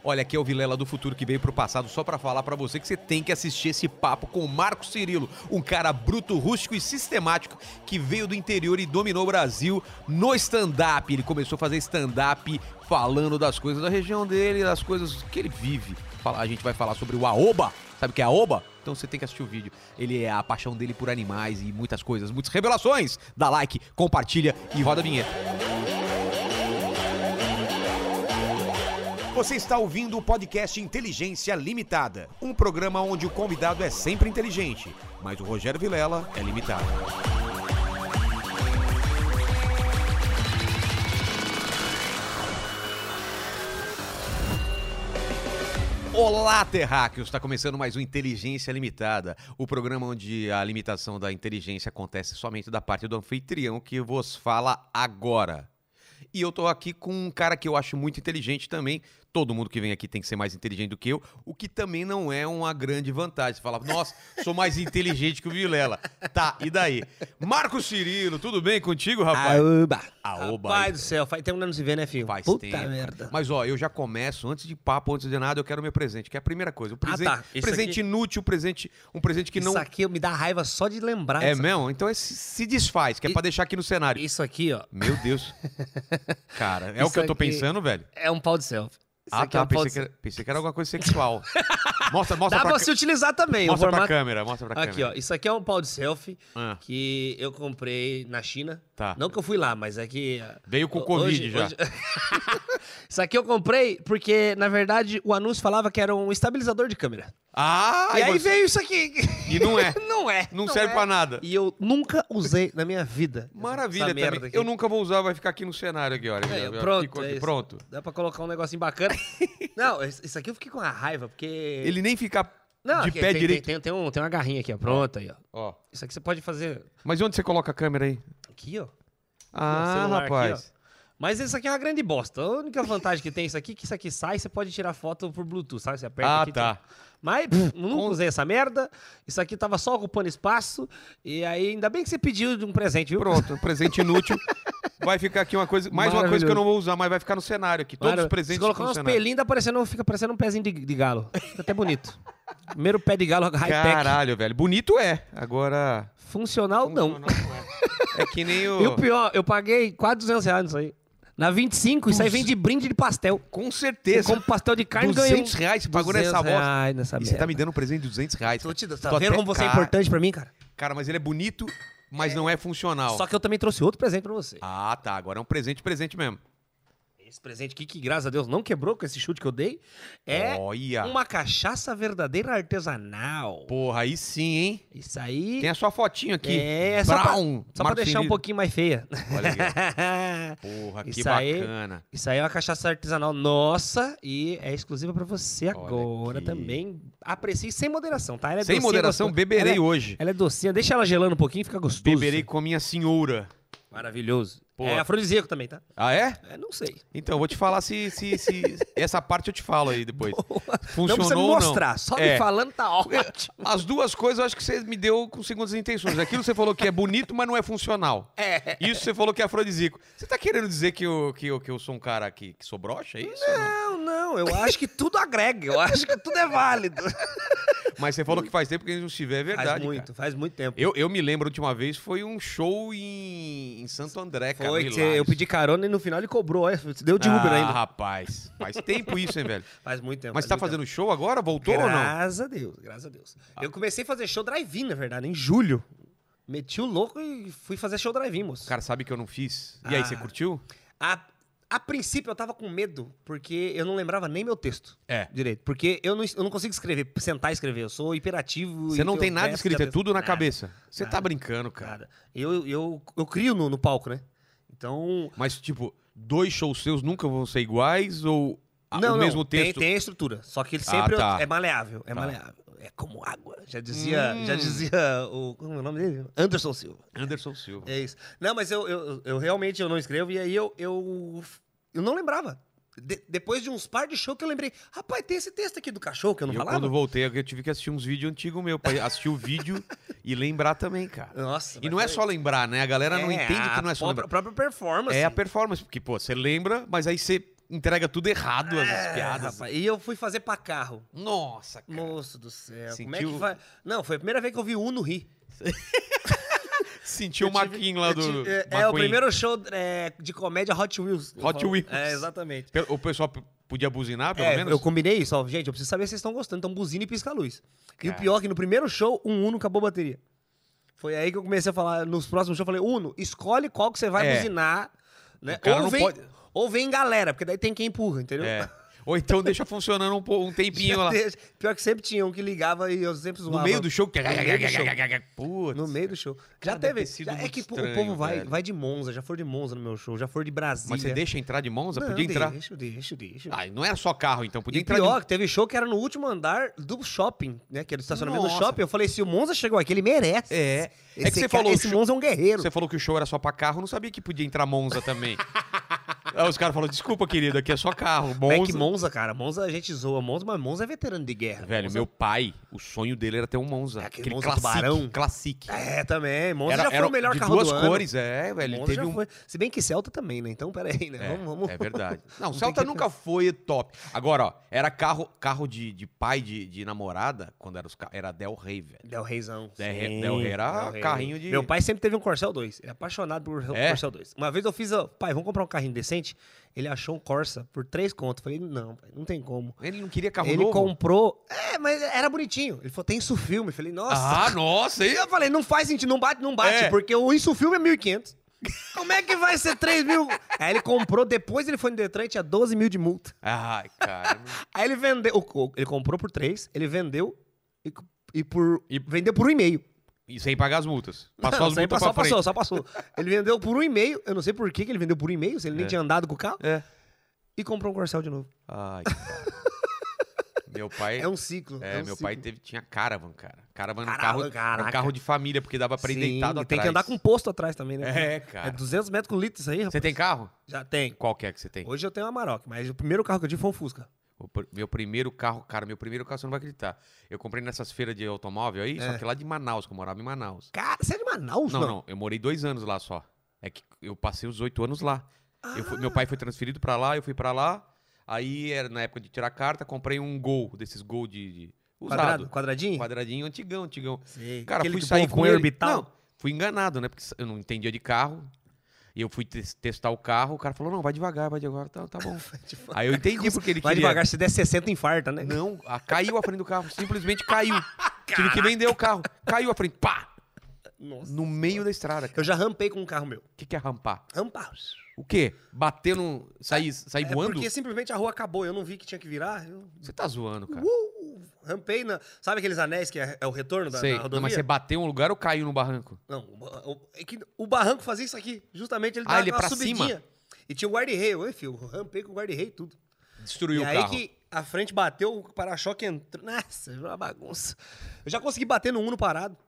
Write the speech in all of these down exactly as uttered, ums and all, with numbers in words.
Olha, aqui é o Vilela do Futuro que veio pro passado só pra falar pra você que você tem que assistir esse papo com o Marco Cirilo, um cara bruto, rústico e sistemático que veio do interior e dominou o Brasil no stand-up. Ele começou a fazer stand-up falando das coisas da região dele, das coisas que ele vive. A gente vai falar sobre o Aoba. Sabe o que é Aoba? Então você tem que assistir o vídeo. Ele é a paixão dele por animais e muitas coisas, muitas revelações. Dá like, compartilha e roda a vinheta. Você está ouvindo o podcast Inteligência Limitada, um programa onde o convidado é sempre inteligente, mas o Rogério Vilela é limitado. Olá, terráqueos! Está começando mais um Inteligência Limitada, o programa onde a limitação da inteligência acontece somente da parte do anfitrião que vos fala agora. E eu tô aqui com um cara que eu acho muito inteligente também. Todo mundo que vem aqui tem que ser mais inteligente do que eu, o que também não é uma grande vantagem. Você fala, nossa, sou mais inteligente que o Vilela. Tá, e daí? Marco Cirilo, tudo bem contigo, rapaz? Aoba! Aoba! Rapaz do céu, faz tempo que não se vê, né, filho? Faz Puta tempo. merda. Mas, ó, eu já começo, antes de papo, antes de nada, eu quero meu presente, que é a primeira coisa. O presente, Ah, tá. Isso presente aqui- inútil, presente, um presente que Isso não... aqui me dá raiva só de lembrar. É disso. mesmo? Então é, se, se desfaz, que é E- pra deixar aqui no cenário. Isso aqui, ó, Meu Deus. Cara, é o Isso que eu tô aqui- pensando, velho? é um pau de selfie. Isso Ah, aqui é tá. um pau Pensei de que, era, selfie. pensei que era alguma coisa sexual. Mostra, mostra Dá pra, pra ca- se utilizar também. mostra o pra formato... câmera, mostra pra Aqui, ó, câmera. isso aqui é um pau de selfie Ah. que eu comprei na China. Tá. Não que eu fui lá, mas é que... Veio com ho- Covid hoje- já. hoje- Isso aqui eu comprei porque, na verdade, o anúncio falava que era um estabilizador de câmera. Ah, e aí você- veio isso aqui. E não é. Não é. Não serve é. pra nada. E eu nunca usei na minha vida. Maravilha essa merda também. aqui. Eu nunca vou usar, vai ficar aqui no cenário aqui, olha. É, Aqui, pronto, ficou é aqui, isso. pronto. Dá pra colocar um negocinho bacana. Não, isso aqui eu fiquei com uma raiva, porque... Ele nem fica Não, de aqui, pé tem, direito. Tem, tem, tem, um, tem uma garrinha aqui, ó. Pronto aí, ó. Ó. Isso aqui você pode fazer Mas onde você coloca a câmera aí? aqui, ó. Ah, celular aqui, rapaz. ó. Mas isso aqui é uma grande bosta. A única vantagem que tem isso aqui é que isso aqui sai e você pode tirar foto por Bluetooth, sabe? Você aperta Ah, aqui. tá. tira. Mas pff, nunca usei essa merda. Isso aqui tava só ocupando espaço. E aí, ainda bem que você pediu de um presente, viu? Pronto, um presente inútil. Vai ficar aqui uma coisa, mais uma coisa que eu não vou usar, mas vai ficar no cenário aqui. Todos Claro, os presentes se colocar no uns cenário. pelinhos, dá parecendo, fica parecendo um pezinho de, de galo. Fica até bonito. Primeiro pé de galo high-tech. Caralho, velho. Bonito é. Agora... Funcional, não. Funcional não é. É que nem o... E o pior, eu paguei quase duzentos reais nisso aí. Na vinte e cinco, isso aí vem de brinde de pastel. Com Você certeza. compra pastel de carne e ganha duzentos reais você pagou nessa bosta. reais nessa E você merda. tá me dando um presente de duzentos reais. Tô te, Tô tá vendo até- como você é Cara, importante pra mim, cara? Cara, mas ele é bonito, mas não é funcional. Só que eu também trouxe outro presente pra você. Ah, tá. Agora é um presente, presente mesmo. Esse presente aqui, que graças a Deus não quebrou com esse chute que eu dei, é Olha. uma cachaça verdadeira artesanal. Porra, aí sim, hein? Isso aí... Tem a sua fotinho aqui. É, só pra, Brown. só pra Marco deixar um Cirilo. pouquinho mais feia. Olha aqui, Porra, que Isso aí- bacana. Isso aí é uma cachaça artesanal nossa e é exclusiva pra você Olha agora aqui. também. Aprecie sem moderação, tá? Ela é Sem docinha, moderação, gostosa. beberei ela é, hoje. Ela é docinha, deixa ela gelando um pouquinho, fica gostoso. Beberei com a minha senhora. Maravilhoso. Pô. É afrodisíaco também, tá? Ah, é? É, não sei. Então, eu vou te falar se, se, se... Essa parte eu te falo aí depois. Funcionou não precisa me ou não. mostrar, só É. me falando tá ótimo. As duas coisas eu acho que você me deu com segundas intenções. Aquilo você falou que é bonito, mas não é funcional. É. Isso você falou que é afrodisíaco. Você tá querendo dizer que eu, que eu, que eu sou um cara que, que sou broxa? É isso? ou não? Não, não, eu acho que tudo agrega, eu acho que tudo é válido. Mas você falou que faz tempo que a gente não se vê, é verdade. faz muito, cara. faz muito tempo. Eu, eu me lembro, a última vez, foi um show em, em Santo André, cara. Foi no que eu Hilários. pedi carona e no final ele cobrou, olha, deu de Uber ah, ainda. rapaz. Faz tempo isso, hein, velho? Faz muito tempo. Mas você faz tá muito fazendo show agora? Voltou tempo. ou não? Graças a Deus, graças a Deus. Eu comecei a fazer show drive-in, na verdade, em julho. Meti o louco e fui fazer show drive-in, moço. Cara, sabe que eu não fiz? E aí, Ah. você curtiu? A, a princípio eu tava com medo, porque eu não lembrava nem meu texto É. direito. Porque eu não, eu não consigo escrever, sentar e escrever. Eu sou hiperativo. Você e não tenho tem nada verso, escrito, é cabeça. tudo na Nada, cabeça. Você tá nada. brincando, cara. Nada. Eu, eu, eu crio no, no palco, né? Então... Mas, tipo, dois shows seus nunca vão ser iguais ou a- não, o mesmo não, texto? Tem, tem a estrutura. Só que ele Ah, sempre tá. é maleável. É Tá. maleável. É como água. Já dizia, Hum. já dizia o... Como é o nome dele? Anderson Silva. Anderson Silva. É isso. Não, mas eu, eu, eu realmente eu não escrevo. E aí eu, eu, eu não lembrava. De- depois de uns par de show que eu lembrei. Rapaz, tem esse texto aqui do cachorro que eu não E eu, falava? quando voltei, eu tive que assistir uns vídeos antigos meus, pra assistir o vídeo e lembrar também, cara. Nossa. E não é só lembrar, né? A galera não entende que não é só a lembrar. própria performance. É a performance, porque, pô, você lembra, mas aí você entrega tudo errado, as É, piadas. rapaz, e eu fui fazer pra carro. Nossa, cara. Moço do céu, como é Sentiu- que vai... Não, foi a primeira vez que eu vi o Uno rir. Sentiu o Eu tive- Maquin lá eu do... tive- é, é, o McQueen. primeiro show é, de comédia Hot Wheels. eu Hot falo. Wheels. É, exatamente. Pe- O pessoal p- podia buzinar, pelo É, menos? eu combinei isso, ó. Gente, eu preciso saber se vocês estão gostando. Então, buzina e pisca a luz. E o Cara. pior é que no primeiro show, um Uno acabou a bateria. Foi aí que eu comecei a falar, nos próximos shows, eu falei, Uno, escolhe qual que você vai É. buzinar, né? O cara Ou não vem, pode- ou vem em galera, porque daí tem quem empurra, entendeu? É. Ou então deixa funcionando um, po- um tempinho lá. Pior que sempre tinha um que ligava e eu sempre zoava. No meio do show. No meio do show. Putz. No meio do show. Já Cara, deve teve. ter sido já- é muito que pô, estranho, o povo vai, velho. vai de Monza, já for de Monza no meu show, já for de Brasília. Mas você deixa entrar de Monza? Não, Podia entrar. Deixa, deixa, deixa. Ah, não era só carro, então. Podia E entrar pior, de... que teve show que era no último andar do shopping, né? Que era do estacionamento Nossa. do shopping. Eu falei, se o Monza chegou aqui, ele merece. É. Esse É que você cara- falou... Esse o show- Monza é um guerreiro. Você falou que o show era só pra carro, eu não sabia que podia entrar Monza também. Aí os caras falaram, desculpa, querido, aqui é só carro. Monza. É Monza... que Monza, cara, Monza a gente zoa Monza, mas Monza é veterano de guerra. Velho, Monza... meu pai, o sonho dele era ter um Monza. É, aquele Monza classic, tubarão. classic. É, também. Monza Era, já foi era o melhor de carro duas do ano. cores, é, velho. Ele Monza teve já um... foi. Se bem que Celta também, né? Então, peraí, né? É, vamos, vamos... é verdade. Não, o tem Celta que- nunca foi top. Agora, ó, era carro, carro de, de pai de, de namorada, quando era os ca- era Del Rey, velho. Del Reizão. Del Rey- Sim, Del Rey era Del Rey. carrinho de- Meu pai sempre teve um Corcel dois. Ele é apaixonado por É? Corcel dois. Uma vez eu fiz, ó, pai, vamos comprar um carrinho decente? Ele achou um Corsa por três contos. Falei, não, pai, não tem como. Ele não queria carro Ele novo? comprou. É, mas era bonitinho. Ele falou, tem isso filme. Falei, nossa. Ah, nossa, E hein? eu falei, não faz sentido, não bate, não bate, É. porque o isso filme é mil e quinhentos. Como é que vai ser três mil? Aí ele comprou, depois ele foi no Detran e tinha doze mil de multa. Ai, cara. não- Aí ele vendeu, o- o- ele comprou por três, ele vendeu e, e por E- vendeu por um e meio. E sem pagar as multas. Passou Não, as isso aí multas só pra frente. passou, só passou. Ele vendeu por um e meio, eu não sei por que que ele vendeu por um e meio, se ele nem É. tinha andado com o carro, É. e comprou um Corcel de novo. Ai, cara. Meu pai... É um ciclo. É, um meu ciclo. pai teve, tinha Caravan, cara. Caravan era um Caravan, carro, era um caraca. carro de família, porque dava pra ir Sim, deitado e atrás. tem que andar com posto atrás também, né? É, cara. É duzentos metros com litro isso aí, rapaz. Você tem carro? Já tem. Qual que é que você tem? Hoje eu tenho uma Amarok, mas o primeiro carro que eu tive foi um Fusca. O pr- meu primeiro carro, cara, meu primeiro carro você não vai acreditar. Eu comprei nessas feiras de automóvel aí, só É. que lá de Manaus, que eu morava em Manaus. Cara, você é de Manaus, Não, não, eu morei dois anos lá só. É que eu passei os oito anos lá. Eu fui- meu pai foi transferido pra lá, eu fui pra lá. Aí, era na época de tirar carta, comprei um Gol, desses Gol de, de usado. Quadrado, quadradinho? Quadradinho, antigão, antigão. Sei. Cara, Aquele fui que o sair povo com põe ele. orbital? Não, fui enganado, né? Porque eu não entendia de carro. E eu fui tes- testar o carro, o cara falou, não, vai devagar, vai devagar, tá, tá bom. Aí eu entendi porque ele Vai queria... devagar, se der sessenta, infarta, né? Não, a- caiu a frente do carro, simplesmente caiu. Tive que vender o carro. Caiu a frente, pá! Nossa. No meio da estrada. cara. Eu já rampei com um carro meu. O que, que é rampar? Rampar. O quê? Bater no... Sair, sair É voando? porque simplesmente a rua acabou, eu não vi que tinha que virar. Eu... Você tá zoando, cara. Uh, rampei na... Sabe aqueles anéis que é, é o retorno da, Sei. da Não, rodovia? mas você bateu em um lugar ou caiu no barranco? Não, o, o- é que o barranco fazia isso aqui. Justamente ele Ah, dava ele é uma pra subidinha. cima? E tinha o guarda-reio. Oi, filho, eu rampei com o guarda-reio e tudo. Destruiu e o aí carro. que a frente bateu, o para-choque entrou. Nossa, virou uma bagunça. Eu já consegui bater no Uno parado.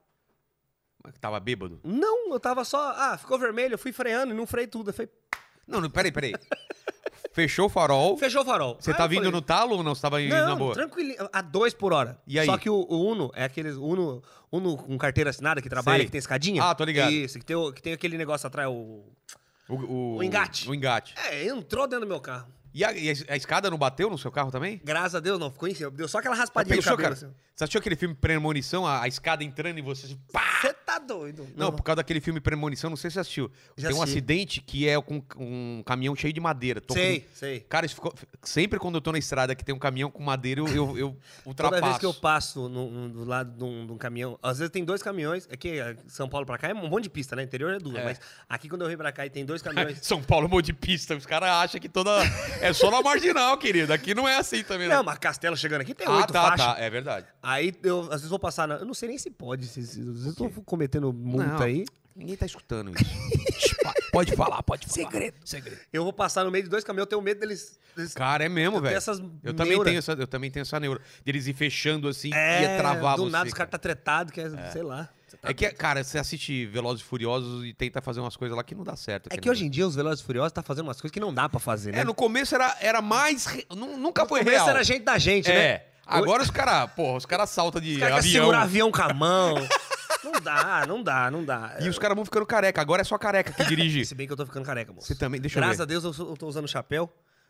Mas Tava bêbado? Não, eu tava só... Ah, ficou vermelho, eu fui freando e não freio tudo. Eu falei, Não, não, peraí, peraí. Fechou o farol. fechou o farol. Você Aí tá eu vindo falei, no talo ou não? Você tava indo Não, na boa? tranquilo. A dois por hora. E aí? Só que o, o Uno é aqueles Uno, Uno com carteira assinada que trabalha, Sei. que tem escadinha. Ah, tô ligado. Isso, que tem, o- que tem aquele negócio atrás, o... O, o, O engate. O engate. É, entrou dentro do meu carro. E a, e a- a escada não bateu no seu carro também? Graças a Deus, não. Ficou em cima. Deu só aquela Já raspadinha no pensou, cabelo. cara? Assim. Você assistiu aquele filme Premonição, a, a escada entrando em você? Assim, pá! Você tá doido. Não, por causa daquele filme Premonição, não sei se você assistiu. Já Tem um assisti. acidente que é com um caminhão cheio de madeira. Tô Sei, com- sei. Cara, isso ficou... sempre quando eu tô na estrada que tem um caminhão com madeira, eu, eu, eu ultrapasso. Toda vez que eu passo no, no- do lado de um, de um caminhão, às vezes tem dois caminhões. Aqui, é, São Paulo pra cá é um monte de pista, né? Interior é duas. É. Mas aqui quando eu venho pra cá e tem dois caminhões. São Paulo, um monte de pista. Os caras acham que toda... é só na marginal, querido. Aqui não é assim também, Não, não. mas Castelo chegando aqui tem Ah, oito tá, faixas. tá. É verdade. Aí eu às vezes vou passar na. Eu não sei nem se pode. Se, se, às vezes eu tô cometendo multa Não, aí. Ninguém tá escutando isso. pode falar, pode falar. Segredo. Segredo. Eu vou passar no meio de dois caminhões, eu tenho medo deles. deles Cara, é mesmo, eu tenho velho. essas Eu também neura. tenho essa, eu também tenho essa neura. De eles ir fechando assim É, e ia travar do você. nada os cara. caras tá tretado, que é, sei lá. Você tá É que, cara, você assiste Velozes e Furiosos e tenta fazer umas coisas lá que não dá certo. É aquele que hoje em dia os Velozes e Furiosos tá fazendo umas coisas que não dá pra fazer, né? É, no começo era, era mais. re- nu- Nunca No foi começo real. era gente da gente, né? É. Agora os caras, porra, os caras saltam de Os caras querem avião. segurar avião com a mão. Não dá, não dá, não dá. E os caras vão ficando careca. Agora é só careca que dirige. Se bem que eu tô ficando careca, moço. Você também, deixa eu Graças ver. a Deus eu, sou- eu tô usando chapéu.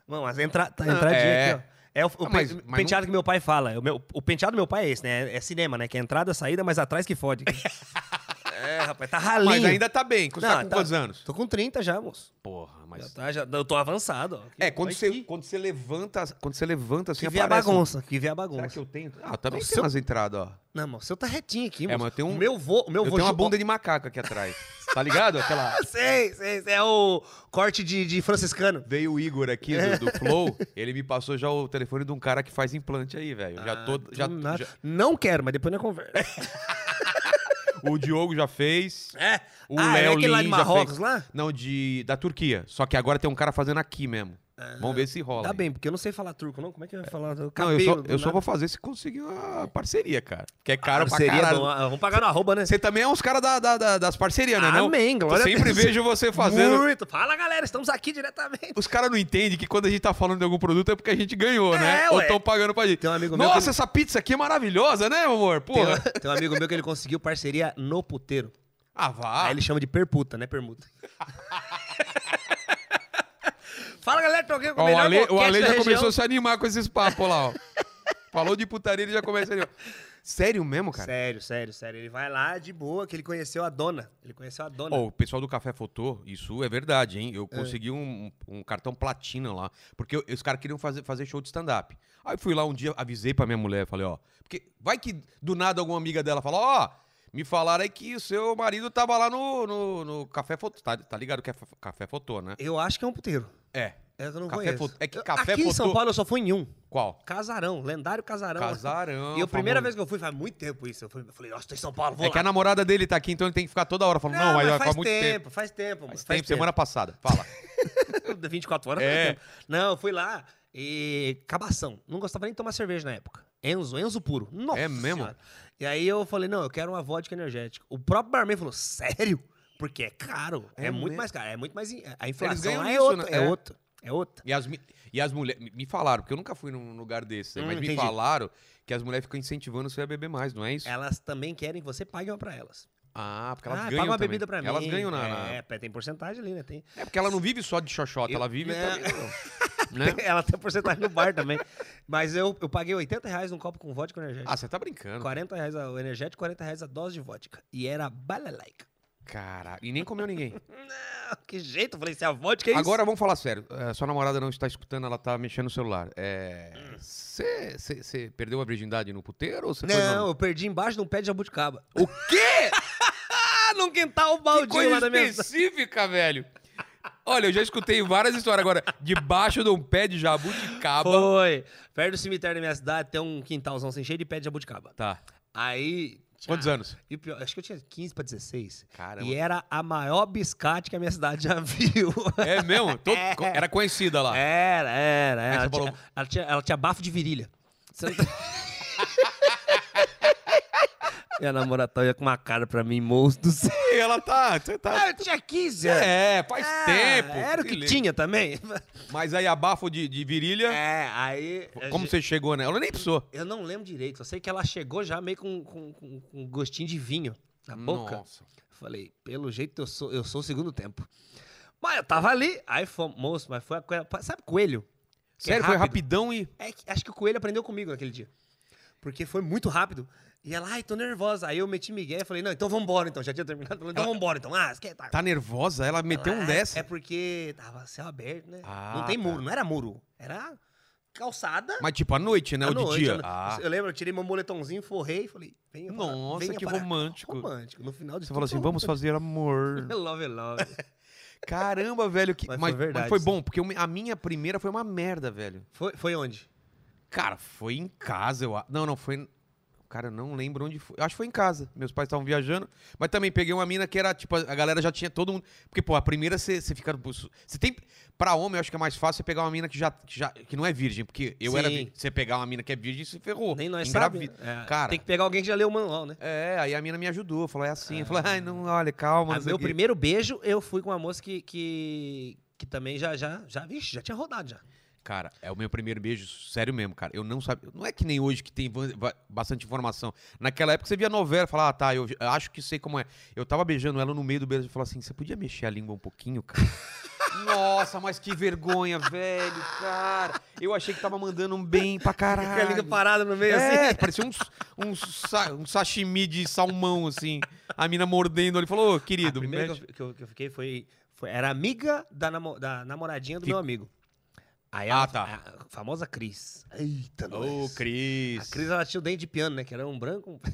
Não, mas entra, tá, entradinha É. aqui, ó. É o, o Ah, mas- pe- mas penteado que meu pai fala. O, meu, o penteado do meu pai é esse, né? É cinema, né? Que é entrada, saída, mas atrás que fode. É, rapaz, tá ralinho. Mas ainda tá bem. Você tá Não, com tá- quantos anos? Tô com trinta já, moço. Porra, mas... Já tá, já, eu tô avançado, ó. É, quando Mas você, que- quando você levanta, quando você levanta assim, Que vê a aparece um- bagunça, que vê a bagunça. Será que eu tenho? Ah, também Não, tem seu- umas entradas, ó. Não, mas o seu tá retinho aqui, É, moço. mas eu tenho um- O meu vô, o meu Eu vô tenho uma ju- bunda de macaco aqui atrás. Tá ligado? Aquela... Ah, sei, sei, sei. É o corte de, de franciscano. Veio o Igor aqui do, do Flow, ele me passou já o telefone de um cara que faz implante aí, velho. Já tô... Já, Não, nada. já- Não quero, mas depois não conversa. o Diogo já fez. É. O ah, é Léo aquele lá de Lin já Marrocos fez. lá? Não, de, da Turquia. Só que agora tem um cara fazendo aqui mesmo. Vamos ver se rola. Tá aí. bem, porque eu não sei falar turco, não. Como é que vai falar? Eu Não, eu só, capei, eu do só nada. vou fazer se conseguir uma parceria, cara. Que é caro pra Parceria, caralho. bom, ah, vamos pagar no arroba, né? Você também é uns caras da, da- da- das parcerias, né? Não? Amém, glória Eu a sempre Deus. vejo você fazendo. Muito. Fala, galera, estamos aqui diretamente. Os caras não entendem que quando a gente tá falando de algum produto é porque a gente ganhou, É, né? Ou ué. estão pagando pra gente. Tem um amigo meu Nossa, que- essa pizza aqui é maravilhosa, né, amor? Tem, Porra. um- tem um amigo meu que ele conseguiu parceria no puteiro. Ah, vá. Aí ele chama de perputa, né? Permuta. Fala, galera, tô aqui com Ó, o o melhor Ale, o boquete Ale da já região. começou a se animar com esses papos lá, ó. Falou de putaria, ele já começa a animar. Sério mesmo, cara? Sério, sério, sério. Ele vai lá de boa, que ele conheceu a dona. Ele conheceu a dona. Ó, o pessoal do Café Fotô, isso é verdade, hein? Eu consegui um, um cartão platina lá, porque eu- os caras queriam fazer, fazer show de stand-up. Aí eu fui lá um dia, avisei pra minha mulher, falei, ó, porque vai que do nada alguma amiga dela fala, ó, me falaram aí que o seu marido tava lá no, no, no Café Fotô, tá, tá ligado que é f- Café Fotô, né? Eu acho que é um puteiro. É. É que eu não Café conheço. Fotô- é que Eu- Café Aqui em São Fotô- Paulo eu só fui em um. Qual? Casarão, lendário Casarão. Casarão. E a primeira famoso. vez que eu fui, faz muito tempo isso. Eu fui- eu falei, nossa, tô em São Paulo, vou É lá. que a namorada dele tá aqui, então ele tem que ficar toda hora falando, não, mas, vai faz ficar muito tempo. tempo, faz tempo, mano. Faz tempo, semana passada. Fala. vinte e quatro horas É. faz tempo. Não, eu fui lá e... Cabação. Não gostava nem de tomar cerveja na época. Enzo, Enzo puro. Nossa É mesmo? Senhora. E aí eu falei, não, eu quero uma vodka energética. O próprio barman falou, sério? Porque é caro. É, É muito mesmo? mais caro. É muito mais... A inflação ganham lá é nisso, outra. né? É É. outra. É outra. E as, mi- e as mulheres, me falaram, porque eu nunca fui num lugar desse, Hum, mas me entendi. falaram que as mulheres ficam incentivando você a beber mais, não é isso? Elas também querem que você pague uma pra elas. Ah, porque elas ah, ganham paga uma também. bebida pra mim. Elas ganham na... na- É, tem porcentagem ali, né? Tem... É porque ela não vive só de xoxota, Eu- ela vive Né? também... né? Ela tem porcentagem no bar também. Mas eu, eu paguei oitenta reais num copo com vodka energética. Ah, você tá brincando. quarenta reais o energético, quarenta reais a dose de vodka. E era balalaica. Caralho. E nem comeu ninguém. Não, que jeito. Eu falei, se a vodka é isso. Agora, vamos falar sério. É, sua namorada não está escutando, ela tá mexendo no celular. Hum. Você perdeu a virgindade no puteiro ou você Não, eu perdi embaixo de um pé de jabuticaba. O quê? Ah, num quintal Que baldio coisa lá da minha... específica, velho. Olha, eu já escutei várias histórias agora. Debaixo de um pé de jabuticaba. Foi. Perto do cemitério da minha cidade tem um quintalzão assim, cheio de pé de jabuticaba. Tá. Aí... Quantos anos? E o pior, acho que eu tinha quinze pra dezesseis. Caramba. E era a maior biscate que a minha cidade já viu. É mesmo? Todo- É. Era conhecida lá. Era, era. Aí Ela, você tinha, falou- ela, tinha, ela tinha bafo de virilha. Você não tá- Minha namorada ia com uma cara pra mim, moço do céu. E ela tá. Você tá... Ah, eu tinha quinze anos. É, faz Ah, tempo. Era o que Beleza. tinha também. Mas aí abafo de, de virilha. É, aí... a Como gente- você chegou, né? Ela nem precisou. Eu não lembro direito. Só sei que ela chegou já meio com, com, com, com gostinho de vinho na boca. Nossa. Falei, pelo jeito eu sou, eu sou o segundo tempo. Mas eu tava ali, aí foi, moço, mas foi a coisa. Sabe coelho? Que é Sério, foi rápido. rapidão e. É que acho que o coelho aprendeu comigo naquele dia. Porque foi muito rápido. E ela, ai, tô nervosa. Aí eu meti migué e falei, não, então vambora então. Já tinha terminado. Falei, então vambora então. Ah, você quer? Tá. Tá nervosa? Ela meteu um Ah, dessa. É porque tava céu aberto, né? Ah, não tem tá. muro, não era muro. Era calçada. Mas tipo, à noite, né? à Ou de noite, dia. eu- Ah. Eu lembro, eu tirei meu moletomzinho, forrei e falei, venha para- Nossa, venha que para- romântico. Romântico. No final de Você tudo, falou assim, foi vamos fazer amor. romântico. Love, love. Caramba, velho. Que... Mas Mas, foi mas verdade, foi sim. bom, porque a minha primeira foi uma merda, velho. Foi, foi onde? Cara, foi em casa, eu acho. Não, não, foi. Cara, eu não lembro onde foi. Eu acho que foi em casa. Meus pais estavam viajando. Mas também peguei uma mina que era, tipo, a galera já tinha todo mundo. Porque, pô, a primeira você você fica. Você tem. Pra homem, eu acho que é mais fácil você pegar uma mina que já. Que, já, que não é virgem. Porque eu Sim. era. vi- Você pegar uma mina que é virgem, você ferrou. Nem nós Engravida. sabemos. É, Cara. tem que pegar alguém que já leu o manual, né? É, aí a mina me ajudou. Falou, é assim. Eu falei, ai, não, olha, calma. Ah, não sei meu o quê. primeiro beijo, eu fui com uma moça que, que, que também já, já, já, vixe, já tinha rodado já. Cara, é o meu primeiro beijo, sério mesmo, cara. Eu não sabia. Não é que nem hoje que tem va- va- bastante informação. Naquela época você via novela e falava, ah, tá, eu, eu acho que sei como é. Eu tava beijando ela no meio do beijo e falava assim: você podia mexer a língua um pouquinho, cara? Nossa, mas que vergonha, velho, cara. Eu achei que tava mandando um bem pra caralho. Com a língua parada no meio, É, assim. parecia um, um, sa- um sashimi de salmão, assim. A mina mordendo ali. Falou, ô, querido, A primeira mexe- que eu, que eu- que eu fiquei foi, foi... Era amiga da, namo- da namoradinha do Que- meu amigo. Aí Ah, a, tá. a famosa Cris. Eita, Ô, nós. Cris. A Cris, ela tinha o dente de piano, né? Que era um branco. um-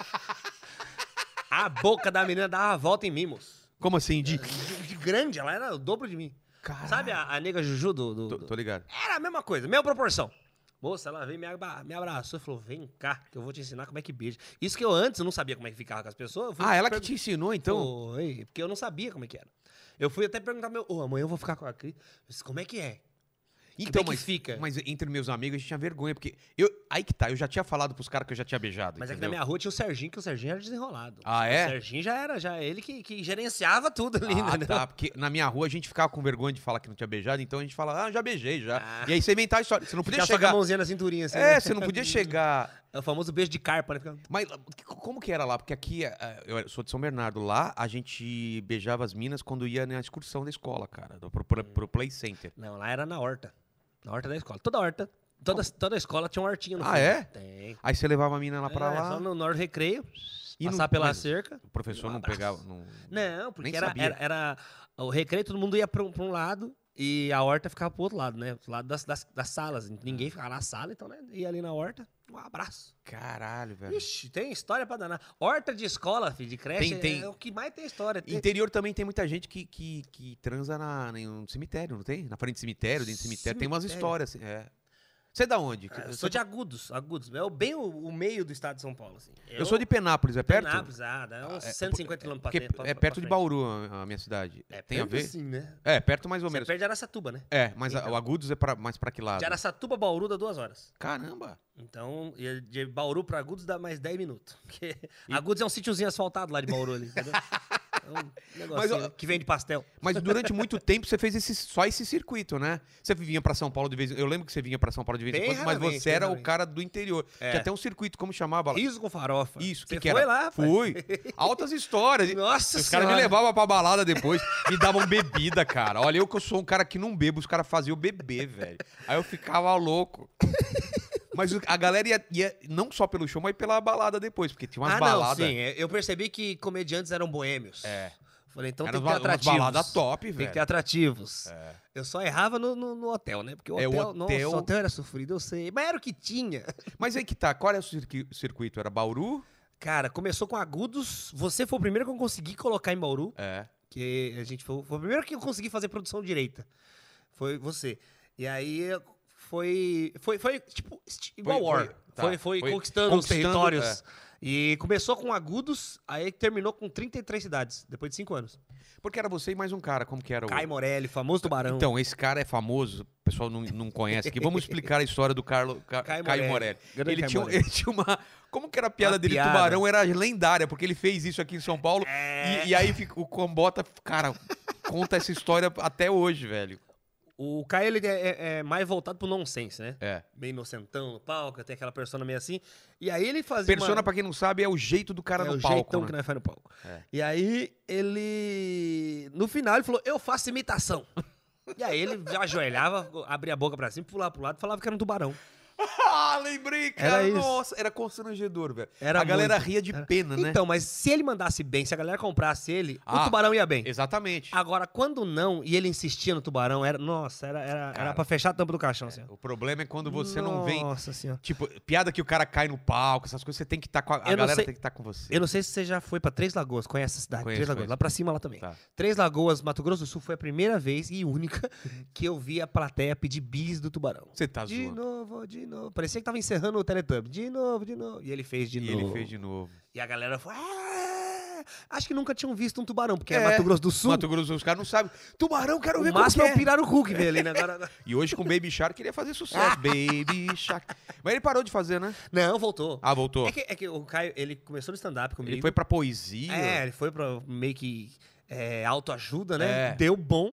A boca da menina dava a volta em mim, moço. Como assim? De... De, de grande, ela era o dobro de mim. Caralho. Sabe a, a nega Juju do... do- Tô, do- tô ligado. Era a mesma coisa, mesma proporção. Moça, ela veio, me, abra- me abraçou e falou, vem cá, que eu vou te ensinar como é que beija. Isso que eu antes eu não sabia como é que ficava com as pessoas. eu fui Ah, ela que pergun- te ensinou, então? Foi, porque eu não sabia como é que era. Eu fui até perguntar, meu, ô, amanhã eu vou ficar com a Cris. Eu disse, como é que é? Então, como é mas, que fica? mas entre meus amigos a gente tinha vergonha, porque eu, aí que tá, eu já tinha falado pros caras que eu já tinha beijado, Mas é que entendeu? na minha rua tinha o Serginho, que o Serginho era desenrolado. Ah, O é? Serginho já era, já ele que, que gerenciava tudo ali, Ah, entendeu? tá, porque na minha rua a gente ficava com vergonha de falar que não tinha beijado, então a gente fala, ah, já beijei, já. Ah. E aí você inventar a história, você não podia Ficava só com a chegar... mãozinha na cinturinha, assim. É, né? você não podia chegar... É o famoso beijo de carpa, né? Ficava- Mas como que era lá? Porque aqui, eh, eu sou de São Bernardo, lá a gente beijava as minas quando ia na excursão da escola, cara, pro, pro, pro Play Center. Não, lá era na horta. Na horta da escola. Toda horta. Toda, toda escola tinha uma hortinha no Ah, fundo. é? Tem. Aí você levava a mina lá pra É, lá, Só no, na hora do recreio, E passar não- pela mas cerca. o professor um não abraço. pegava... Não... Não, porque Nem era, sabia. era, era- o recreio, todo mundo ia pra um, pra um lado e a horta ficava pro outro lado, né? Pro lado das, das, das salas. Ninguém ficava na sala, então, né? Ia ali na horta, um abraço. Caralho, velho. Ixi, tem história pra danar. Horta de escola, filho, de creche, Tem- tem. é o que mais tem história. Tem- Interior também tem muita gente que, que, que transa na, no cemitério, não tem? Na frente do cemitério, dentro do cemitério. Tem umas Cemitério. histórias, assim, é. Você é da onde? Ah, eu Você sou de Agudos, Agudos. É o- bem o, o meio do estado de São Paulo, assim. Eu sou de Penápolis, é perto? Penápolis, ah, dá uns É, cento e cinquenta quilômetros pra Porque frente. pra- é pra perto de frente. Bauru, a, a minha cidade. É Tem a perto ver? sim, né? É, perto mais ou Você menos. perde Araçatuba, né? É, mas a- Então. o Agudos é pra, mais pra que lado? De Araçatuba, Bauru dá duas horas. Caramba! Então, e de Bauru pra Agudos dá mais dez minutos. Porque Agudos é um sítiozinho asfaltado lá de Bauru ali, entendeu? É um negocinho ó, que vende pastel. Mas durante muito tempo você fez esse, só esse circuito, né? Você vinha pra São Paulo de vez em... Eu lembro que você vinha pra São Paulo de vez em Bem quando, mas raramente, você bem era o raramente. cara do interior. É. Tinha até um circuito, como chamava lá? Riso com farofa. Isso, que Você que foi era? lá, rapaz? Fui. Altas histórias. Nossa Os caras me Senhora. levavam pra balada depois, me davam bebida, cara. Olha, eu que eu sou um cara que não bebo, os caras faziam eu beber, velho. Aí eu ficava louco. Mas o- a galera ia, ia não só pelo show, mas pela balada depois, porque tinha umas Ah, baladas. não, sim. Eu percebi que comediantes eram boêmios. É. Falei, então Eram tem que ter umas- umas atrativos. baladas top, Tem velho. que ter atrativos. É. Eu só errava no, no- no hotel, né? Porque o É, o hotel, hotel- nossa, o hotel era sofrido, eu sei. Mas era o que tinha. Mas aí que tá, qual é o cirqui- circuito? Era Bauru? Cara, começou com Agudos. Você foi o primeiro que eu consegui colocar em Bauru. É. Que a gente foi, foi o primeiro que eu consegui fazer produção direita. Foi você. E aí foi. Foi, foi tipo, esti- igual Foi- War. foi- tá, Foi, foi, foi conquistando, conquistando, os territórios. E começou com Agudos, aí terminou com trinta e três cidades, depois de cinco anos. Porque era você e mais um cara, como que era o... Caio Morelli, famoso tubarão. Então, esse cara é famoso, o pessoal não, não conhece aqui. Vamos explicar a história do Carlo, Ca- Caio Caio, Morelli. Morelli. Grande Ele Caio tinha, um- Morelli. ele tinha uma... Como que era a piada Uma dele? piada. Tubarão era lendária, porque ele fez isso aqui em São Paulo. É. E, e aí fica- o Combota, cara, conta essa história até hoje, velho. O Caio, ele é, é- é mais voltado pro nonsense, né? É. Bem inocentão no palco, tem aquela persona meio assim. E aí ele fazia Persona, uma... pra quem não sabe, é o jeito do cara é no o palco. jeitão né? que nós faz no palco. É. E aí ele... No final ele falou, eu faço imitação. E aí ele já ajoelhava, abria a boca pra cima, pulava pro lado e falava que era um tubarão. Ah, lembrei, cara. Era isso. Nossa, era constrangedor, velho. Era a galera muito. ria de Era- pena, né? Então, mas se ele mandasse bem, se a galera comprasse ele, Ah, o tubarão ia bem. Exatamente. Agora, quando não, e ele insistia no tubarão, era, nossa, era, era, Cara, era pra fechar a tampa do caixão, assim. ó. O problema é quando você não vem... Nossa senhora. Tipo, piada que o cara cai no palco, essas coisas, você tem que estar com a... A Eu não galera sei- tem que estar com você. Eu não sei se você já foi pra Três Lagoas, conhece essa cidade? Conheço, Três Lagoas, conheço. lá pra cima lá também. Tá. Três Lagoas, Mato Grosso do Sul, foi a primeira vez e única que eu vi a plateia pedir bis do tubarão. Você tá De zoando. novo, de novo. Parecia que tava encerrando o Teletubby. De novo, de novo. E ele fez de E novo. ele fez de novo. E a galera foi... "Ah!" Acho que nunca tinham visto um tubarão, porque é, É, Mato Grosso do Sul. Mato Grosso, do Sul, os caras não sabem. Tubarão, quero ver O como máximo que é o pirarucu que vê ali, né? Agora... E hoje com Baby Shark queria fazer sucesso. Baby Shark. Mas ele parou de fazer, né? Não, voltou. Ah, voltou. É que, é que o Caio, ele começou no stand-up comigo. Ele foi pra poesia. É, ele foi pra meio que é, autoajuda, né? É. Deu bom.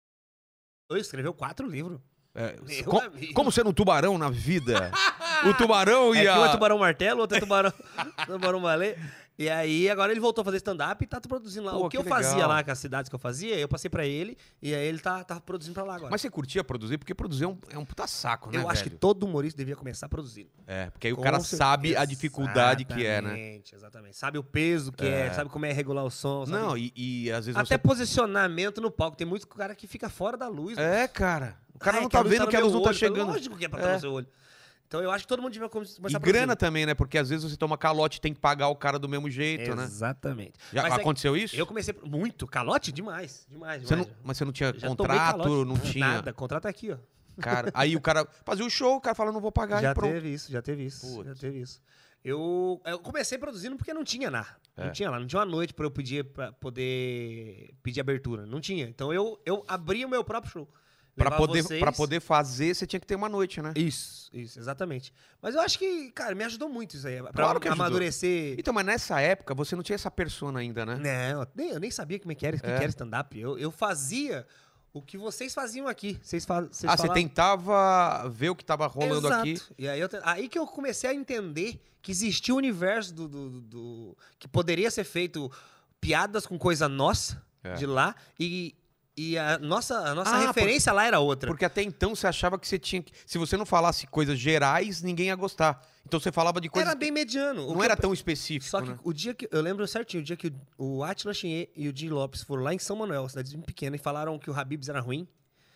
Ele escreveu quatro livros. É, Meu co- amigo. como ser um tubarão na vida? O tubarão É e que um é a... tubarão martelo, outro é tubarão, tubarão malê. E aí, agora ele voltou a fazer stand-up e tá produzindo lá. Pô, o que, que eu fazia legal. lá, com as cidades que eu fazia, eu passei pra ele, e aí ele tá, tá produzindo pra lá agora. Mas você curtia produzir? Porque produzir é um, é um puta saco, né, eu acho que velho? todo humorista devia começar produzindo. É, porque aí o Com cara certeza. sabe a dificuldade que é, né? Exatamente, exatamente. Sabe o peso que é, sabe como é regular o som. Sabe? Não, e, e às vezes Até você... posicionamento no palco. Tem muito cara que fica fora da luz. É, cara. O cara Ai, não que tá a luz vendo no que a meu luz não tá olho. chegando. Lógico que é pra É. estar no seu olho. Então eu acho que todo mundo devia começar E a grana produzir. também, né? Porque às vezes você toma calote e tem que pagar o cara do mesmo jeito, né? Exatamente. Já Mas é que aconteceu isso? eu comecei muito. Calote? Demais. Demais, Você demais. não, mas você não tinha Já tomei contrato, calote. não tinha... Nada, contrato é aqui, ó. Cara, aí o cara fazia o show, o cara fala, não vou pagar Já e pronto. teve isso, já teve isso. Putz. Já teve isso. Eu, eu comecei produzindo porque não tinha lá. É. Não tinha lá, não tinha uma noite pra eu pedir pra poder pedir abertura. Não tinha. Então eu, eu abria o meu próprio show. Pra Levava poder, vocês- pra poder fazer, você tinha que ter uma noite, né? Isso, isso, exatamente. Mas eu acho que, cara, me ajudou muito isso aí. Pra Claro que ajudou. amadurecer. Então, mas nessa época, você não tinha essa persona ainda, né? Não, nem, eu nem sabia como é que era, o que É. que era stand-up. Eu, eu fazia o que vocês faziam aqui. Vocês, fa vocês Ah, você falavam- tentava ver o que tava rolando Exato. aqui. E aí, eu te- aí que eu comecei a entender que existia o universo do, do- do- do- que poderia ser feito piadas com coisa nossa É. de lá e, e a nossa, a nossa Ah, referência lá era outra. Porque até então você achava que você tinha que... Se você não falasse coisas gerais, ninguém ia gostar. Então você falava de coisas Era bem mediano. O que não que era eu- tão específico, Só que né? o dia que. Eu lembro certinho, o dia que o, o Atila Chinhê e o Jim Lopes foram lá em São Manuel, cidadezinha pequena, e falaram que o Habib's era ruim.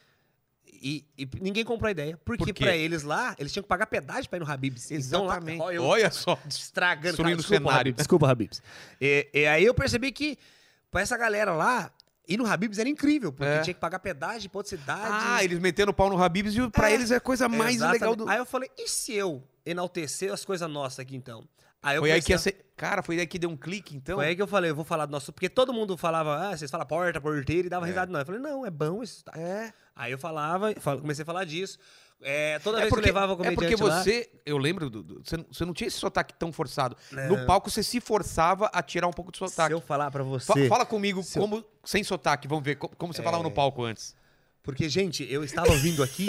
E, e ninguém comprou a ideia. Porque Por quê? pra eles lá, eles tinham que pagar pedágio pra ir no Habib's. Exatamente. Então, lá, ó, eu Olha só. estragando destruindo o desculpa, cenário. Habib's, desculpa, Habib's. E, e aí eu percebi que pra essa galera lá, ir no Habib's era incrível, porque É. tinha que pagar pedágio pra outra cidade. Ah, eles metendo o pau no Habib's e pra É, eles é a coisa mais Exatamente. legal do... Aí eu falei, e se eu enaltecer as coisas nossas aqui então? Aí eu Foi aí comecei que ia a- ser... Cara, foi aí que deu um clique, então? Foi aí que eu falei, eu vou falar do nosso... Porque todo mundo falava, ah, vocês falam porta, porteira, e dava É. risada. Não, eu falei, não, é bom esse sotaque. É. Aí eu falava, fal- comecei a falar disso. É, toda É vez porque, que eu levava o é comediante porque lá... você, eu lembro, do, do- você, não- você não tinha esse sotaque tão forçado. Não. No palco você se forçava a tirar um pouco do Se sotaque. eu falar pra Fa- você... Fala comigo Se eu- como, sem sotaque, vamos ver, como, como você falava no palco antes. Porque, gente, eu estava vindo aqui...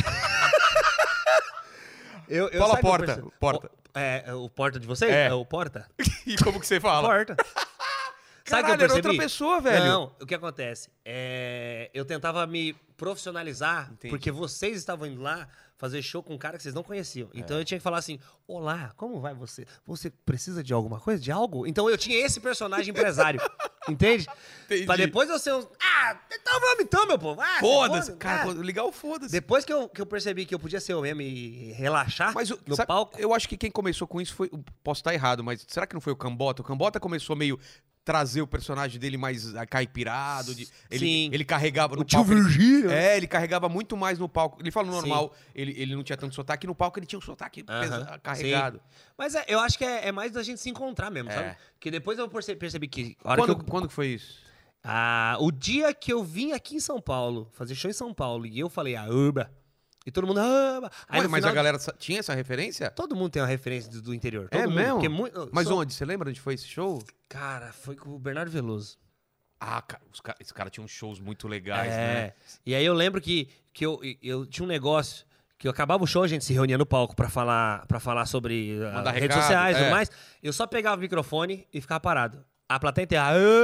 eu, eu, Fala sabe o que eu porta, percebi? porta. O, é, é o porta de vocês? É. É o porta? E como que você fala? Porta. Sabe o que Caralho, eu era percebi? outra pessoa, velho. Não, o que acontece? É, eu tentava me profissionalizar, Entendi. porque vocês estavam indo lá fazer show com um cara que vocês não conheciam. É. Então eu tinha que falar assim: olá, como vai você? Você precisa de alguma coisa? De algo? Então eu tinha esse personagem empresário. Entende? Entendi. Pra depois eu ser um. Ah, então vamos então, meu povo. Ah, Foda-se. foda, Cara, ah. quando ligar o foda-se. Depois que eu, que eu percebi que eu podia ser eu mesmo e relaxar Mas o- no sabe, palco. eu acho que quem começou com isso foi. Posso estar errado, mas será que não foi o Cambota? O Cambota começou meio trazer o personagem dele mais ah, caipirado. De, ele, Sim. ele carregava no O tio palco. ele- Virgílio. É, ele carregava muito mais no palco. Ele fala no Sim. normal, ele, ele não tinha tanto sotaque. No palco ele tinha um sotaque Aham, pesa- carregado. Mas é, eu acho que é, é mais da gente se encontrar mesmo, É. sabe? Que depois eu perce- percebi que. A hora Quando, que eu, quando que foi isso? ah, o dia que eu vim aqui em São Paulo, fazer show em São Paulo, e eu falei, ah, uba. E todo mundo, ah, uba. Aí Ué, no mas final, a galera sa- tinha essa referência? todo mundo tem uma referência do, do interior. Todo É mundo, mesmo? porque muito- Mas só- onde? Você lembra onde foi esse show? Cara, foi com o Bernardo Veloso. Ah, cara, os ca- esse cara tinha uns shows muito legais, é. né? E aí eu lembro que, que eu, eu tinha um negócio que eu acabava o show, a gente se reunia no palco pra falar, pra falar sobre ah, Mandar redes recado, sociais e é. tudo mais. Eu só pegava o microfone e ficava parado. A plateia inteira,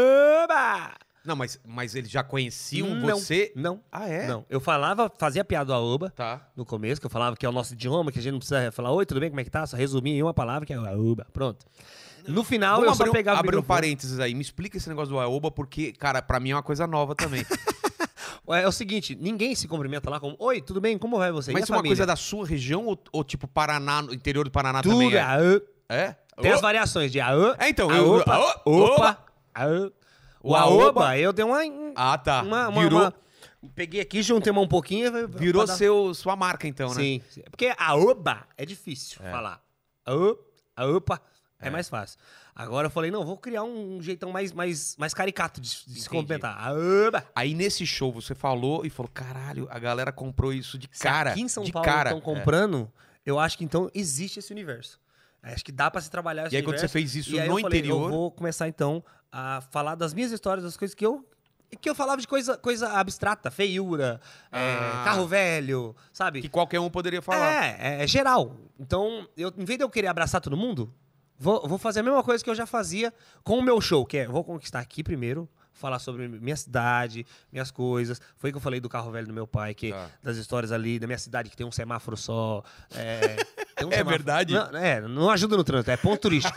uba! Não, mas, mas eles já conheciam Não, você? Não. Ah, é? Não. Eu falava, fazia piada do Aoba Tá. no começo, que eu falava que é o nosso idioma, que a gente não precisa falar, oi, tudo bem, como é que tá? Só resumir em uma palavra, que é Aoba. Pronto. No final, Vamos eu abrir, só um- pegava abrir o um microfone. parênteses aí. Me explica esse negócio do Aoba, porque, cara, pra mim é uma coisa nova também. É o seguinte, ninguém se cumprimenta lá como, oi, tudo bem, como vai você? E Mas a isso é uma família? coisa da sua região ou, ou tipo Paraná, no interior do Paraná Tudo, também é? aô. É? Tem Ô, as variações de aô, É, então, eu- aopa, aô, opa, aô. O O aoba, aoba, eu dei uma... Ah, tá. uma, uma, virou uma- Peguei aqui, juntei uma um pouquinho... virou pra dar- seu, sua marca, então, né? Sim, sim. Porque aoba é difícil falar. Aô, aopa, é. É. mais fácil. Agora eu falei, não, vou criar um jeitão mais, mais, mais caricato de, de se Entendi. cumprimentar. Aoba. Aí nesse show você falou e falou, caralho, a galera comprou isso de Se cara. aqui em São de Paulo cara. estão comprando, eu acho que então existe esse universo. Acho que dá pra se trabalhar esse E aí quando universo. você fez isso E aí no eu falei, interior... eu vou começar então a falar das minhas histórias, das coisas que eu... Que eu falava de coisa, coisa abstrata, feiura, Ah. é, carro velho, sabe? Que qualquer um poderia falar. É, é, é geral. Então, eu, em vez de eu querer abraçar todo mundo, Vou, vou fazer a mesma coisa que eu já fazia com o meu show, que é, vou conquistar aqui primeiro, falar sobre minha cidade, minhas coisas. Foi que eu falei do carro velho do meu pai, que Tá. das histórias ali, da minha cidade, que tem um semáforo só. É, tem um É semáforo- verdade? Não, é, não ajuda no trânsito, é ponto turístico.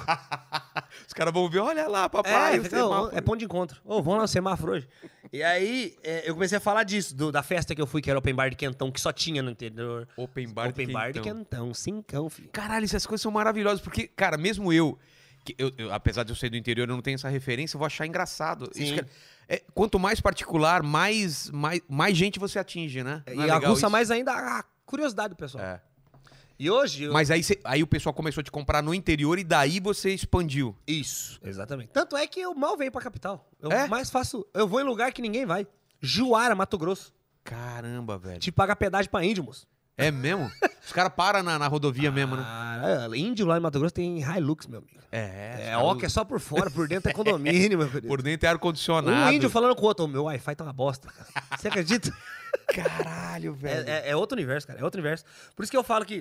Os caras vão ver, olha lá, papai. É, o fica, ô, semáforo. é ponto de encontro. Ô, vamos lá no semáforo hoje. E aí, é, eu comecei a falar disso, do- da festa que eu fui, que era open bar de quentão, que só tinha no interior. Open bar Open de bar de quentão. quentão, cincão, filho. Caralho, essas coisas são maravilhosas, porque, cara, mesmo eu, que eu, eu, apesar de eu ser do interior, eu não tenho essa referência, eu vou achar engraçado. Sim. Isso que é- é, quanto mais particular, mais, mais, mais gente você atinge, né? Não é E legal aguça isso? mais ainda a curiosidade do pessoal. É. E hoje... eu- Mas aí, cê- aí o pessoal começou a te comprar no interior e daí você expandiu. Isso, exatamente. Tanto é que eu mal venho pra capital. Eu É? mais faço... Eu vou em lugar que ninguém vai. Juara, Mato Grosso. Caramba, velho. Te paga pedágio pra índio, moço. É mesmo? Os caras param na, na rodovia mesmo, né? Ah, índio lá em Mato Grosso tem Hilux, meu amigo. É. É, ó, que é só por fora, por dentro é condomínio, meu querido. Por dentro é ar-condicionado. Um índio falando com o outro, "Ô, meu Wi-Fi tá uma bosta, cara." Você acredita? Caralho, velho. É, é- é outro universo, cara. É outro universo. Por isso que eu falo que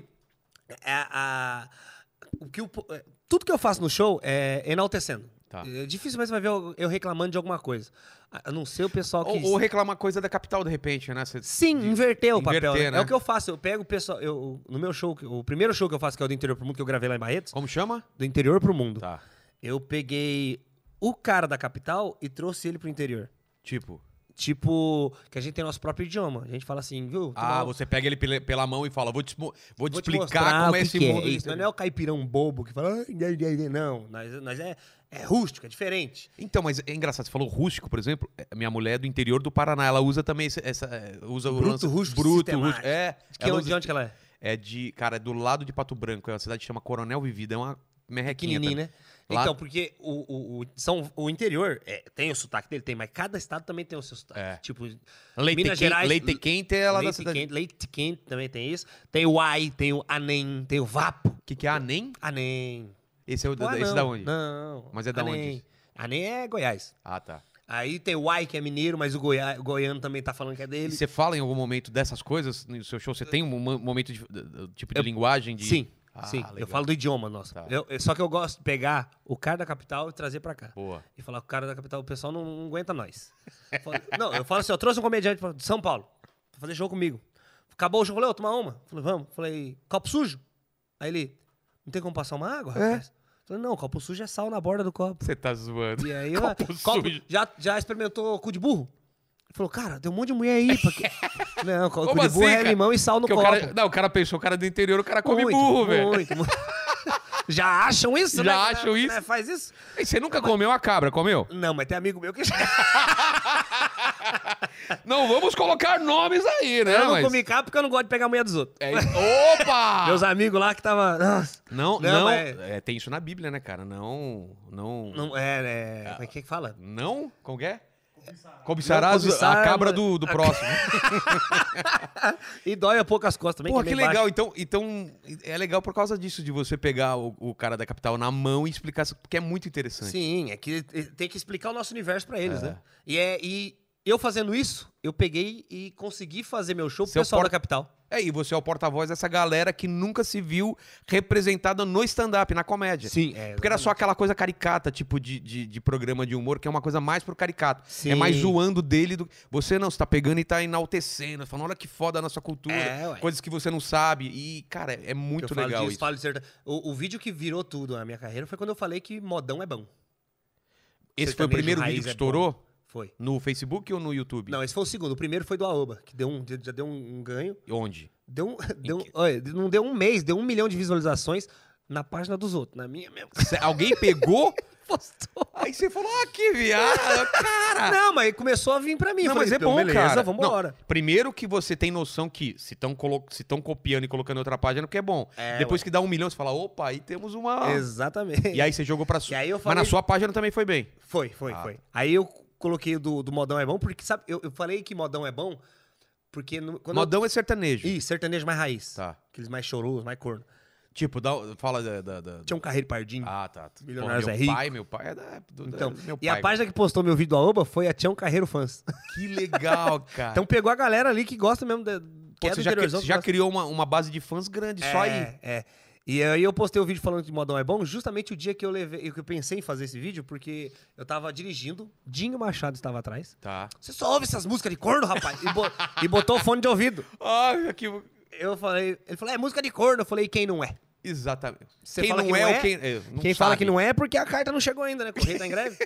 é a, o que o po- é, tudo que eu faço no show é enaltecendo. Tá. É, dificilmente você vai ver eu, eu reclamando de alguma coisa. A não ser o pessoal que... Ou, ou reclamar coisa da capital, de repente, né? Cê- Sim, de- inverter o papel. inverter, né? né? É o que eu faço. Eu pego o pessoal... Eu, no meu show, o primeiro show que eu faço, que é o do Interior pro Mundo, que eu gravei lá em Barretos, Como chama? do Interior pro Mundo, Tá. eu peguei o cara da capital e trouxe ele pro interior. Tipo... Tipo, que a gente tem nosso próprio idioma. A gente fala assim, viu? tu Ah, não- você pega ele pela, pela mão e fala, vou te, mo- vou te Vou te explicar mostrar como o é que esse que mundo. É isso. Não é o caipirão bobo que fala. "Ai, ai, ai, ai." Não, nós, nós é, é rústico, é diferente. Então, mas é engraçado, você falou rústico, por exemplo, é, minha mulher é do interior do Paraná, ela usa também esse- essa... é, usa o Bruto, lance- rústico, Bruto, sistemático. rústico. É, De, que, ela onde, usa- de onde que ela é? é de, cara, é do lado de Pato Branco, é uma cidade que chama Coronel Vivida, é uma merrequinha. Pequenininho, tá? né? Lá- Então, porque o, o, o, são, o interior é, tem o sotaque dele, tem, mas cada estado também tem o seu sotaque. É. Tipo, Leite, Minas quente, Gerais, leite quente é lá da leite cidade. quente, leite quente também tem isso. Tem o ai, tem o anem, tem o vapo. O que, que é Anem? Anem. Esse é o Pô, esse não, da onde? Não. Mas é da Anem. onde? Anem é Goiás. Ah, tá. Aí tem o ai, que é mineiro, mas o, Goiá, o goiano também tá falando que é E dele. você fala em algum momento dessas coisas no seu show? Você tem um mo- momento de, de- de- tipo de linguagem? De... Sim, Ah, sim. legal. Eu falo do idioma nosso. Tá. Eu- eu- só que eu gosto de pegar o cara da capital e trazer pra cá. Boa. E falar com o cara da capital, o pessoal não, não aguenta nós. Eu falo- não, eu falo assim, eu trouxe um comediante de São Paulo pra fazer show comigo. Acabou o show, eu falei, ô, tomar uma? Falei, vamos. Falei, copo sujo? Aí ele, não tem como passar uma água, rapaz? Falei, não, copo sujo é sal na borda do copo. Você tá zoando. E aí, Copo eu, copo- sujo. já, já experimentou cu de burro? Ele falou, cara, tem um monte de mulher aí. Pra quê? Não, cu Como de burro assim, é cara? limão e sal no Porque copo. o cara, não, o cara pensou, o cara do interior, o cara come Muito, burro, velho. muito, muito. Já acham isso, Já né? acham Né? isso? Faz isso? E você nunca comeu a cabra, comeu? Não, mas tem amigo meu que já... Não vamos colocar nomes aí, né? Eu não mas... comi cabra porque eu não gosto de pegar a mulher dos outros. É isso. Opa! Meus amigos lá que tava... Nossa, Não, Não, não. mas- é, tem isso na Bíblia, né, cara? Não. Não. Não. não, é, é... Como é que fala? Como que é? Cobiçarás Não, cobiçar a é cabra uma- do, do próximo. E dói a pouco as costas também. Pô, é que meio legal. baixo. Então, então, é legal por causa disso, de você pegar o, o cara da capital na mão e explicar, porque é muito interessante. Sim, é que tem que explicar o nosso universo pra eles, É. né? E, é, e eu fazendo isso, eu peguei e consegui fazer meu show pro Seu pessoal por- da capital. É, e você é o porta-voz dessa galera que nunca se viu representada no stand-up, na comédia. Sim, é. Porque era só aquela coisa caricata, tipo de, de, de programa de humor, que é uma coisa mais pro caricato. Sim. É mais zoando dele do. Você não, você tá pegando e tá enaltecendo, falando, olha que foda a nossa cultura, É, ué. coisas que você não sabe. E, cara, é Eu muito falo legal disso, isso. falo de certa- o, o vídeo que virou tudo na minha carreira foi quando eu falei que modão é bom. Esse foi o sertanejo primeiro raiz vídeo que é estourou? Foi. No Facebook ou no YouTube? Não, esse foi o segundo. O primeiro foi do Aoba, que deu um, já deu um, um ganho. Onde? Deu um, deu, um- que- olha, não deu um mês, deu um milhão de visualizações na página dos outros. Na minha mesmo. Cê- Alguém pegou? Postou. Aí você falou, ah, que viado, cara. Não, mas começou a vir pra mim. Não, Falei, mas é então, bom, beleza, cara. vambora. Não, primeiro que você tem noção que se estão colo se tão copiando e colocando em outra página, que é bom. É, Depois ué. que dá um milhão, você fala, opa, aí temos uma... Exatamente. E aí você jogou pra sua. E aí eu Mas falei- na sua página também foi bem. Foi, foi, Ah. foi. Aí eu coloquei o do, do modão é bom, porque, sabe, eu, eu falei que modão é bom, porque no, quando Modão é sertanejo. eu... Ih, sertanejo mais raiz. Tá. Aqueles mais chorosos, mais corno. Tipo, dá, fala da... da- da- Tinha um Carreiro Pardinho. Ah, tá. Milionários Pô, é meu rico. pai, meu pai é da... Do, Então, da- meu e a pai, página que postou meu vídeo do Aoba foi a Tião Carreiro Fãs. Que legal, cara. Então pegou a galera ali que gosta mesmo, de, que Pô, é você do já, cri- interiorzão. você que já gosta. criou uma, uma base de fãs grande, só aí. É, é. E aí eu postei o vídeo falando que o modão é bom, justamente o dia que eu levei, que eu pensei em fazer esse vídeo, porque eu tava dirigindo, Dinho Machado estava atrás. Tá. Você só ouve essas músicas de corno, rapaz? E, bo e botou o fone de ouvido. Ai, que... Eu falei, ele falou, é música de corno. Eu falei, quem não é? Exatamente. Você quem fala não que é não ou é? quem... é, não Quem fala sabe. que não é é porque a carta não chegou ainda, né? O correio tá em greve.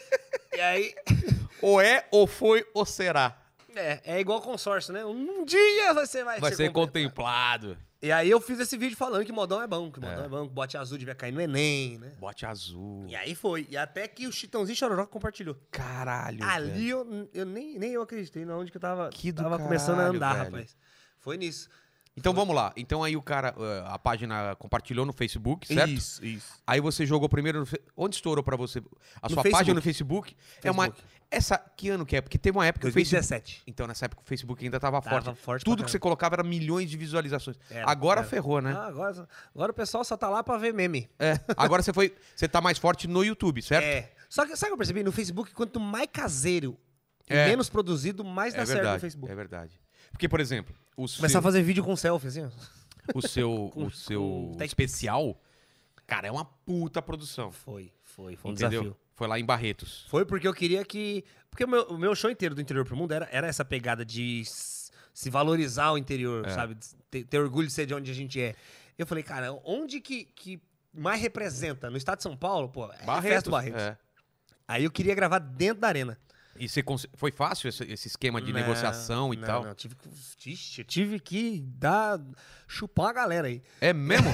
E aí... Ou é, ou foi, ou será. É, é igual consórcio, né? Um dia você vai, Vai ser completado. contemplado. E aí eu fiz esse vídeo falando que modão é bom, que modão é, é bom, que bote azul devia cair no Enem, né? Bote azul. E aí foi. E até que o Chitãozinho Chororó compartilhou. Caralho, Ali velho. eu, eu nem, nem eu acreditei na onde que eu tava, Que do tava começando a caralho, andar, velho. rapaz. Foi nisso. Então vamos lá. Então aí o cara, uh, a página compartilhou no Facebook, certo? Isso, isso. Aí você jogou primeiro no... Fe- Onde estourou pra você? A No sua Facebook. página no Facebook? É uma... Facebook. Essa... Que ano que é? Porque teve uma época que o dois mil e Facebook... dezessete. Então nessa época o Facebook ainda tava, Tava forte. forte pra Tudo que você caramba. colocava era milhões de visualizações. Era, Agora era. ferrou, né? Ah, agora, agora o pessoal só tá lá pra ver meme. É. Agora você foi... Você tá mais forte no YouTube, certo? É. Só que, sabe o que eu percebi? No Facebook, quanto mais caseiro e É. menos produzido, mais dá É certo no verdade. Facebook. É verdade. Porque, por exemplo, o seu, Começar a fazer vídeo com selfie, assim, ó. o seu, Com- o seu com tech- especial, cara, é uma puta produção. Foi, foi, foi um Entendeu? desafio. Foi lá em Barretos. Foi porque eu queria que... Porque o meu, o meu show inteiro do interior pro mundo era, era essa pegada de s- se valorizar o interior, É. sabe? De Ter, ter orgulho de ser de onde a gente é. Eu falei, cara, onde que, que mais representa? No estado de São Paulo, pô, é a Festa do Barretos. É. Aí eu queria gravar dentro da arena. E você cons- foi fácil esse, esse esquema de Não, negociação e não, tal? Não, tive que, ixi, eu tive que dar, chupar a galera aí. É mesmo?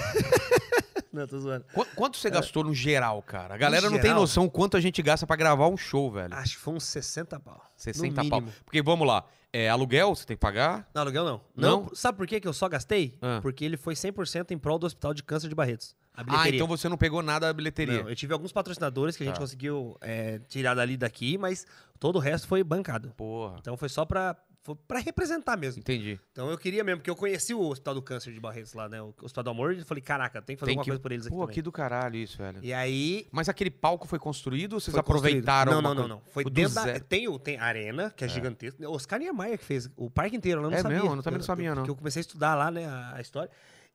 Não, tô zoando. Qu- Quanto você gastou no geral, cara? A galera não tem geral? noção o quanto a gente gasta pra gravar um show, velho. Acho que foi uns sessenta pau. sessenta no pau. mínimo. Porque vamos lá, é, aluguel você tem que pagar? Não, aluguel não. Não? não. Sabe por que que eu só gastei? Ah. Porque ele foi cem por cento em prol do Hospital de Câncer de Barretos. A Ah, bilheteria. então você não pegou nada da bilheteria. Não, eu tive alguns patrocinadores que a gente Tá. conseguiu é, tirar dali e daqui, mas todo o resto foi bancado. Porra, Então foi só pra, foi pra representar mesmo. entendi. Então eu queria mesmo, porque eu conheci o Hospital do Câncer de Barretos lá, né? O Hospital do Amor, e falei, caraca, tem que fazer Tem alguma que... coisa por eles aqui Pô, também. que do caralho isso, velho. E aí... Mas aquele palco foi construído ou vocês foi aproveitaram construído. Não, alguma não, não, coisa? não. Foi O do dentro da... zero. Tem, o, tem a arena, que é, gigantesca. O Oscar Niemeyer que fez o parque inteiro, eu não É sabia. mesmo? Eu também não sabia, não. Porque eu comecei a estudar lá, né, a, a história.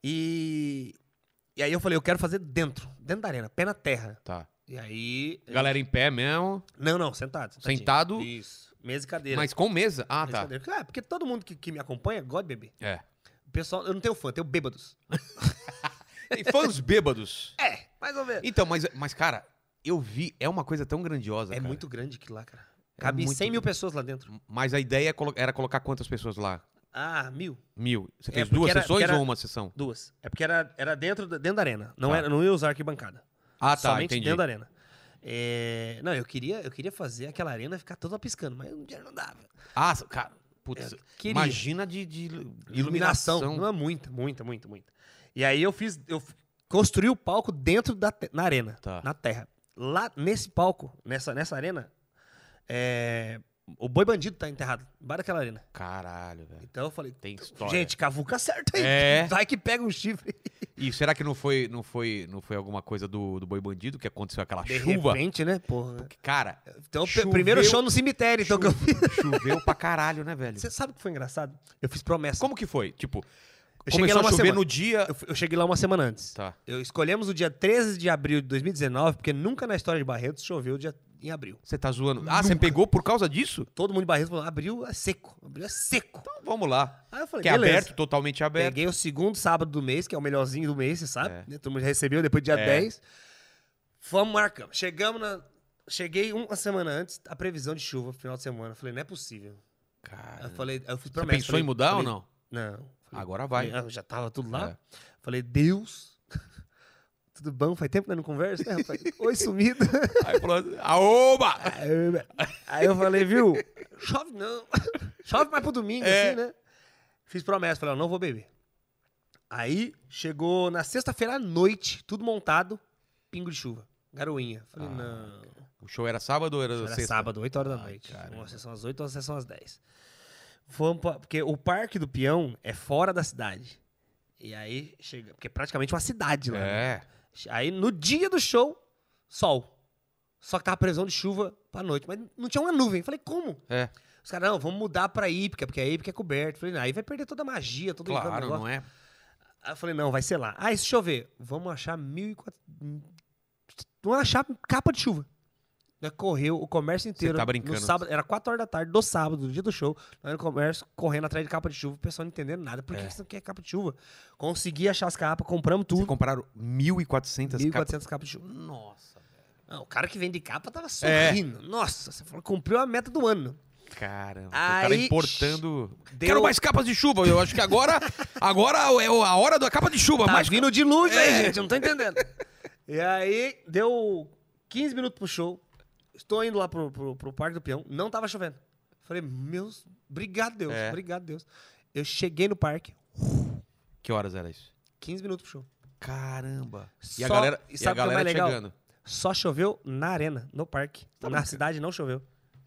E... E aí eu falei, eu quero fazer dentro, dentro da arena, pé na terra. Tá. E aí... Galera em pé mesmo, Não, não, sentado. sentadinho. Sentado? Isso. Mesa e cadeira. mas com mesa? Ah, Mesa e tá. cadeira. É, porque todo mundo que, que me acompanha gosta de beber. É. O pessoal, eu não tenho fã, eu tenho bêbados. E fãs bêbados. É, mais ou menos. Então, mas, mas, cara, eu vi, é uma coisa tão grandiosa, É cara. muito grande aquilo lá, cara. Cabe muito cem mil grande. pessoas lá dentro. Mas a ideia é colo- era colocar quantas pessoas lá? Ah, mil. Mil. Você É, fez porque duas era- sessões porque era- ou uma sessão? Duas. É porque era, era dentro, da- dentro da arena. Não, Tá. era, não ia usar arquibancada. Ah, tá, Somente entendi. dentro da arena. É, não, eu queria, eu queria fazer aquela arena ficar toda piscando, mas um dia não dava. Ah, cara, putz, Eu queria. imagina de, de Iluminação. iluminação. Não é muita, muita, muita, muita. E aí eu fiz, eu f- construí o palco dentro da te- na arena, Tá. na terra. Lá nesse palco, nessa, nessa arena, é, o Boi Bandido tá enterrado embaixo daquela arena. Caralho, velho. Então eu falei, Tem história. gente, cavuca certo aí. É. Vai que pega um chifre. E será que não foi, não foi, não foi alguma coisa do, do Boi Bandido que aconteceu aquela De chuva? repente, né? Porra. Cara, Então, pe- Choveu- primeiro show no cemitério, então que eu fiz. choveu pra caralho, né, velho? Você sabe o que foi engraçado? Eu fiz promessa. Como que foi? Tipo, Eu cheguei começou lá a uma chover semana. no dia... Eu, f- eu cheguei lá uma semana antes. Tá. Eu escolhemos o dia treze de abril de dois mil e dezenove, porque nunca na história de Barretos choveu dia em abril. Você tá zoando. Ah, você pegou por causa disso? Todo mundo de Barretos falou, abril é seco, abril é seco. Então vamos lá. Aí eu falei, Que é beleza. aberto, totalmente aberto. Peguei o segundo sábado do mês, que é o melhorzinho do mês, você sabe? É. né? Todo mundo já recebeu depois do dia É. dez. Fomos, marcamos. Chegamos na... Cheguei uma semana antes, a previsão de chuva no final de semana. Eu falei, não é possível. Aí Cara, eu falei, aí eu fiz você promessa. pensou falei- em mudar falei, ou não? Não. Falei, Agora vai. falei, ah, já tava tudo lá. É. Falei, Deus, tudo bom? Faz tempo que nós não conversa, né, rapaz? Oi, sumido. Aí falou, aoba! Aí eu falei, viu? Chove não. Chove mais pro domingo, É. assim, né? Fiz promessa, falei, ó, não vou beber. Aí chegou na sexta-feira à noite, tudo montado, pingo de chuva, garoinha. Falei, Ah, não. O show era sábado ou era, Era sexta? sábado, oito horas da Ai, noite. caramba. Uma sessão às oito, outra sessão às dez. Fomos pra- porque o Parque do Peão é fora da cidade. E aí chega, porque é praticamente uma cidade lá. né? É. Aí no dia do show, sol. Só que tava previsão de chuva pra noite, mas não tinha uma nuvem. Falei, como? É. Os caras, não, vamos mudar pra Ípica, porque a Ípica é coberta. Falei, não, aí vai perder toda a magia, todo o encanto do Claro, negócio. não é? Aí eu falei, não, vai ser lá. Aí se chover, vamos achar mil e quatrocentos... Vamos achar capa de chuva. Nós correu o comércio inteiro. Você tá brincando. No sábado, era quatro horas da tarde, do sábado, do dia do show. Nós no comércio, correndo atrás de capa de chuva. O pessoal não entendendo nada. Por que É. você não quer capa de chuva? Consegui achar as capas, compramos tudo. Vocês compraram mil e quatrocentas mil e capas? quatrocentas capas de chuva. Nossa, velho. Não, o cara que vende capa tava É. sorrindo. Nossa, você falou, cumpriu a meta do ano. Caramba. O Aí, cara importando... deu- Quero mais capas de chuva. Eu acho que agora, agora é a hora da capa de chuva. Tá mais vindo o dilúvio aí, É. gente, eu não tô entendendo. E aí, deu quinze minutos pro show. Estou indo lá pro, pro, pro Parque do Peão. Não tava chovendo. Falei, meus... Obrigado, Deus. É. Obrigado, Deus. Eu cheguei no parque, Que horas era isso? quinze minutos pro show. Caramba. E a Só- galera, e e a sabe o que é galera mais legal? chegando. Só choveu na arena, no parque. Tá na brincando. cidade não choveu.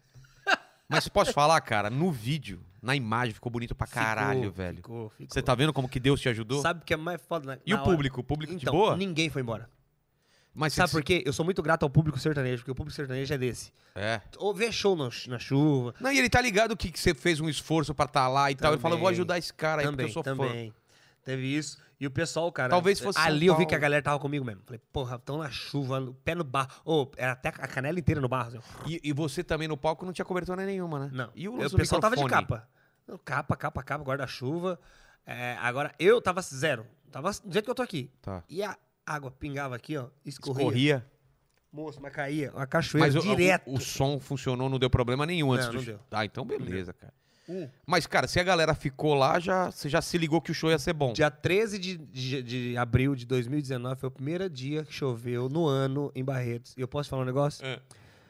Mas posso falar, cara, no vídeo, na imagem, ficou bonito pra caralho, Ficou, velho. Ficou, ficou. Você tá vendo como que Deus te ajudou? Sabe o que é mais foda? Na, E na o hora? público? O público de Então, boa? ninguém foi embora. Mas Sabe você- por quê? Eu sou muito grato ao público sertanejo, porque o público sertanejo é desse. É. Ou vê show na, na chuva. Não, e ele tá ligado que, que você fez um esforço pra estar lá e tal. Ele fala, eu vou Também. ajudar esse cara aí, Também, porque eu sou fã. também. Teve isso. E o pessoal, cara... Talvez fosse São ali eu vi Paulo. que a galera tava comigo mesmo. Falei, porra, tão na chuva, no pé no barro. Ô, era até a canela inteira no barro. Assim. E, e você também no palco não tinha cobertura nenhuma, né? Não. E o, Eu- lance o do pessoal tava de microfone? capa. Não, Capa, capa, capa, guarda-chuva. É, agora, eu tava zero. Tava do jeito que eu tô aqui. Tá. E a água pingava aqui, ó, escorria. Corria. Moço, mas caía. Uma cachoeira Mas o, direto. o, o som funcionou, não deu problema nenhum antes Não, do não show. deu. Ah, então beleza, cara. Hum. Mas, cara, se a galera ficou lá, já, você já se ligou que o show ia ser bom. Dia treze de, de, de abril de dois mil e dezenove foi o primeiro dia que choveu no ano em Barretos. E eu posso falar um negócio? É.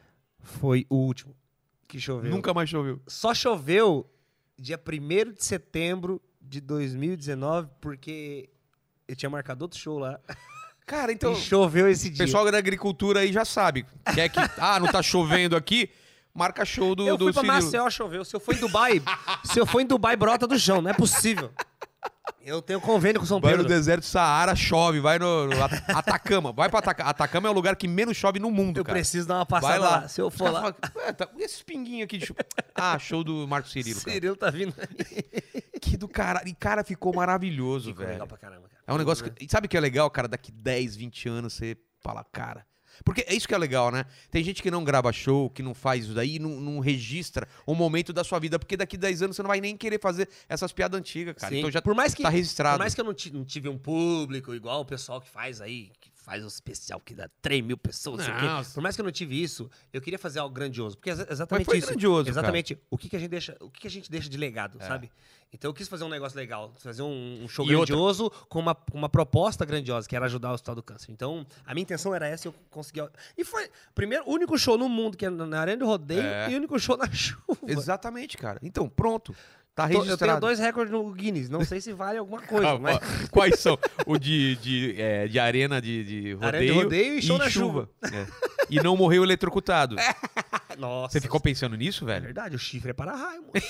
Foi o último que choveu. Nunca mais choveu. Só choveu dia primeiro de setembro de dois mil e dezenove, porque eu tinha marcado outro show lá. Cara, então... E choveu esse O dia. pessoal da agricultura aí já sabe. Quer que... Ah, não tá chovendo aqui? Marca show do, eu do fui pra Cirilo. Maceió, choveu. Se eu for em Dubai, se eu for em Dubai, brota do chão. Não é possível. Eu tenho convênio com São Vai Pedro. no deserto do Saara, chove. Vai no, no At- Atacama. Vai pra Atacama. Atacama é o lugar que menos chove no mundo, Eu cara. preciso dar uma Vai passada lá. lá. Se eu Os for caras lá, falam, "Ué, tá- e esses pinguinhos aqui de chuva?" Ah, show do Marco Cirilo, cara. Cirilo tá vindo aí. Que do caralho. E, cara, ficou maravilhoso, Ficou velho. legal pra caramba, cara. É um negócio que... E sabe o que é legal, cara? Daqui dez, vinte anos você fala, cara... Porque é isso que é legal, né? Tem gente que não grava show, que não faz isso daí, não, não registra o momento da sua vida, porque daqui dez anos você não vai nem querer fazer essas piadas antigas, cara. Sim. Então já por mais que, tá registrado. Por mais que eu não, ti- não tive um público igual o pessoal que faz aí, que faz o especial que dá três mil pessoas, não sei o Não, quê. Por mais que eu não tive isso, eu queria fazer algo grandioso. Porque é exa- Mas exatamente foi isso. grandioso, Exatamente. O que, que a gente deixa, o que, que a gente deixa de legado, É. sabe? Então eu quis fazer um negócio legal, fazer um, um show E outra- grandioso com uma, com uma proposta grandiosa, que era ajudar o Hospital do Câncer. Então, a minha intenção era essa e eu consegui. E foi o primeiro, único show no mundo que é na Arena de Rodeio É. e o único show na chuva. Exatamente, cara. Então, pronto. Tá Tô- registrado. eu tenho dois recordes no Guinness, não sei se vale alguma coisa, Ah, mas. ó, Quais são? O de, de, é, de arena de, de rodeio, Arena de rodeio e show na chuva. É. E não morreu eletrocutado. Nossa. Você ficou pensando nisso, É velho? verdade, o chifre é para raio, moço.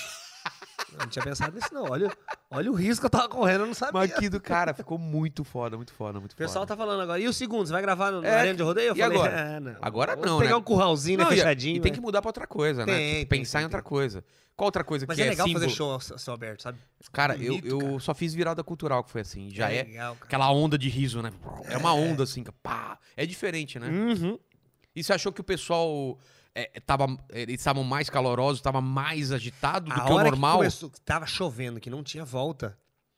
Eu não tinha pensado nisso, não. Olha, olha o risco que eu tava correndo, eu não sabia. Mas que do cara, ficou muito foda, muito foda, muito O pessoal foda. tá falando agora. E o segundo, você vai gravar no, na É, Arena de Rodeio? Eu e falei, agora? ah, não. Agora Vamos não, pegar né? um curralzinho, né, Não, e- fechadinho. E tem né? que mudar pra outra coisa, né? Tem, Tem que tem, pensar tem, em outra tem. coisa. Qual outra coisa Mas que é é legal símbolo? fazer show ao céu aberto, sabe? Cara, Bonito, eu, eu cara. só fiz virada cultural que foi assim. Já é, legal, cara. aquela onda de riso, né? É uma onda assim, que pá. É diferente, né? Uhum. E você achou que o pessoal é, tava, eles estavam mais calorosos, estava mais agitado do A que o hora normal? que começou, que tava chovendo, que não tinha volta,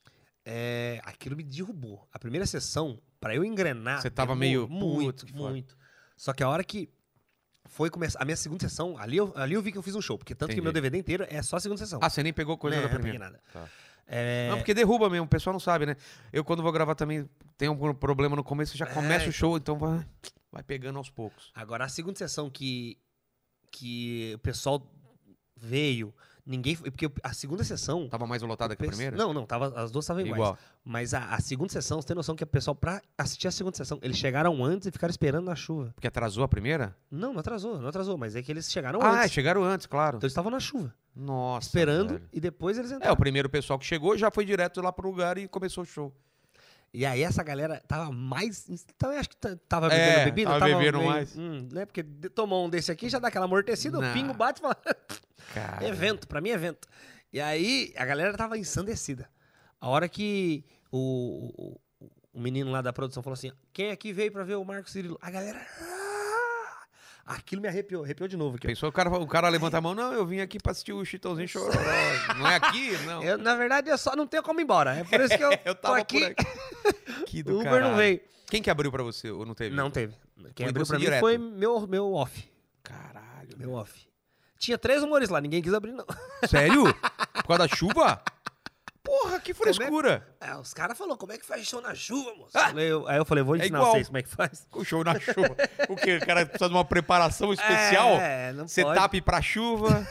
é, aquilo me derrubou. A primeira sessão, pra eu engrenar... Você tava demorou meio, Muito, putz, que foda. muito. Só que a hora que foi começar... A minha segunda sessão, ali eu, ali eu vi que eu fiz um show. Porque tanto que Entendi. meu D V D inteiro é só a segunda sessão. Ah, você nem pegou coisa Né, da não peguei primeira? nada. Tá. É, Não, porque derruba mesmo, o pessoal não sabe, né? Eu, quando vou gravar também, tem algum problema no começo, já É, começa o então. show, então vai, vai pegando aos poucos. Agora, a segunda sessão que, que o pessoal veio, ninguém... foi- Porque a segunda sessão... Tava mais lotada que a Pes- primeira? Não, não, tava, as duas estavam iguais. Igual. Mas a, a segunda sessão, você tem noção que o pessoal, pra assistir a segunda sessão, eles chegaram antes e ficaram esperando na chuva. Porque atrasou a primeira? Não, não atrasou, não atrasou, mas é que eles chegaram Ah, antes. chegaram antes, claro. Então eles estavam na chuva, Nossa, esperando, velho. e depois eles É, entraram. o primeiro pessoal que chegou já foi direto lá pro lugar e começou o show. E aí essa galera tava mais... Então eu acho que t- tava bebendo É, bebida. tava bebendo mais. Hum, né? Porque de- tomou um desse aqui, já dá aquela amortecida, Não. o pingo bate e fala... Cara. Evento, pra mim é evento. E aí a galera tava ensandecida. A hora que o, o, o menino lá da produção falou assim, quem aqui veio pra ver o Marco Cirilo? A galera... "Ah!" Aquilo me arrepiou, arrepiou de novo aqui. ó. Pensou, o cara, o cara levanta a mão, não, eu vim aqui pra assistir o Chitãozinho Chororó. Não é aqui? Não. Eu, na verdade, eu só não tenho como ir embora. É por isso que eu, Eu tô tava aqui. por aqui. Que do O Uber caralho. não veio. Quem que abriu pra você ou não teve? Não teve. Quem Foi abriu você pra mim direto. foi meu, meu off. Caralho. Meu off. Tinha três humores lá, ninguém quis abrir, não. Sério? Por causa da chuva? Porra, que frescura. É, os caras falaram, como é que faz show na chuva, moço? Ah! Falei, eu- aí eu falei, vou É ensinar igual. vocês como é que faz. O show na chuva. O quê? O cara precisa de uma preparação especial? É, não pode. Setup pra chuva.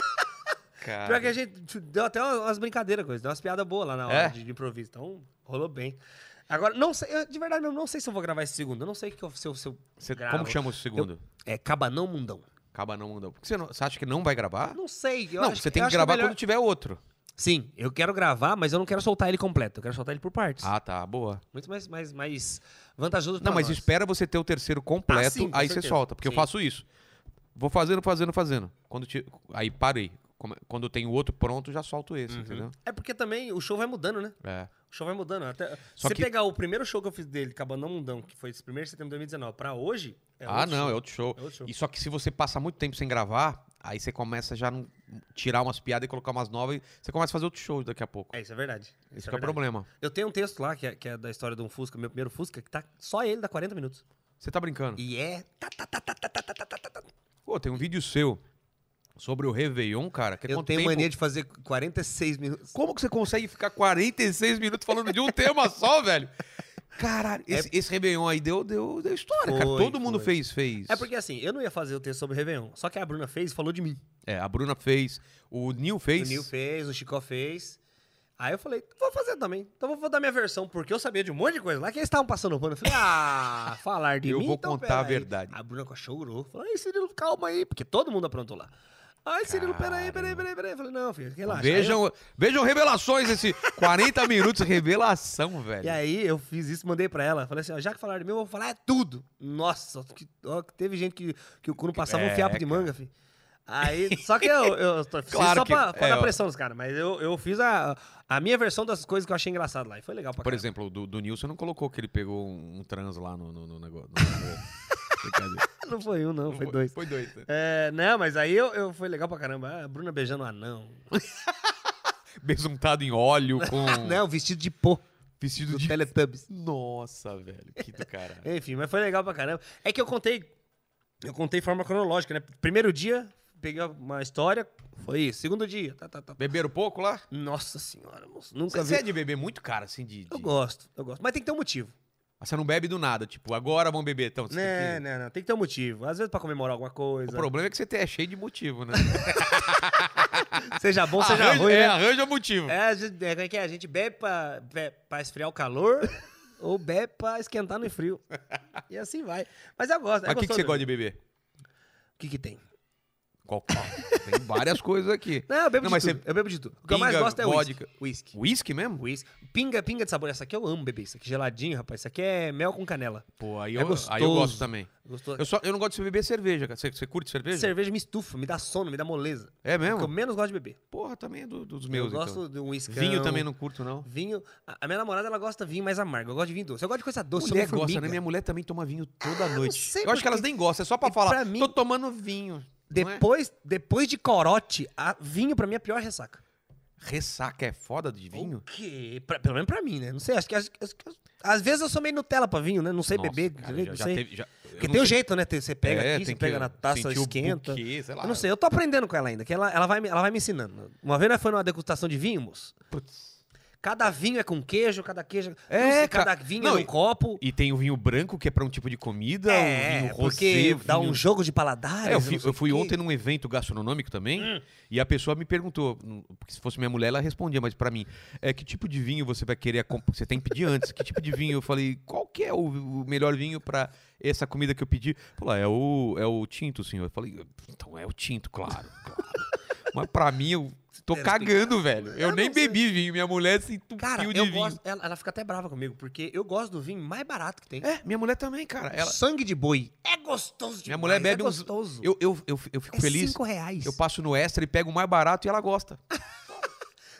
Cara. Pior que a gente deu até umas brincadeiras, coisa, deu umas piadas boas lá na hora É? de, de improviso. Então, rolou bem. Agora, não sei, eu, de verdade mesmo, não sei se eu vou gravar esse segundo. Eu não sei que eu, se eu, se eu Você- gravo. como chama o segundo? É Cabanão Mundão. Acaba não mudando. Por que você, não, você acha que não vai gravar? Não sei. Eu não, acho, você tem eu que acho gravar é melhor- quando tiver outro. Sim, eu quero gravar, mas eu não quero soltar ele completo. Eu quero soltar ele por partes. Ah, tá. Boa. Muito mais, mais, mais vantajoso pra Não, mas nós. espera você ter o terceiro completo, Ah, sim, com aí você certeza. solta. Porque eu Sim. faço isso. Vou fazendo, fazendo, fazendo. Quando te- Aí parei. Como- Quando eu tenho outro pronto, já solto esse, entendeu? É porque também o show vai mudando, né? É. O show vai mudando. Até... Só Se você que- pegar o primeiro show que eu fiz dele, Cabanão Mundão, que foi esse primeiro de setembro de dois mil e dezenove, pra hoje, é ah, outro não, show. é outro show. É outro show. E só que se você passa muito tempo sem gravar, aí você começa já a não tirar umas piadas e colocar umas novas e você começa a fazer outro show daqui a pouco. É, isso é verdade. Isso Esse é que é o verdade. problema. Eu tenho um texto lá, que é, que é da história de um Fusca, meu primeiro Fusca, que tá só ele, dá quarenta minutos. Você tá brincando? E é... tá, tá, tá, tá, tá, tá, tá, tá, tá, tá. Pô, tem um vídeo seu sobre o Réveillon, cara. Que é Eu quanto tenho tempo- mania de fazer quarenta e seis minutos. Como que você consegue ficar quarenta e seis minutos falando de um tema só, velho? Caralho, esse, esse Réveillon aí deu, deu, deu história, cara. Foi, Todo mundo foi. fez, fez. É porque assim, eu não ia fazer o texto sobre Réveillon, só que a Bruna fez e falou de mim. É, a Bruna fez, o Nil fez. O Nil fez, o Chicó fez. Aí eu falei, vou fazer também. Então vou, vou dar minha versão, porque eu sabia de um monte de coisa lá que eles estavam passando o pano. Eu falei, ah, falar de Eu mim, vou então contar pera a aí. verdade. A Bruna chorou. Falou, ai, Cirilo, calma aí, porque todo mundo aprontou lá. Ai, Cirilo, peraí, peraí, peraí, peraí. Eu falei, não, filho, relaxa. Aí eu- Vejam, vejam revelações, esse quarenta minutos, revelação, velho. E aí eu fiz isso, mandei pra ela. Falei assim, ó, já que falaram de mim, eu vou falar é tudo. Nossa, que, ó, que teve gente que, que o cu não passava É, um fiapo de cara. manga, filho. Aí, só que eu, eu tô- fiz Claro só que- pra, pra é, dar ó. pressão nos caras, mas eu, eu fiz a, a minha versão das coisas que eu achei engraçado lá. E foi legal pra Por caramba. exemplo, do, do Nilson não colocou que ele pegou um, um trans lá no, no, no negócio. no- Brincadeira. Não foi um, não, foi dois. Foi dois. né? É, não, mas aí eu, eu foi legal pra caramba. Ah, a Bruna beijando o anão. Besuntado em óleo com Não, vestido de pô vestido do de... Teletubbies. Nossa, velho, que do caralho. Enfim, mas foi legal pra caramba. É que eu contei, eu contei de forma cronológica, né? Primeiro dia, peguei uma história, foi isso. Segundo dia, tá, tá, tá. Beberam pouco lá? Nossa senhora, moço. Nunca Você vi. é de beber muito, cara, assim, de... de- Eu gosto, eu gosto. Mas tem que ter um motivo. Mas você não bebe do nada, tipo, agora vamos beber. Então, você Não, tem que... não, não. Tem que ter um motivo. Às vezes pra comemorar alguma coisa. O problema é que você é cheio de motivo, né? Seja bom, seja arranja, ruim, é, né? arranja motivo. É, a gente, é, como é que é? A gente bebe pra, be- pra esfriar o calor ou bebe pra esquentar no frio. E assim vai. Mas eu gosto. Mas o que, que você gosta de beber? O que que tem? Qual? Tem várias coisas aqui. Não, eu bebo Não, de mas tudo. você- Eu bebo de tudo. O que eu mais Pinga, gosto é vodka. whisky. Whisky. Whisky mesmo? Whisky. Pinga, pinga de sabor. Essa aqui eu amo beber. Isso aqui geladinho, rapaz. Isso aqui é mel com canela. Pô, aí, É eu, gostoso. aí eu gosto também. Gostoso. Eu, só, eu não gosto de beber cerveja, cara. Você, você curte cerveja? Cerveja me estufa, me dá sono, me dá moleza. É O que eu mesmo? menos gosto de beber. Porra, também é do- dos meus, eu gosto então. de um whisky. Vinho também não curto, não. Vinho. A a minha namorada, ela gosta de vinho mais amargo. Eu gosto de vinho doce. Eu gosto de coisa doce. Mulher eu sou uma gosta, formiga. né? Minha mulher também toma vinho toda noite. sei Eu acho que por elas quê. nem gostam, é só pra E falar. pra mim- Tô tomando vinho. Não é? Depois, depois de corote, a- vinho pra mim é a pior ressaca. Ressaca é foda de vinho? O quê? Pra- pelo menos pra mim, né? Não sei, acho que... Acho, que- acho que- às vezes eu sou meio Nutella pra vinho, né? Não sei Nossa, beber cara, direito, já- não já sei. teve- já- eu Porque não tem um sei. jeito, né? Tem- Você pega É, aqui, tem você pega que na taça, sentir o esquenta. buquê, sei lá. Eu não sei, eu tô aprendendo com ela ainda, que ela, ela, vai, me- ela vai me ensinando. Uma vez nós foi numa degustação de vinho, moço. Putz. Cada vinho é com queijo, cada queijo... É, não sei, ca- cada vinho não, é num e- copo. E tem o vinho branco, que é pra um tipo de comida, o É, vinho porque rosé, dá vinho... um jogo de paladares. É, eu não fui, sei eu fui o quê. ontem num evento gastronômico também, Hum. e a pessoa me perguntou, hum, porque se fosse minha mulher, ela respondia, mas pra mim, é, que tipo de vinho você vai querer, comp- você tem que pedir antes, que tipo de vinho? Eu falei, qual que é o, o melhor vinho pra essa comida que eu pedi? Falou, ah, é o, é o tinto, senhor. Eu falei, então é o tinto, claro, claro. Mas pra mim, eu tô É, cagando, velho. Eu, Eu nem não sei. bebi vinho, minha mulher se entupiu Cara, de eu vinho. gosto... Ela, ela fica até brava comigo, porque eu gosto do vinho mais barato que tem. É, minha mulher também, cara. Ela, Sangue de boi. É gostoso demais. minha mulher bebe é uns... gostoso. Eu, eu, eu, eu fico é feliz. cinco reais. Eu passo no extra e pego o mais barato e ela gosta.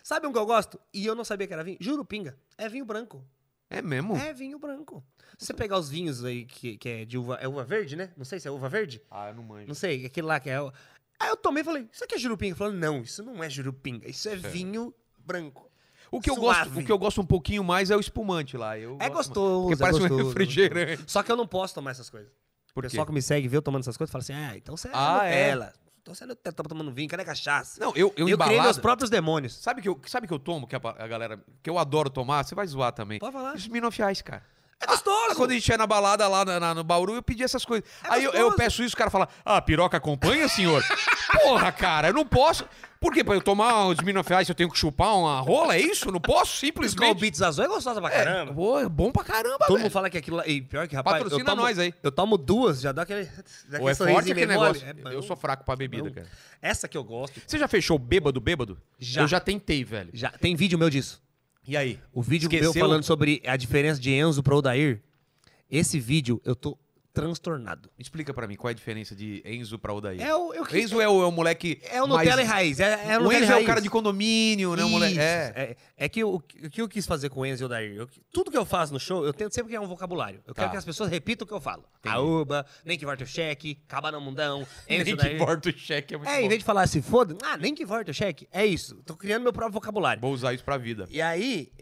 Sabe um que eu gosto? E eu não sabia que era vinho? Jurupinga. É vinho branco. É mesmo? É vinho branco. Se você pegar os vinhos aí que, que é de uva... É uva verde, né? Não sei se é uva verde. Ah, eu não manjo. Não sei, aquele lá que é... o- Aí eu tomei e falei, isso aqui é jurupinga? Falando, não, isso não é jurupinga. Isso é vinho branco. O que, eu Suave. gosto, o que eu gosto um pouquinho mais é o espumante lá. Eu É gosto gostoso, Porque é parece um gostoso. refrigerante. Só que eu não posso tomar essas coisas. Por O quê? pessoal que me segue, vê eu tomando essas coisas, fala assim, ah, então você é Ah, é? Nutella. Então você é Nutella, tá tomando vinho, cadê cachaça? Não, eu, eu, Eu criei meus embalado... próprios demônios. Sabe que eu, sabe que eu tomo, que a, a galera... Que eu adoro tomar? Você vai zoar também. Pode falar. Smirnoff Ice, cara. É gostoso. Ah, quando a gente ia na balada lá na- na- no Bauru, eu pedi essas coisas. É Aí eu, eu gostoso. peço isso, o cara fala, ah, piroca acompanha, senhor? Porra, cara, eu não posso. Por quê? Pra eu tomar o Smirnoff Ice, eu tenho que chupar uma rola? É isso? Eu não posso? Skull Simplesmente. Beats azul é gostosa pra É, caramba. pô, é bom pra caramba, Todo velho. mundo fala que aquilo lá... E pior que, rapaz, Patrocina eu tomo, nós aí. Eu tomo duas, já dá aquele... dá Ou é aquele forte sorrisinho aquele meio mole. negócio. É bom. Eu sou fraco pra bebida, Bom. cara. Essa que eu gosto. Você já fechou bêbado, bêbado? Já. Eu já tentei, velho. Já, tem vídeo meu disso. E aí? O vídeo Esqueceu? meu falando sobre a diferença de Enzo pro Odair. Esse vídeo, eu tô transtornado. Explica pra mim, qual é a diferença de Enzo pra Odair? É o... Eu, Enzo é o, é o moleque É o mais- Nutella e raiz. É, é o O Nutella e Enzo é raiz. o cara de condomínio, né? O moleque... Isso. É. É, é que o, o que eu quis fazer com o Enzo e o Odair, eu- tudo que eu faço no show, eu tento sempre criar um vocabulário. Eu quero Tá. que as pessoas repitam o que eu falo. Entendi. Aúba, nem que volta o cheque, caba no mundão, Enzo e Nem Odair. que importa o cheque, é muito É, bom. em vez de falar se foda, ah, nem que volta o cheque. É isso. Tô criando meu próprio vocabulário. Vou usar isso pra vida. E aí,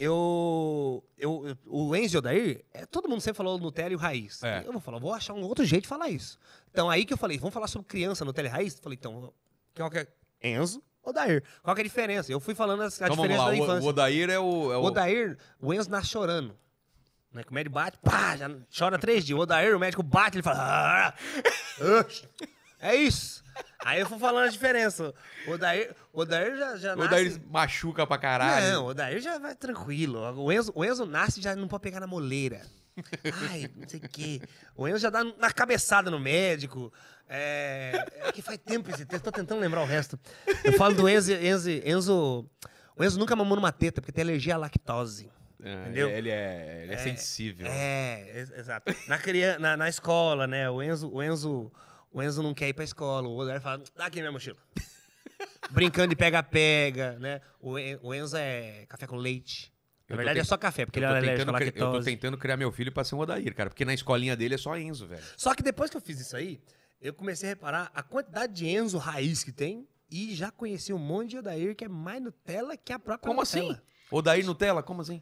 eu, eu, eu- o Enzo e o Odair, é, todo mundo sempre falou Nutella e o raiz. É. Eu vou falar, vou achar um outro jeito de falar isso. Então aí que eu falei, vamos falar sobre criança, Nutella e raiz? Eu falei, então, qual que é? Enzo, Odair. Qual que é a diferença? Eu fui falando as- a Então vamos diferença lá, da o, infância. o Odair é o... É O o... Odair, o Enzo nasce chorando. Né? Que o médico bate, pá, já chora três dias. O Odair, o médico bate, ele fala. "Ah, ah." É isso. Aí eu fui falando a diferença. O Odair, o Odair já, já O nasce. Odair machuca pra caralho. Não, o Odair já vai tranquilo. O Enzo, o Enzo nasce e já não pode pegar na moleira. Ai, não sei o quê. O Enzo já dá na cabeçada no médico. É, é que faz tempo esse texto, tô tentando lembrar o resto. Eu falo do Enzo, Enzo, Enzo. O Enzo nunca mamou numa teta, porque tem alergia à lactose. É, Entendeu? Ele é, ele é sensível. É, ex- exato. Na, criança, na, na escola, né? O Enzo, o, Enzo, o Enzo não quer ir pra escola. O Odair fala, dá aqui minha mochila. Brincando de pega-pega, né? O, En- o Enzo é café com leite. Na Eu tô verdade é tent- só café, porque Eu ele tô, é alérgico tentando, à cri- eu tô lactose. tentando criar meu filho pra ser um Odair, cara. Porque na escolinha dele é só Enzo, velho. Só que depois que eu fiz isso aí, eu comecei a reparar a quantidade de Enzo raiz que tem e já conheci um monte de Odair que é mais Nutella que a própria Como Nutella. assim? Odair Nutella? Como assim?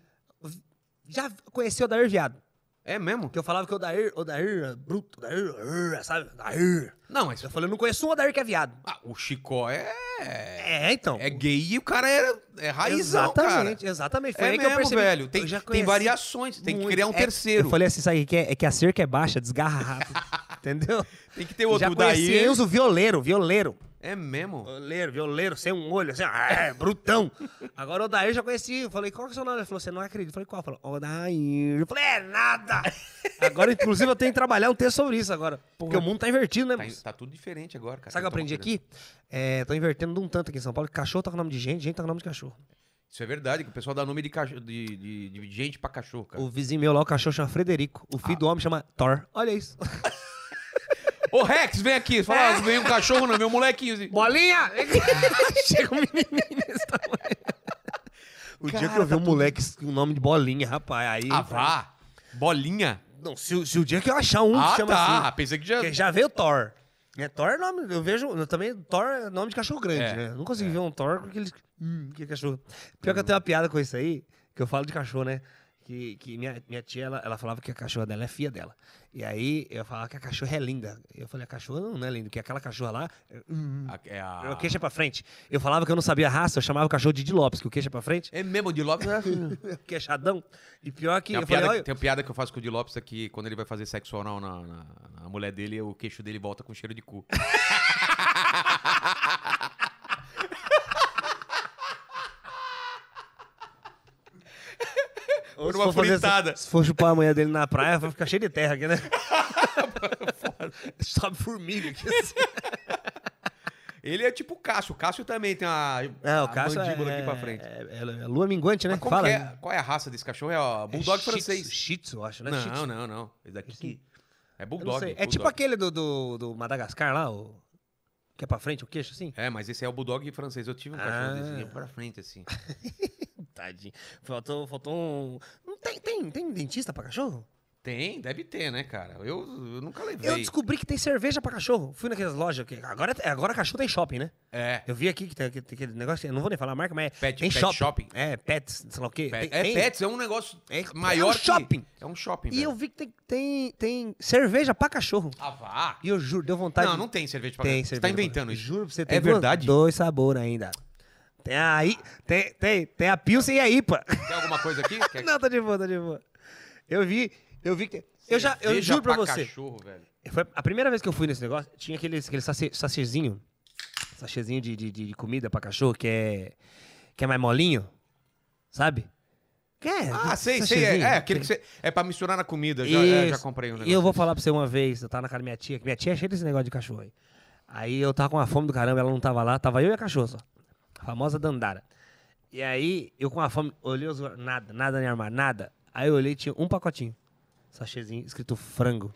Já conheci o Odair viado. É mesmo? Que eu falava que o Odair, Odair é bruto, Odair, Odair, sabe? Odair. Não, mas... Eu falei, eu não conheço um Odair que é viado. Ah, o Chicó é... É, então. É gay e o cara é, é raizão, exatamente, cara. exatamente. Foi É aí que eu mesmo, percebi. velho. Tem, Eu já tem conheci variações. Tem que muito. criar um É, terceiro. Eu falei assim, sabe o que é? É que a cerca é baixa, desgarra rápido. Entendeu? Tem que ter outro. Já O conheci Dair... Enzo violeiro, violeiro. É mesmo? Violeiro, violeiro, sem um olho, assim, ah, brutão. Agora o Odair eu já conheci. Eu falei, qual que é o seu nome? Ele falou, você não acredita. Eu falei, qual? Ele falou, Odair. Eu falei, é nada. Agora, inclusive, eu tenho que trabalhar um texto sobre isso agora. Porque o mundo tá invertido, né, Tá, moço? tá tudo diferente agora, cara. Sabe o que eu aprendi aqui? É, tô invertendo de um tanto aqui em São Paulo. Cachorro tá com nome de gente, gente tá com nome de cachorro. Isso é verdade, que o pessoal dá nome de, cacho... de, de, de gente pra cachorro, cara. O vizinho meu lá, o cachorro chama Frederico. O filho do homem chama Thor. Olha isso. Ô, Rex, vem aqui. Fala, É. ah, vem um cachorro, não, meu molequinho. assim. Bolinha! Chega um menininho desse tamanho. O dia Cara, que eu vi tá um moleque com o nome de Bolinha, rapaz, aí... Ah, vá. Bolinha. Não, se, o- se o dia que eu achar um Ah, que chama tá. assim... Pensei que já... Porque já veio Thor. É, Thor é nome... Eu vejo... Eu também... Thor é nome de cachorro grande, É, né? Eu não consegui ver um Thor com aquele... Hum, que cachorro... Pior que eu tenho uma piada com isso aí, que eu falo de cachorro, né? Que, que minha, minha tia, ela, ela falava que a cachorra dela é filha dela. E aí, eu falava que a cachorra é linda. Eu falei, a cachorra não, não é linda, porque aquela cachorra lá... é, hum, A- É a... O queixo é pra frente. Eu falava que eu não sabia a raça, eu chamava o cachorro de Didi Lopes, que o queixo é pra frente. É mesmo, o Di Lopes é assim. Queixadão. E pior que Tem, uma eu falei, piada, olha... tem uma piada que eu faço com o Di Lopes aqui, quando ele vai fazer sexo oral na, na, na mulher dele, o queixo dele volta com cheiro de cu. Ou Por uma fazer essa- fritada. se for chupar a mulher dele na praia, vai ficar cheio de terra aqui, né? Sobe formiga aqui assim. Ele é tipo o Cássio. O Cássio também tem uma, É, o a Cássio mandíbula é, aqui pra frente. É, é, é lua minguante, né? Mas como Fala. que é, qual é a raça desse cachorro? É o Bulldog É shih tzu, francês. Shih Tzu, eu acho, né? Não, Shih Tzu. não, não. Esse daqui Esse- é Eu não Bulldog. sei. É Bulldog. tipo aquele do, do, do Madagascar lá, o... Que é pra frente, o queixo, assim? É, mas esse é o bulldog francês. Eu tive um cachorro Ah. desse, ia pra frente, assim. Tadinho. Faltou, faltou um... Não tem, tem, tem dentista pra cachorro? Tem, deve ter, né, cara? Eu, eu nunca levei. Eu descobri que tem cerveja pra cachorro. Fui naquelas lojas. Que agora, agora cachorro tem shopping, né? É. Eu vi aqui que tem, que tem aquele negócio. Eu não vou nem falar a marca, mas é. Pet- tem pet shopping. shopping. É, pets, sei lá o quê. Pet- Tem- é tem- Pets, é um negócio é- maior é um shopping. Que, é um shopping, E velho. eu vi que tem, tem, tem cerveja pra cachorro. Ah, vá. E eu juro, deu vontade. Não, não tem cerveja pra Tem Você cerveja tá pra inventando cachorro. isso. Juro pra você, É tem duas- verdade? dois sabores ainda. Tem aí, tem, tem, tem a Pilsen e a I P A. Tem alguma coisa aqui? Quer- Não, tá de boa, tá de boa. Eu vi, eu vi que tem. Eu já, eu Cerveja juro pra pra você. cachorro, velho. Foi a primeira vez que eu fui nesse negócio, tinha aquele, aquele sachê, sachêzinho, sachêzinho de, de, de comida pra cachorro, que é, que é mais molinho, sabe? Que é, Ah, sei, sei. É, sachêzinho. é aquele que você. É pra misturar na comida. Já, é, já Isso. comprei um negócio. E eu vou desse. falar pra você uma vez, eu tava na casa da minha tia, que minha tia é cheia desse negócio de cachorro aí. Aí eu tava com uma fome do caramba, ela não tava lá, tava eu e a cachorra só. A famosa Dandara. E aí, eu com a fome, olhei os... Nada, nada no armário, nada. Aí eu olhei, tinha um pacotinho. Sachêzinho, escrito frango.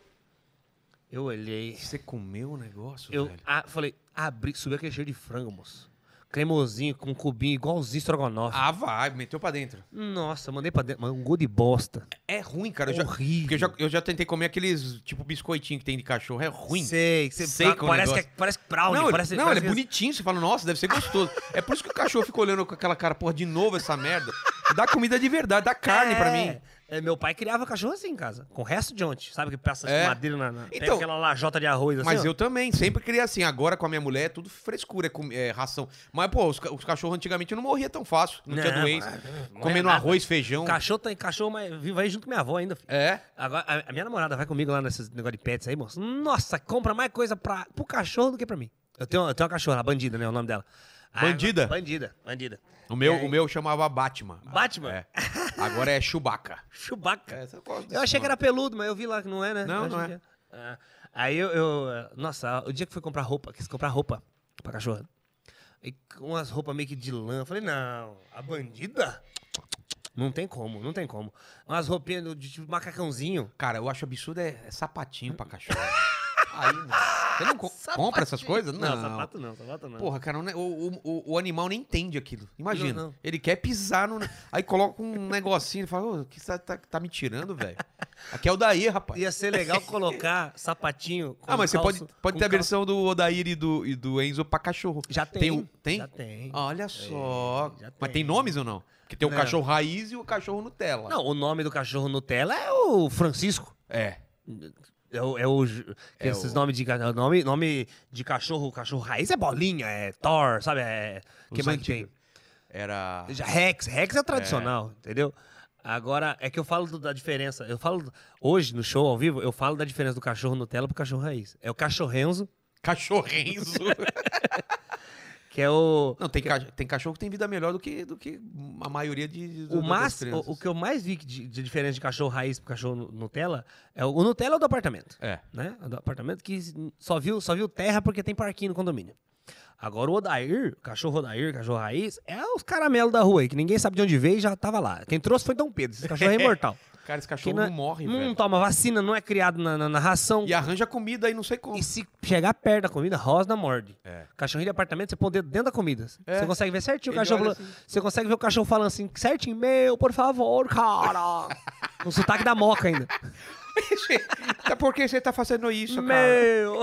Eu olhei, Você comeu o negócio, eu velho? ah, falei, abri, subiu aquele cheiro de frango, moço. Cremosinho, com um cubinho, igualzinho estrogonofe. Ah, vai, meteu pra dentro. Nossa, mandei pra dentro, mas um gosto de bosta. É ruim, cara. Eu já, Horrível. porque eu já, eu já tentei comer aqueles, tipo, biscoitinho que tem de cachorro. É ruim. Sei, sei, Sei que é um parece, que é, negócio. parece brownie, Não, ele- parece, não parece ele é que- bonitinho. Você fala, nossa, deve ser gostoso. É por isso que o cachorro fica olhando com aquela cara, porra, de novo essa merda. Dá comida de verdade, dá carne pra mim. É, meu pai criava cachorro assim em casa, com resto de ontem. Sabe que peça É. de madeira na, na Então, pega aquela lajota de arroz assim, Mas ó. eu também, sempre queria assim. Agora com a minha mulher é tudo frescura, é, com- é ração. Mas, pô, os, ca- os cachorros antigamente não morriam tão fácil. Não, tinha Não, doença. mas- não Comendo é nada. arroz, feijão. Cachorro tem cachorro, mas vive aí junto com minha avó ainda, filho. É. Agora, a, a minha namorada vai comigo lá nesses negócio de pets aí, moço. Nossa, compra mais coisa pra, pro cachorro do que pra mim. Eu tenho, eu tenho uma cachorra, a Bandida, né? O nome dela. Ah, Bandida? Bandida, Bandida. O meu, E aí? o meu chamava Batman. Batman? É. Agora é Chewbacca. Chewbacca. É, eu gosto desse Eu achei que nome. era peludo, mas eu vi lá que não é, né? Não, Eu não achei é. que Ah, aí eu, eu- Nossa, o dia que fui comprar roupa, quis comprar roupa pra cachorra. E com umas roupas meio que de lã. Eu falei, não, a bandida? Não tem como, não tem como. Umas roupinhas do- de tipo macacãozinho. Cara, eu acho absurdo é, é sapatinho pra cachorro. Aí, não. Você não co- compra essas coisas? Não. Não, sapato não, sapato não. Porra, cara, o, ne- o, o, o animal nem entende aquilo. Imagina. Não, não. Ele quer pisar no. Aí coloca um negocinho e fala, ô, que você tá, tá me tirando, velho? Aqui é o Daí, rapaz. Ia ser legal colocar sapatinho com Ah, mas você calço- pode, pode com ter a calço- versão do Odair e do, e do Enzo pra cachorro. Já tem. o- tem? Já tem. Olha só. já Mas tem. tem nomes ou não? Porque tem o Não. cachorro raiz e o cachorro Nutella. Não, o nome do cachorro Nutella é o Francisco. É. É o. É o que É esses o- nomes de, ca- nome, nome de cachorro, cachorro raiz é bolinha, é Thor, sabe? É. O que Os mais que antigos. tem? Era. Já Rex, Rex é o tradicional, entendeu? Agora, é que eu falo do- da diferença. Eu falo. Hoje, no show ao vivo, eu falo da diferença do cachorro Nutella pro cachorro raiz. É o cachorrenzo, Cachorrenzo. que é o. Não, tem, ca- tem cachorro que tem vida melhor do que, do que a maioria de. O, das mas, crianças. o, o que eu mais vi de, de diferença de cachorro raiz pro cachorro nu- Nutella é o, o Nutella é o do apartamento. É. Né? O do apartamento que só viu, só viu terra porque tem parquinho no condomínio. Agora o Odair, o cachorro Odair, cachorro raiz, é os caramelos da rua aí, que ninguém sabe de onde veio e já tava lá. Quem trouxe foi Dom Pedro. Esse cachorro é imortal. Cara, esse Quem cachorro não, não, morre, não velho. toma vacina, não é criado na, na, na ração. E arranja comida aí, não sei como. E se chegar perto da comida, rosna morde. É. Cachorrinho de apartamento, você põe o dedo dentro da comida. É. Você consegue ver certinho o Ele cachorro. olha falando- assim. Você consegue ver o cachorro falando assim, certinho, meu, por favor, cara. Com sotaque da moca ainda. Tá por que você tá fazendo isso, cara? Meu.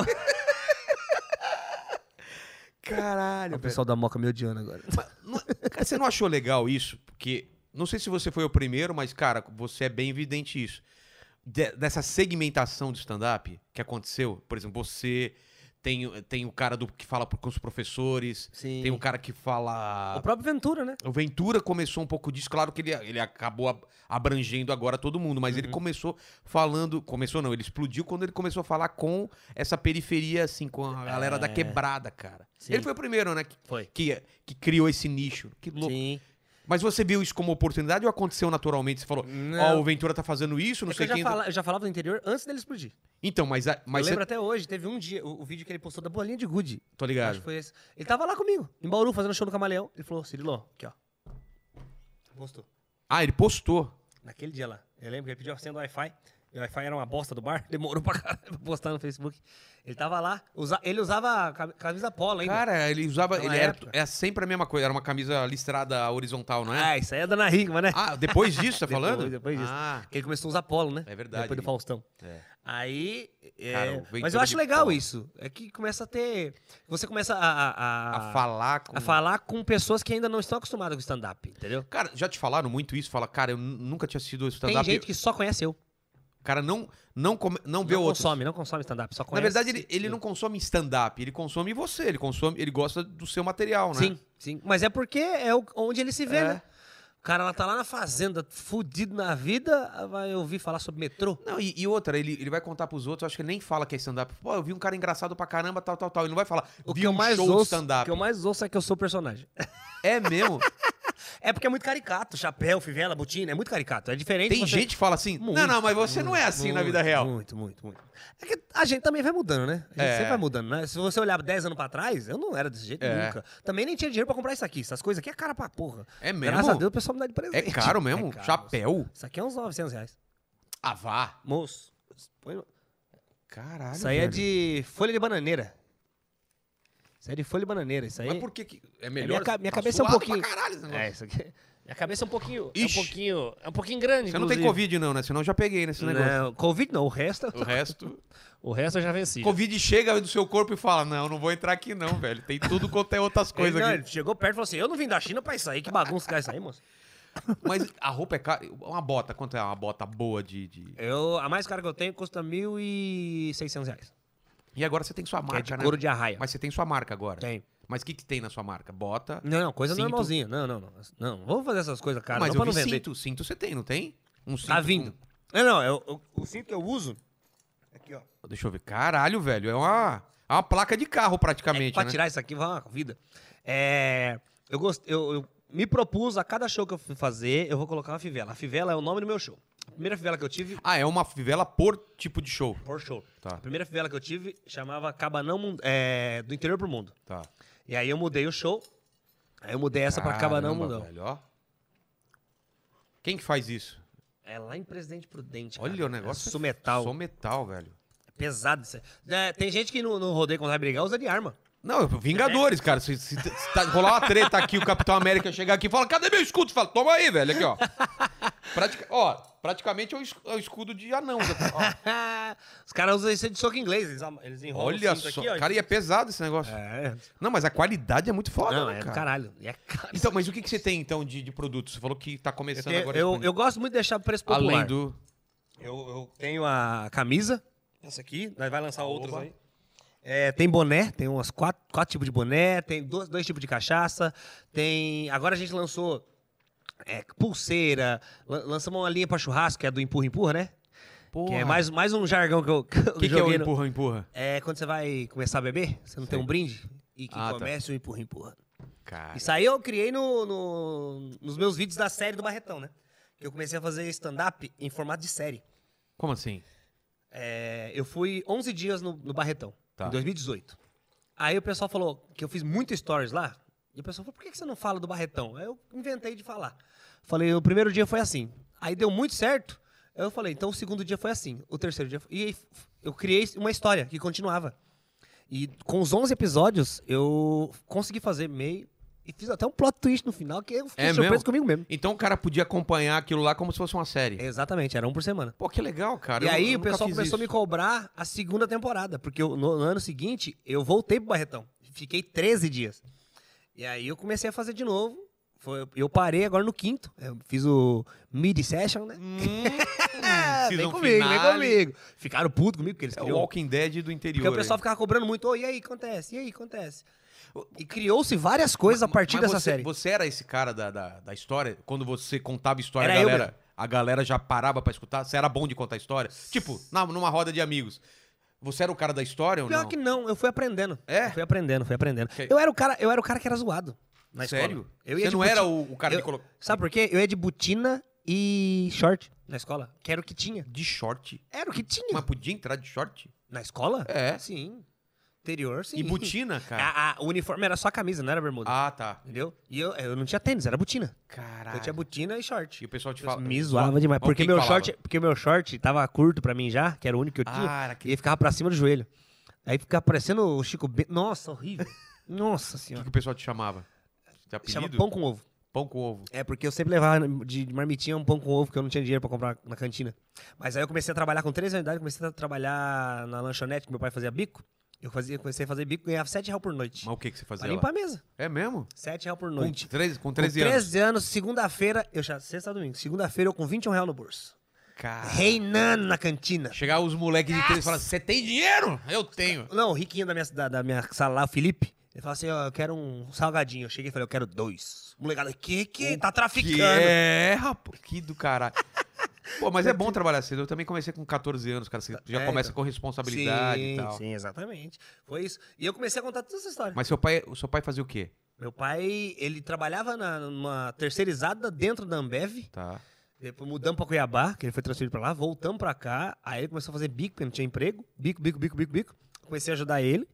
Caralho, O velho. pessoal da moca me odiando agora. Não- cara, você não achou legal isso? Porque, não sei se você foi o primeiro, mas, cara, você é bem evidente isso. De- dessa segmentação de stand-up que aconteceu. Por exemplo, você tem, tem o cara do, que fala pro- com os professores, Sim. tem o cara que fala... O próprio Ventura, né? O Ventura começou um pouco disso, claro que ele, ele acabou ab- abrangendo agora todo mundo, mas Uhum. ele começou falando, começou não, ele explodiu quando ele começou a falar com essa periferia, assim, com a galera da É. quebrada, cara. Sim. Ele foi o primeiro, né, que, Foi. que, que criou esse nicho. Que louco. Sim. Mas você viu isso como oportunidade ou aconteceu naturalmente? Você falou, ó, Não. o Ventura tá fazendo isso, não É que sei eu, já quem... fala- eu já falava do interior antes dele explodir. Então, mas, a- mas eu você... lembro até hoje, teve um dia, o, o vídeo que ele postou da bolinha de gude. Tô Acho ligado. que foi esse. Ele tava lá comigo, em Bauru, fazendo show no Camaleão. Ele falou, Cirilo, aqui ó. Postou. Ah, ele postou. Naquele dia lá. Eu lembro que ele pediu a senha do Wi-Fi. O Wi-Fi era uma bosta do bar, demorou pra caralho pra postar no Facebook. Ele tava lá, usa, ele usava cam- camisa polo ainda. Cara, ele usava. Naquela Ele era, época. é sempre a mesma coisa. Era uma camisa listrada horizontal, não é? Ah, isso aí é Dona Hickman, né? Ah, depois disso, tá falando? Depois, depois disso. Ah, Porque ele começou a usar polo, né? É verdade. Depois do Faustão. é. Aí. é, Cara, o Ventura mas eu acho de legal polo. isso. É que começa a ter. Você começa a. A, a, A falar com. a falar com pessoas que ainda não estão acostumadas com stand-up, entendeu? Cara, já te falaram muito isso? Fala, cara, eu n- nunca tinha assistido Tem stand-up. gente que só conhece eu. O cara não, não, come- não vê Não outros. consome, não consome stand-up, só Na conhece. verdade, ele, ele não consome stand-up, ele consome você, ele consome, ele gosta do seu material, né? Sim, sim. Mas é porque é o- onde ele se vê, É. né? O cara lá tá lá na fazenda, fudido na vida, vai ouvir falar sobre metrô. Não, e, e outra, ele, ele vai contar pros outros, acho que ele nem fala que é stand-up. Pô, eu vi um cara engraçado pra caramba, tal, tal, tal. Ele não vai falar, O vi que eu um mais show de ouço, o stand-up. que eu mais ouço é que eu sou personagem. É mesmo? É porque é muito caricato, chapéu, fivela, botina, é muito caricato. É diferente. Tem você- gente que fala assim, Muito, não, não, mas você não é assim na vida muito, real. Muito, muito, muito. É que a gente também vai mudando, né? A gente É. sempre vai mudando, né? Se você olhar dez anos pra trás, eu não era desse jeito É. nunca. Também nem tinha dinheiro pra comprar isso aqui. Essas coisas aqui é cara pra porra. É mesmo? Graças a Deus o pessoal me dá de É presente. caro mesmo? É caro, Chapéu? moço. Isso aqui é uns novecentos reais. Ah, vá. Moço. põe no- Caralho, Isso aí é velho. de folha de bananeira. Isso aí é de folha de bananeira. Isso aí... Mas por que que é É, melhor? minha, ca- minha Tá cabeça é um suado pouquinho... pra caralho esse negócio. É, isso aqui... Minha cabeça é um pouquinho... É um Ixi. pouquinho... É um pouquinho grande, Você não tem inclusive. Covid não, né? Senão eu já peguei nesse negócio. Não, Covid não. O resto... O resto... O resto eu já venci. Covid chega do seu corpo e fala, não, não vou entrar aqui não, velho. Tem tudo quanto é outras coisas Ele, não, aqui. ele chegou perto e falou assim: eu não vim da China pra isso aí, que bagunça que é isso aí, moço. Mas a roupa é cara. Uma bota, quanto é uma bota boa de... de... Eu, a mais cara que eu tenho custa mil e seiscentos reais. E agora você tem sua Que é marca, de né? couro de arraia. Mas você tem sua marca agora. Tem. Mas o que, que tem na sua marca? Bota. Não, não, coisa Cinto. normalzinha. Não, não, não. Não, vamos fazer essas coisas, cara. mas não eu pra vi não vender. cinto. Cinto você tem, não tem? Um cinto Tá vindo. Não, não, eu, eu- o cinto que eu uso. Aqui, ó. com- Deixa eu ver. Caralho, velho. É uma, é uma placa de carro É, praticamente, pra né? tirar isso aqui, vai uma vida. É. Eu, gost, eu, eu me propus, a cada show que eu fui fazer, eu vou colocar uma fivela. A fivela é o nome do meu show. A primeira fivela que eu tive. Ah, é uma fivela por tipo de show. Por show. Tá. A primeira fivela que eu tive chamava Cabanão Mun- é, do Interior pro Mundo. Tá. E aí eu mudei o show. Aí eu mudei essa pra Cabanão Caramba, Mundão. velho, ó. Quem que faz isso? É lá em Presidente Prudente, Olha cara. o negócio. É Sumetal. Só metal, velho. É pesado isso aí. É, tem gente que no, no rodeio quando vai brigar usa de arma. Não, Vingadores, cara. Se, se, se tá, rolar uma treta aqui, o Capitão América chegar aqui e fala, cadê meu escudo? Você fala, toma aí, velho, aqui, ó. Pratica- ó, praticamente é o es- é o escudo de anão. Ó. Os caras usam isso de soco inglês. Eles, am- eles enrolam Olha o cinto só. aqui, ó. Cara, e é pesado esse negócio. É. Não, mas a qualidade é muito foda, Não, né, é do cara? caralho. E é caro. Então, mas o que, que você tem, então, de, de produto? Você falou que tá Eu, começando tenho- agora. eu, disponível. eu gosto muito de deixar preço popular. Além do... Eu, eu tenho a camisa. Essa aqui. Nós vai lançar Opa. outras aí. É, tem boné, tem umas quatro, quatro tipos de boné, tem dois, dois tipos de cachaça, tem... Agora a gente lançou é, pulseira, lan- lançamos uma linha pra churrasco, que é do empurra-empurra, né? Porra. Que é mais, mais um jargão que eu, que eu O que, que é o joguei no- empurra, empurra? É quando você vai começar a beber, você não tem Sei. um brinde, e que Ah, tá. comece o empurra-empurra. Cara. Isso aí eu criei no, no- nos meus vídeos da série do Barretão, né? Que eu comecei a fazer stand-up em formato de série. Como assim? É, eu fui onze dias no, no Barretão, Tá. em dois mil e dezoito. Aí o pessoal falou que eu fiz muito stories lá. E o pessoal falou, por que que você não fala do Barretão? Aí eu inventei de falar. Falei, o primeiro dia foi assim. Aí deu muito certo. Aí eu falei, então o segundo dia foi assim. O terceiro dia foi... E aí eu criei uma história que continuava. E com os onze episódios, eu consegui fazer meio... E fiz até um plot twist no final, que eu fiquei É surpreso mesmo? comigo mesmo. Então o cara podia acompanhar aquilo lá como se fosse uma série. Exatamente, era um por semana. Pô, que legal, cara. E Eu- aí eu o nunca pessoal fiz começou a me isso. cobrar a segunda temporada, porque eu- no, no ano seguinte eu voltei pro Barretão. Fiquei treze dias. E aí eu comecei a fazer de novo. Foi, eu parei agora no quinto. Eu fiz o mid-session, né? Hum, vem season comigo, vem finale. comigo. Ficaram putos comigo, porque eles É o queriam... Walking Dead do interior. Porque o pessoal aí. ficava cobrando muito. Ô, e aí, acontece? E aí, acontece? E criou-se várias coisas a partir Mas dessa você, série. Você era esse cara da, da, da história? Quando você contava história, Era a eu galera, a galera já parava pra escutar? Você era bom de contar história? Tipo, na, numa roda de amigos. Você era o cara da história ou Pior não? que não, eu fui aprendendo. É? Eu fui aprendendo, fui aprendendo. Que- Eu era o cara, eu era o cara que era zoado na escola. Sério? Eu Você ia de não botina- era o, o cara eu- que colocou... Sabe por quê? Eu ia de botina e short na escola, que era o que tinha. De short? Era o que tinha. Mas podia entrar de short? Na escola? É. Sim. Interior, sim. E botina, cara? A- a- o uniforme era só camisa, não era bermuda. Ah, tá. Entendeu? E eu, eu não tinha tênis, era botina. Caralho. Eu tinha botina e short. E o pessoal te Então, fala... me zoava demais. Mas o Porque que meu, que falava? short, porque meu short tava curto pra mim já, que era o único que eu tinha. Ah, era aquele- E ele ficava pra cima do joelho. Aí ficava parecendo o Chico Bento. Nossa, horrível. Nossa O que, senhora. que o pessoal te chamava? De apelido? Chama pão com ovo. Pão com ovo. É, porque eu sempre levava de de marmitinha um pão com ovo que eu não tinha dinheiro pra comprar na cantina. Mas aí eu comecei a trabalhar com treze anos de idade, comecei a trabalhar na lanchonete que meu pai fazia bico. Eu fazia, comecei a fazer bico e ganhava sete reais por noite. Mas o que, que você fazia Pra lá? limpar a mesa. É mesmo? sete reais por Com noite. treze, com Com treze anos. treze anos, segunda-feira, eu já, sexta a domingo, segunda-feira eu com vinte e um reais no bolso. Cara... Reinando na cantina. Chegar os moleques de treze e falar, você tem dinheiro? Eu tenho. Não, o riquinho da minha, da, da minha sala lá, o Felipe, ele falou assim, ó, eu quero um salgadinho. Eu cheguei e falei, eu quero dois. Molecada, que que? Tá traficando. Que é, rapaz. Que do caralho. Pô, mas é bom trabalhar cedo. Eu também comecei com catorze anos, cara. Você já É, começa então. com responsabilidade sim, e tal. Sim, exatamente. Foi isso. E eu comecei a contar toda essa história. Mas seu pai, o seu pai fazia o quê? Meu pai, ele trabalhava na, numa terceirizada dentro da Ambev. Tá. Depois mudamos pra Cuiabá, que ele foi transferido pra lá. Voltamos pra cá. Aí ele começou a fazer bico, porque não tinha emprego. Bico, bico, bico, bico, bico. Comecei a ajudar ele.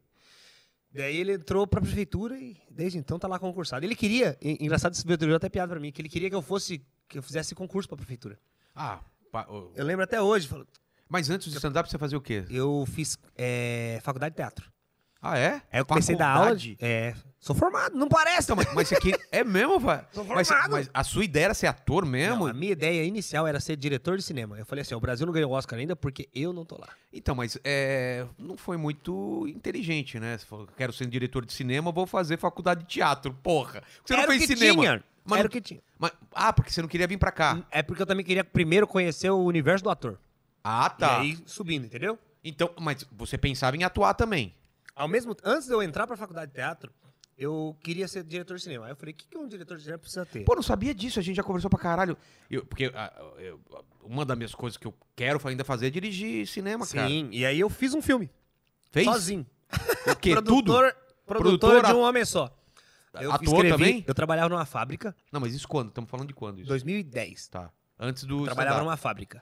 Daí ele entrou pra prefeitura e desde então tá lá concursado. Ele queria, en- engraçado, esse veio até piada pra mim, que ele queria que eu fosse, que eu fizesse concurso pra prefeitura. Ah, pa- ô, Eu lembro até hoje, falou, mas antes do stand-up você fazia o quê? eu fiz é, faculdade de teatro. Ah, é? Aí eu comecei a dar aula. Faculdade? É, sou formado, não parece. Então, mas, mas você aqui... É mesmo, vai? Sou Mas, formado. mas a sua ideia era ser ator mesmo? Não, a minha ideia inicial era ser diretor de cinema. Eu falei assim, ó, o Brasil não ganhou o Oscar ainda porque eu não tô lá. Então, mas é, não foi muito inteligente, né? Você falou, quero ser diretor de cinema, vou fazer faculdade de teatro. Porra. Você não Era o fez que cinema. tinha. Mas Era não- o que tinha. mas- ah, porque você não queria vir pra cá. É porque eu também queria primeiro conhecer o universo do ator. Ah, tá. E aí subindo, entendeu? Então, mas você pensava em atuar também. Ao mesmo, antes de eu entrar pra faculdade de teatro, eu queria ser diretor de cinema. Aí eu falei, o que, que um diretor de cinema precisa ter? Pô, não sabia disso, a gente já conversou pra caralho. Eu- porque ah, eu- uma das minhas coisas que eu quero ainda fazer é dirigir cinema, cara. Sim, e aí eu fiz um filme. Fez? Sozinho. O quê? Tudo? Produtor, produtor Produtor, de um homem só. Eu ator escrevi- também? Eu trabalhava numa fábrica, Não, mas isso quando? Estamos falando de quando isso? dois mil e dez. Tá. Antes do Trabalhava stand-up. numa fábrica.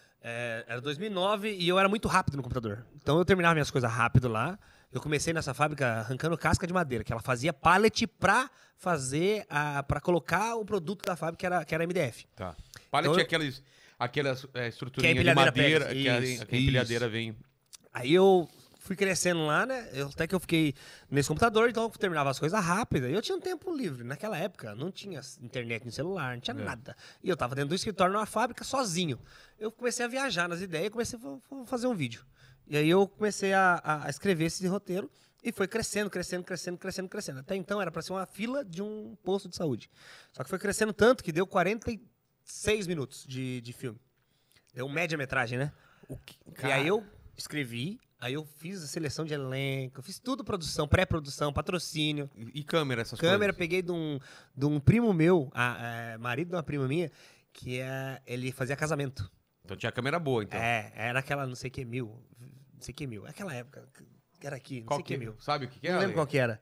É, era dois mil e nove e eu era muito rápido no computador. Então eu terminava minhas coisas rápido lá. Eu comecei nessa fábrica arrancando casca de madeira, que ela fazia pallet pra fazer, a, pra colocar o produto da fábrica, que era, que era M D F. Tá. Pallet Então é eu- aquelas, aquelas é, Que a estruturinhas de empilhadeira madeira pega. que a, Isso, que a empilhadeira vem. Aí eu fui crescendo lá, né? Eu- até que eu fiquei nesse computador, então eu terminava as coisas rápidas. E eu tinha um tempo livre. Naquela época não tinha internet no celular, não tinha É. nada. E eu tava dentro do escritório numa fábrica sozinho. Eu comecei a viajar nas ideias e comecei a fa- fa- fazer um vídeo. E aí eu comecei a, a- a escrever esse roteiro e foi crescendo, crescendo, crescendo, crescendo, crescendo. Até então era pra ser uma fila de um posto de saúde. Só que foi crescendo tanto que deu quarenta e seis minutos de, de filme. Deu média-metragem, né? O que, E aí eu escrevi, aí eu fiz a seleção de elenco, eu fiz tudo, produção, pré-produção, patrocínio, E câmera, essas câmera, coisas. peguei de um, de um primo meu, a- é, marido de uma prima minha, que é, ele fazia casamento. Então tinha câmera boa, então. É, era aquela não sei que mil, não sei que mil, aquela época, que era aqui, não Qual sei que, que, mil. sabe o que, que é? Não lembro Ale? qual que era.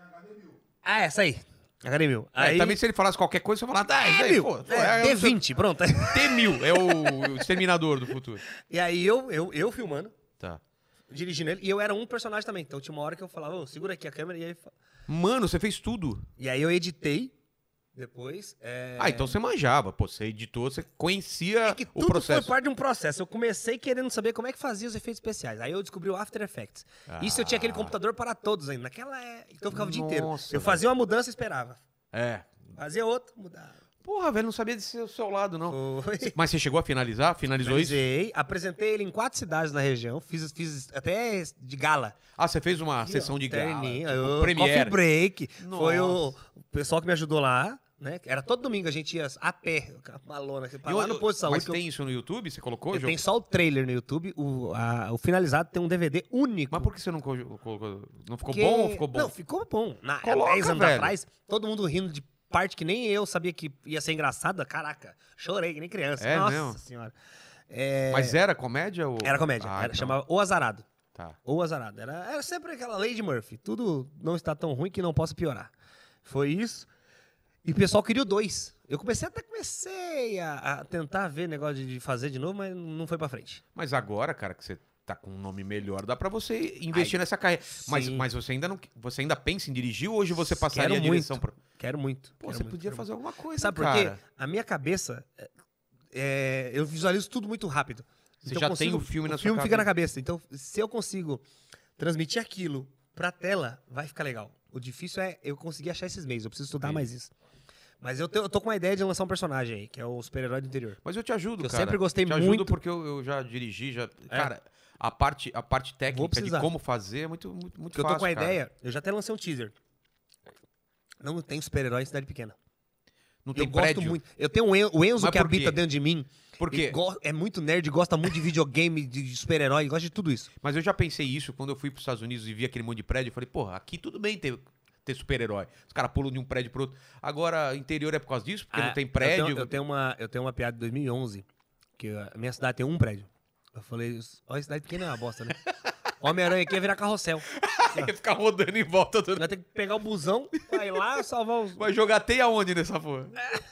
Ah, essa aí, H D mil. É, Aí, também se ele falasse qualquer coisa, você falava, ah, isso é aí, mil, pô. é, é, D vinte, pronto. T mil, é o, o exterminador do futuro. E aí eu, eu, eu filmando, Tá. dirigindo ele, e eu era um personagem também, então tinha uma hora que eu falava, ô, segura aqui a câmera, e aí... Mano, você fez tudo. E aí eu editei depois. É... Ah, então você manjava. Pô, você editou, você conhecia É que o tudo processo. foi parte de um processo. Eu comecei querendo saber como é que fazia os efeitos especiais. Aí eu descobri o After Effects. Isso eu tinha aquele computador para todos ainda. Naquela é... Então eu ficava o dia inteiro. Nossa, Eu fazia uma mudança e esperava. É. Fazia outra, mudava. Porra, velho, não sabia desse seu- seu lado, não. Foi. Mas você chegou a finalizar? Finalizou isso? Finalizei, apresentei ele em quatro cidades na região. Fiz, fiz até de gala. Ah, você fez uma sessão de gala, Terninho, tipo, eu- Coffee Premiere. Break. Foi o, Nossa. o pessoal que me ajudou lá. Né? Era todo domingo a gente ia a pé, uma lona, pra E lá eu- no posto de saúde. Mas que eu- tem isso no YouTube? Você colocou? Eu Jô? tenho só o trailer no YouTube, o, a- o finalizado tem um D V D único. Mas por que você não co- colocou? Não ficou que- bom ou ficou bom? Não, ficou bom. Na, há Coloca, dez anos velho. atrás, todo mundo rindo de parte que nem eu sabia que ia ser engraçada. Caraca, chorei que nem criança. É Nossa mesmo? senhora. É, Mas era comédia? Ou... era comédia, Ah, era, então. chamava O Azarado. Tá. O Azarado. Era, era sempre aquela Lady Murphy. Tudo não está tão ruim que não possa piorar. Foi isso. E o pessoal queria o dois. Eu comecei até comecei a, a tentar ver negócio de, de fazer de novo, mas não foi pra frente. Mas agora, cara, que você tá com um nome melhor, dá pra você investir Ai, nessa carreira. Mas, mas você ainda não, você ainda pensa em dirigir ou hoje você passaria quero a direção? Muito, pra... Quero muito. Pô, quero você muito, podia quero fazer muito. alguma coisa, Sabe cara. por quê? A minha cabeça, é, eu visualizo tudo muito rápido. Você então já consigo, tem o filme na o sua filme cabeça. fica na cabeça. Então, se eu consigo transmitir aquilo pra tela, vai ficar legal. O difícil é eu conseguir achar esses meios. Eu preciso estudar Sim. mais isso. Mas eu, te, eu tô com uma ideia de lançar um personagem aí, que é o super-herói do interior. Mas eu te ajudo, eu cara. Eu sempre gostei te muito. Te ajudo porque eu, eu já dirigi, já... É. Cara, a parte, a parte técnica de como fazer é muito, muito, muito porque fácil, eu tô com a cara. ideia, eu já até lancei um teaser. Não tem super-herói em cidade pequena. Não tem eu prédio? Gosto muito. Eu tenho o Enzo Mas que habita dentro de mim. Por quê? É muito nerd, gosta muito de videogame, de super-herói, gosta de tudo isso. Mas eu já pensei isso quando eu fui pros Estados Unidos e vi aquele monte de prédio. Eu falei, porra, aqui tudo bem ter... ter super-herói. Os caras pulam de um prédio pro outro. Agora, interior é por causa disso? Porque ah, não tem prédio? Eu tenho, eu, tenho uma, eu tenho uma piada de dois mil e onze, que a minha cidade tem um prédio. Eu falei, olha, a cidade pequena é uma bosta, né? Homem-Aranha aqui ia virar carrossel. Ia ficar rodando em volta. Do... Vai ter que pegar o busão, vai lá salvar os... Vai jogar teia aonde nessa porra?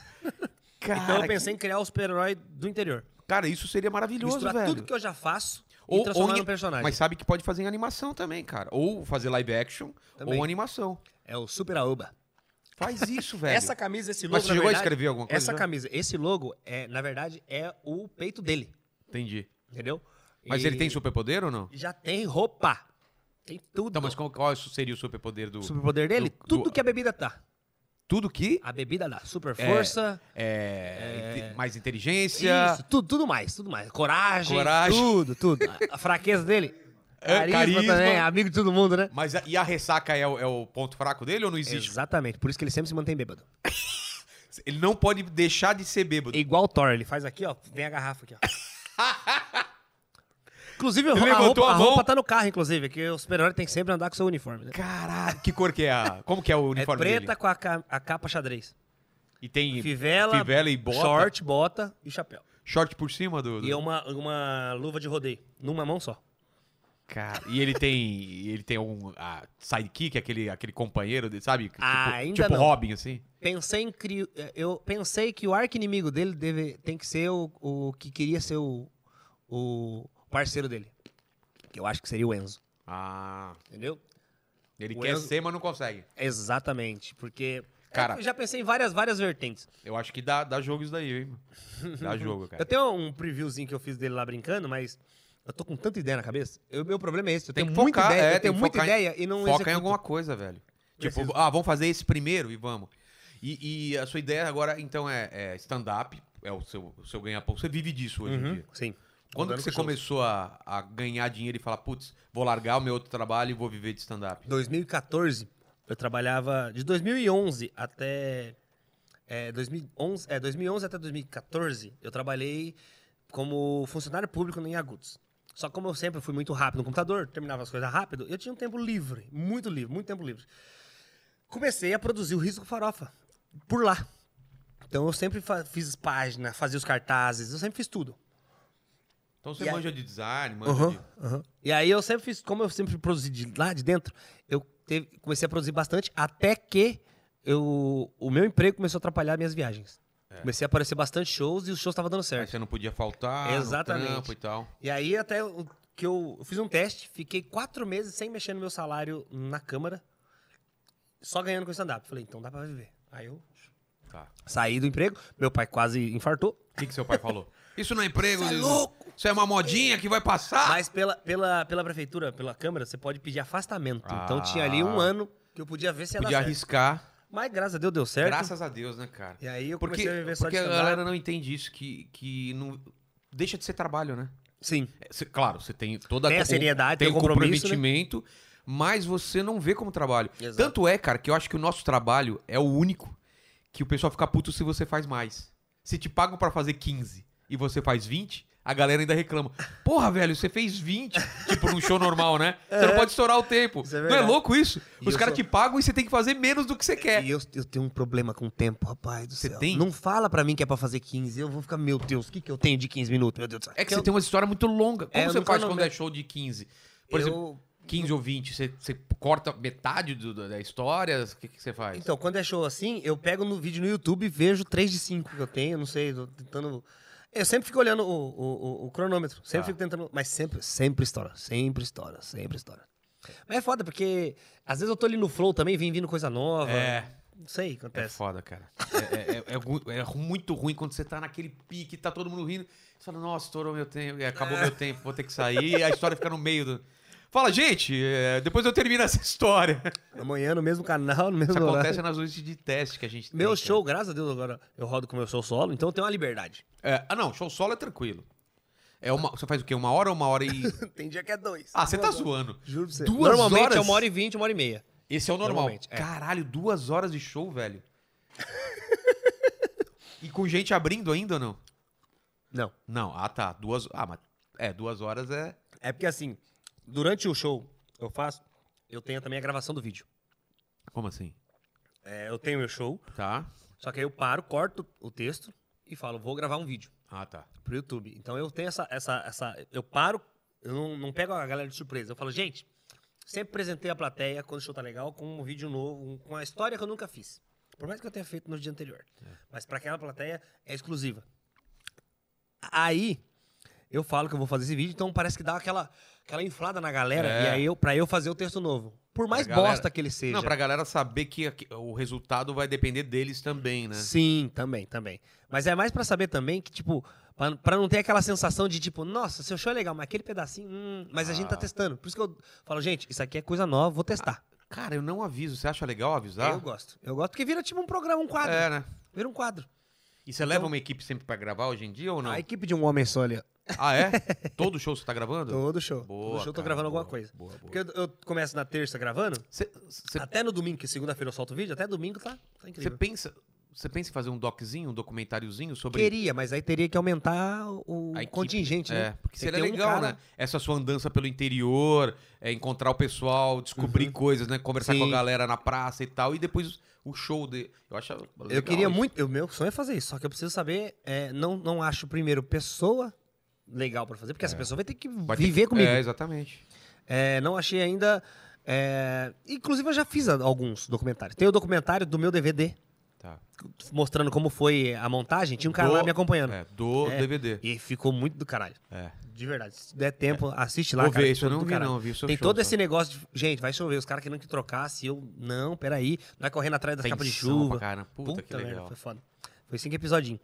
Cara, então eu pensei que... em criar o super-herói do interior. Cara, isso seria maravilhoso, Misturar velho. tudo que eu já faço ou, e transformar ou, num personagem. Mas sabe que pode fazer em animação também, cara. Ou fazer live action, também. Ou animação. É o Super Aoba. Faz isso, velho. Essa camisa, esse logo, Mas você na chegou verdade, a escrever alguma coisa? Essa já? camisa, esse logo, é, na verdade, é o peito dele. Entendi. Entendeu? Mas e... ele tem superpoder ou não? Já tem roupa. Tem tudo. Então, mas qual, qual seria o superpoder do... O superpoder dele? Do, tudo do... que a bebida tá. Tudo que? A bebida dá. Super força. É, é, é... Mais inteligência. Isso, tudo, tudo mais, tudo mais. Coragem. Coragem. Tudo, tudo. A, a fraqueza dele. É, carisma, carisma também, amigo de todo mundo, né? Mas a, e a ressaca é o, é o ponto fraco dele ou não existe? Exatamente, por isso que ele sempre se mantém bêbado. Ele não pode deixar de ser bêbado. É igual o Thor, ele faz aqui, ó, vem a garrafa aqui, ó. Inclusive, ele a, roupa, a, a roupa tá no carro, inclusive, que o super-herói tem que sempre andar com seu uniforme, né? Caralho, que cor que é a... Como que é o uniforme dele? É dele? preta com a, ca... a capa xadrez. E tem fivela, fivela e bota? Short, bota e chapéu. Short por cima do... do... E uma, uma luva de rodeio, numa mão só. Cara, e ele tem ele tem algum a sidekick, aquele, aquele companheiro, dele, sabe? Ah, tipo, ainda tipo não. Robin, assim. Pensei em cri... Eu pensei que o arqui-inimigo dele deve... tem que ser o, o que queria ser o, o parceiro dele. Que eu acho que seria o Enzo. Ah. Entendeu? Ele o quer Enzo... ser, mas não consegue. Exatamente, porque... Cara, eu já pensei em várias, várias vertentes. Eu acho que dá, dá jogo isso daí, hein? Dá jogo, cara. Eu tenho um previewzinho que eu fiz dele lá brincando, mas... Eu tô com tanta ideia na cabeça. O meu problema é esse. Eu tem tenho que muita focar, ideia, é, eu tenho muita ideia em, e não foca executo. em alguma coisa, velho. Preciso. Tipo, ah, vamos fazer esse primeiro e vamos. E, e a sua ideia agora, então, é, é stand-up, é o seu, o seu ganha-pão. Você vive disso hoje uhum, em dia. Sim. Quando que você começou a, a ganhar dinheiro e falar, putz, vou largar o meu outro trabalho e vou viver de stand-up? dois mil e quatorze, eu trabalhava... De dois mil e onze até... É, dois mil e onze, é, dois mil e onze até dois mil e quatorze, eu trabalhei como funcionário público em Agudos. Só que como eu sempre fui muito rápido no computador, terminava as coisas rápido, eu tinha um tempo livre, muito livre, muito tempo livre. Comecei a produzir o Risco Farofa por lá. Então eu sempre fiz página, fazia os cartazes, eu sempre fiz tudo. Então você e manja aí... de design, manja uhum, de... Uhum. E aí eu sempre fiz, como eu sempre produzi de lá de dentro, eu teve, comecei a produzir bastante até que eu, o meu emprego começou a atrapalhar minhas viagens. É. Comecei a aparecer bastante shows e os shows estavam dando certo. Aí você não podia faltar, exatamente. No trampo e tal. E aí até que eu, eu fiz um teste, fiquei quatro meses sem mexer no meu salário na Câmara, só ganhando com stand-up. Falei, então dá pra viver. Aí eu tá. saí do emprego, meu pai quase infartou. O que, que seu pai falou? Isso não é emprego, Isso é louco! Isso é uma modinha que vai passar. Mas pela, pela, pela prefeitura, pela Câmara, você pode pedir afastamento. Ah. Então tinha ali um ano que eu podia ver se ia podia dar certo. arriscar. Mas graças a Deus deu certo. Graças a Deus, né, cara? E aí eu porque, comecei a viver só Porque de a galera não entende isso, que, que não deixa de ser trabalho, né? Sim. É, cê, claro, você tem toda tem a seriedade, tem, tem o comprometimento, né? Mas você não vê como trabalho. Exato. Tanto é, cara, que eu acho que o nosso trabalho é o único que o pessoal fica puto se você faz mais. Se te pagam pra fazer quinze e você faz vinte, a galera ainda reclama. Porra, velho, você fez vinte, tipo num show normal, né? Você é. não pode estourar o tempo. É não é louco isso? E os caras sou... te pagam e você tem que fazer menos do que você quer. E eu, eu tenho um problema com o tempo, rapaz do você céu. Tem? Não fala pra mim que é pra fazer quinze. Eu vou ficar, meu Deus, o que, que eu tenho de quinze minutos? Meu Deus do céu. É que eu... você tem uma história muito longa. Como é, você faz quando meu... é show de quinze? Por eu... exemplo, quinze ou vinte, você, você corta metade do, da história? O que, que você faz? Então, quando é show assim, eu pego no vídeo no YouTube e vejo três de cinco que eu tenho, não sei, tô tentando... Eu sempre fico olhando o, o, o, o cronômetro. Sempre Tá. fico tentando. Mas sempre, sempre estoura. Sempre estoura. Sempre estoura. Mas é foda, porque às vezes eu tô ali no flow também, vem vindo coisa nova. É. Não sei o que É acontece. foda, cara. É, é, é, é ru- é muito ruim quando você tá naquele pique, tá todo mundo rindo. Você fala, nossa, estourou meu tempo, é, acabou meu tempo, vou ter que sair. E a história fica no meio do... Fala, gente, é, depois eu termino essa história. Amanhã no mesmo canal, no mesmo Isso horário. acontece nas noites de teste que a gente tem. Meu cara. show, graças a Deus, agora eu rodo com o meu show solo, então eu tenho uma liberdade. É, ah, não, show solo é tranquilo. É uma, você faz o quê? Uma hora ou uma hora e... Tem dia que é dois. Ah, você tá Duas horas. zoando. Juro pra você. Duas Normalmente horas? é uma hora e vinte, uma hora e meia. Esse é o normal. Normalmente, é. Caralho, duas horas de show, velho. E com gente abrindo ainda ou não? Não. Não, ah tá, duas... Ah, mas... É, duas horas é... É porque assim, durante o show eu faço, eu tenho também a gravação do vídeo. Como assim? É, eu tenho meu show, Tá. só que aí eu paro, corto o texto e falo, vou gravar um vídeo Ah, tá. pro YouTube. Então eu tenho essa... essa, essa eu paro, eu não, não pego a galera de surpresa. Eu falo, gente, sempre apresentei a plateia, quando o show tá legal, com um vídeo novo, um- com uma história que eu nunca fiz. Por mais que eu tenha feito no dia anterior. Mas pra aquela plateia é exclusiva. Aí, eu falo que eu vou fazer esse vídeo, então parece que dá aquela, aquela inflada na galera, É. e aí eu, pra eu fazer o texto novo. Por mais Pra galera- bosta que ele seja. Não, pra galera saber que aqui- o resultado vai depender deles também, né? Sim, também, também. Mas é mais pra saber também que, tipo, pra, pra não ter aquela sensação de, tipo, nossa, seu show é legal, mas aquele pedacinho, hum, mas a gente tá Ah. testando. Por isso que eu falo, gente, isso aqui é coisa nova, vou testar. Cara, eu não aviso. Você acha legal avisar? Eu gosto. Eu gosto porque vira tipo um programa, um quadro. É, né? Vira um quadro. E você leva uma equipe sempre pra gravar hoje em dia ou não? A equipe de um homem só ali, ó. Ah, é? Todo show você tá gravando? Todo show. Boa, Todo show eu tô cara, gravando boa, alguma coisa. boa, boa. Porque eu, eu começo na terça gravando, Você você- até no domingo, que segunda-feira eu solto o vídeo, até domingo tá, tá você incrível. pensa, você pensa em fazer um doczinho, um documentáriozinho sobre... Queria, mas aí teria que aumentar o a equipe? contingente, né? É, porque Tem seria que ter um legal, cara- né? Essa sua andança pelo interior, é, encontrar o pessoal, descobrir coisas, né? Conversar Sim. com a galera na praça e tal, e depois o show de... Eu acho legal Eu queria isso. muito, o meu sonho é fazer isso, só que eu preciso saber, é, não, não acho primeiro pessoa legal pra fazer, porque essa pessoa vai ter que Vai ter viver que- comigo. É, exatamente. É, não achei ainda. é, Inclusive, eu já fiz a- alguns documentários. Tem o documentário do meu D V D, Tá. mostrando como foi a montagem. Tinha um cara Do- lá me acompanhando. É, do É. D V D. E ficou muito do caralho. É. De verdade. Se der tempo, assiste lá. Vou cara, ver, isso eu ficou não do vi caralho. não, vi o seu Tem show todo só. esse negócio de. Gente, vai chover. Os caras querendo que trocasse. Eu. Não, peraí. Vai correndo atrás das capas de Tensão chuva. pra caramba. Puta, que merda, legal. foi foda. Foi cinco episodinhos.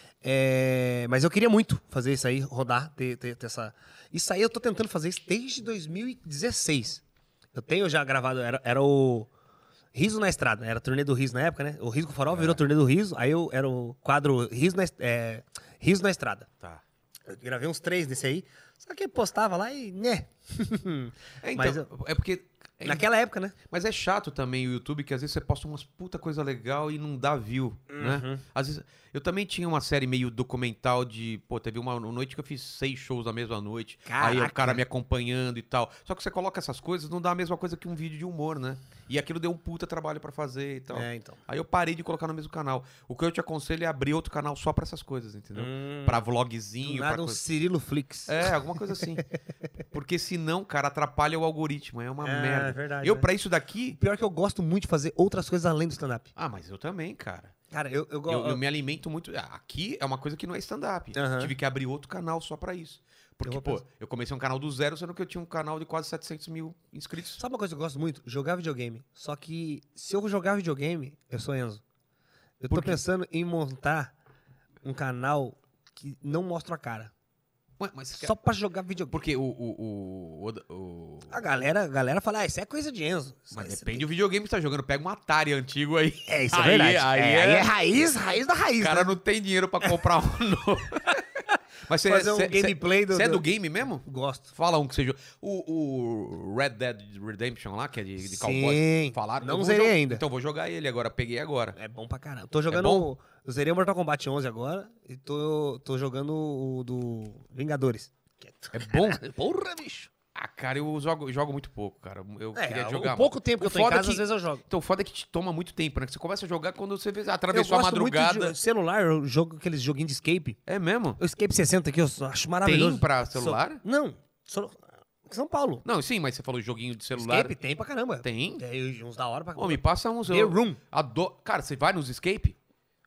É, mas eu queria muito fazer isso aí, rodar, ter, ter, ter essa. Isso aí eu tô tentando fazer isso desde dois mil e dezesseis. Eu tenho já gravado, era, era o Riso na Estrada, era a turnê do Riso na época, né? O Riso com o Farol virou turnê do Riso, aí eu era o quadro Riso na, est- é, Riso na Estrada. Tá. Eu gravei uns três desse aí, só que postava lá e, né. É, então, Mas eu- é porque... é- Naquela época, né? Mas é chato também o YouTube, que às vezes você posta umas puta coisa legal e não dá view, Uhum. né? Às vezes, eu também tinha uma série meio documental de... Pô, teve uma noite que eu fiz seis shows na mesma noite. Aí o Caraca. cara me acompanhando e tal. Só que você coloca essas coisas, não dá a mesma coisa que um vídeo de humor, né? E aquilo deu um puta trabalho pra fazer e tal. É, então. Aí eu parei de colocar no mesmo canal. O que eu te aconselho é abrir outro canal só pra essas coisas, entendeu? Hum. Pra Do vlogzinho, pra nada um coisa... Cirilo Flix. É, alguma coisa assim. Porque senão, cara, atrapalha o algoritmo. É uma É, merda. é verdade, Eu, né? pra isso daqui... Pior que eu gosto muito de fazer outras coisas além do stand-up. Ah, mas eu também, cara. Cara, eu, eu Eu, gosto. eu me alimento muito. Ah, aqui é uma coisa que não é stand-up. Aham. Tive que abrir outro canal só pra isso. Porque, Eu vou pô, pensar. eu comecei um canal do zero, sendo que eu tinha um canal de quase setecentos mil inscritos. Sabe uma coisa que eu gosto muito? Jogar videogame. Só que se eu jogar videogame, eu sou Enzo. Eu tô Por quê? pensando em montar um canal que não mostra a cara. Ué, mas você Só quer- pra jogar videogame. Porque o. o, o, o- o- A galera, a galera fala, ah, isso é coisa de Enzo. Isso Mas aí você depende do videogame que você tá jogando. Pega um Atari antigo aí. tem- É, isso Aí- é verdade. aí é, é- aí é raiz, raiz da raiz. O cara né? não tem dinheiro pra comprar um novo. Mas você Fazer um você- gameplay do- Você é do- do game mesmo? Gosto. Fala um que seja. O, o Red Dead Redemption lá, que é de, de Sim. cowboy. Falaram. Não eu vou zerei jo- ainda. Então vou jogar ele agora. Peguei agora. É bom pra caramba. Tô jogando. bom? Eu zerei o Mortal Kombat onze agora e tô, tô jogando o do Vingadores. É bom? Porra, bicho. Ah, cara, eu jogo, jogo muito pouco, cara. Eu É, queria o jogar. pouco mais. tempo que O eu tô em foda é casa, que- às vezes eu jogo. Então, o foda é que te toma muito tempo, né? Que você começa a jogar quando você vê, Eu atravessou a gosto muito madrugada. de celular, eu jogo aqueles joguinhos de escape. É mesmo? O Escape sessenta aqui, eu acho maravilhoso. Tem pra celular? So- Não, só- São Paulo. Não, sim, mas você falou joguinho de celular. Escape tem pra caramba. Tem? Tem uns da hora pra Ô, me passa uns. The eu Room. Adoro. Cara, você vai nos escape?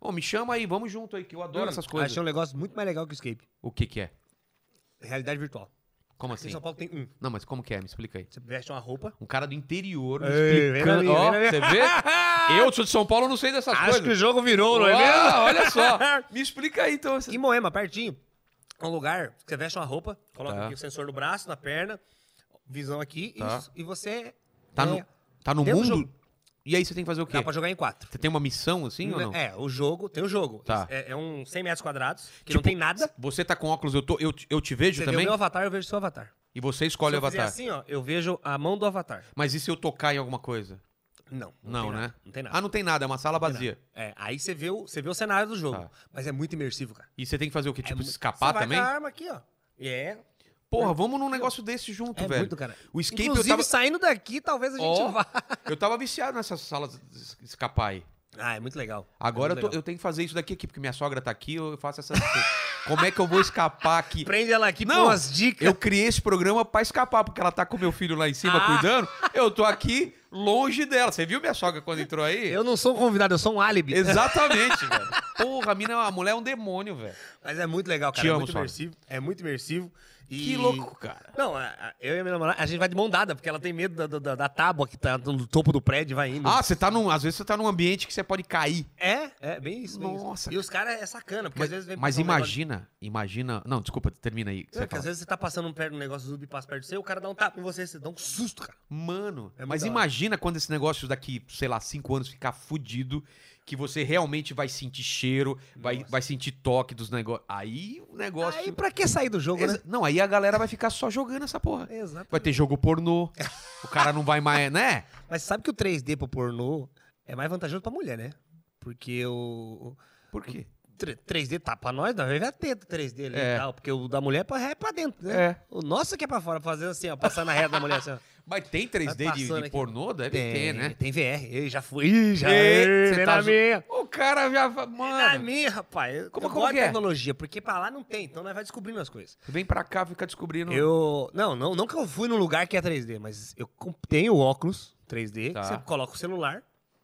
Ô, me chama aí, vamos junto aí, que eu adoro Hum, essas coisas. Achei um negócio muito mais legal que o escape. O que que é? Realidade virtual. Como Aqui assim? em São Paulo tem um. Não, mas como que é? Me explica aí. Você veste uma roupa. Um cara do interior me Ei, vem na explicando. minha, Ó, vem na você vê? Eu sou de São Paulo, não sei dessas Acho coisas. que o jogo virou, não é Ó, mesmo? olha só. Me explica aí, então. Em Moema, pertinho. Um lugar que você veste uma roupa, coloca Tá. aqui o sensor no braço, na perna, visão aqui, Tá. isso, e você. Tá é, no, tá no dentro do mundo? jogo. E aí você tem que fazer o quê? Dá pra jogar em quatro. Você tem uma missão assim ou não? É, o jogo, tem o jogo. Tá. É, é um cem metros quadrados, que Tipo, não tem nada. Você tá com óculos, eu, tô, eu, eu te vejo Você vê o também? meu avatar, eu vejo o seu avatar. E você escolhe Se o eu fizer avatar. assim, ó, eu vejo a mão do avatar. Mas e se eu tocar em alguma coisa? Não, não, Não, tem né? nada, não tem nada. Ah, não tem nada, é uma sala Não tem vazia. nada. É, aí você vê, o, você vê o cenário do jogo. Tá. Mas é muito imersivo, cara. E você tem que fazer o quê? Tipo, É mu- escapar você vai também? com a arma aqui, ó. E é. Porra, vamos num negócio desse junto, É velho. muito, cara. O escape Inclusive, eu tava... saindo daqui, talvez a gente Ó, vá. eu tava viciado nessas salas de es- escapar aí. Ah, é muito legal. Agora é eu, muito tô- legal. eu tenho que fazer isso daqui aqui, porque minha sogra tá aqui, eu faço essas coisas. Como é que eu vou escapar aqui? Prende ela aqui Não, com umas dicas. Eu criei esse programa pra escapar, porque ela tá com meu filho lá em cima Ah. cuidando. Eu tô aqui longe dela. Você viu minha sogra quando entrou aí? Eu não sou um convidado, eu sou um álibi. Exatamente, velho. Porra, a, mina, a mulher é um demônio, velho. Mas é muito legal, cara. Te é amo, muito sogra. imersivo. É muito imersivo. E... Que louco, cara. Não, a- a- eu e a minha namorada, a gente vai de mão dada, porque ela tem medo da, da, da tábua que tá no topo do prédio e vai indo. Ah, você tá num. Às vezes você tá num ambiente que você pode cair. É, é, bem isso. Bem Nossa, isso. E os caras é sacana, porque Mas, às vezes vem mas passar um negócio- imagina, imagina. Não, desculpa, termina aí. que É, você que fala. às vezes você tá passando perto de um negócio do e passa perto do seu, o cara dá um tapa em você, você dá um susto, cara. Mano, É muito mas da hora. imagina quando esse negócio daqui, sei lá, cinco anos ficar fudido, que você realmente vai sentir cheiro, vai, vai sentir toque dos negócios. Aí o negócio. Aí pra que sair do jogo, Exa- né? Não, aí a galera vai ficar só jogando essa porra. Exato. Vai ter jogo pornô. O cara não vai mais, né? Mas sabe que o três D pro pornô é mais vantajoso pra mulher, né? Porque o... Por quê? tre- três D tá pra nós, não, vai ver a teta três D ali É. e tal, porque o da mulher é pra, é pra dentro, né? É. O nosso que é pra fora, fazer assim, ó, passar na reta da mulher assim, ó. Mas tem três D Vai de, passando de aqui. pornô? Deve ter, né? Tem V R, eu já fui, Ih, já Ê, Ê, cê vem tá na zo- minha. O cara já. fa- Vem na Mano, minha, rapaz. Eu, Como- eu como gosto que de é? tecnologia, porque pra lá não tem, então nós vai descobrindo as coisas. vem pra cá, fica descobrindo. Eu, não, não, não que eu fui num lugar que é três D, mas eu com- tenho óculos três D, Tá. que você coloca o celular.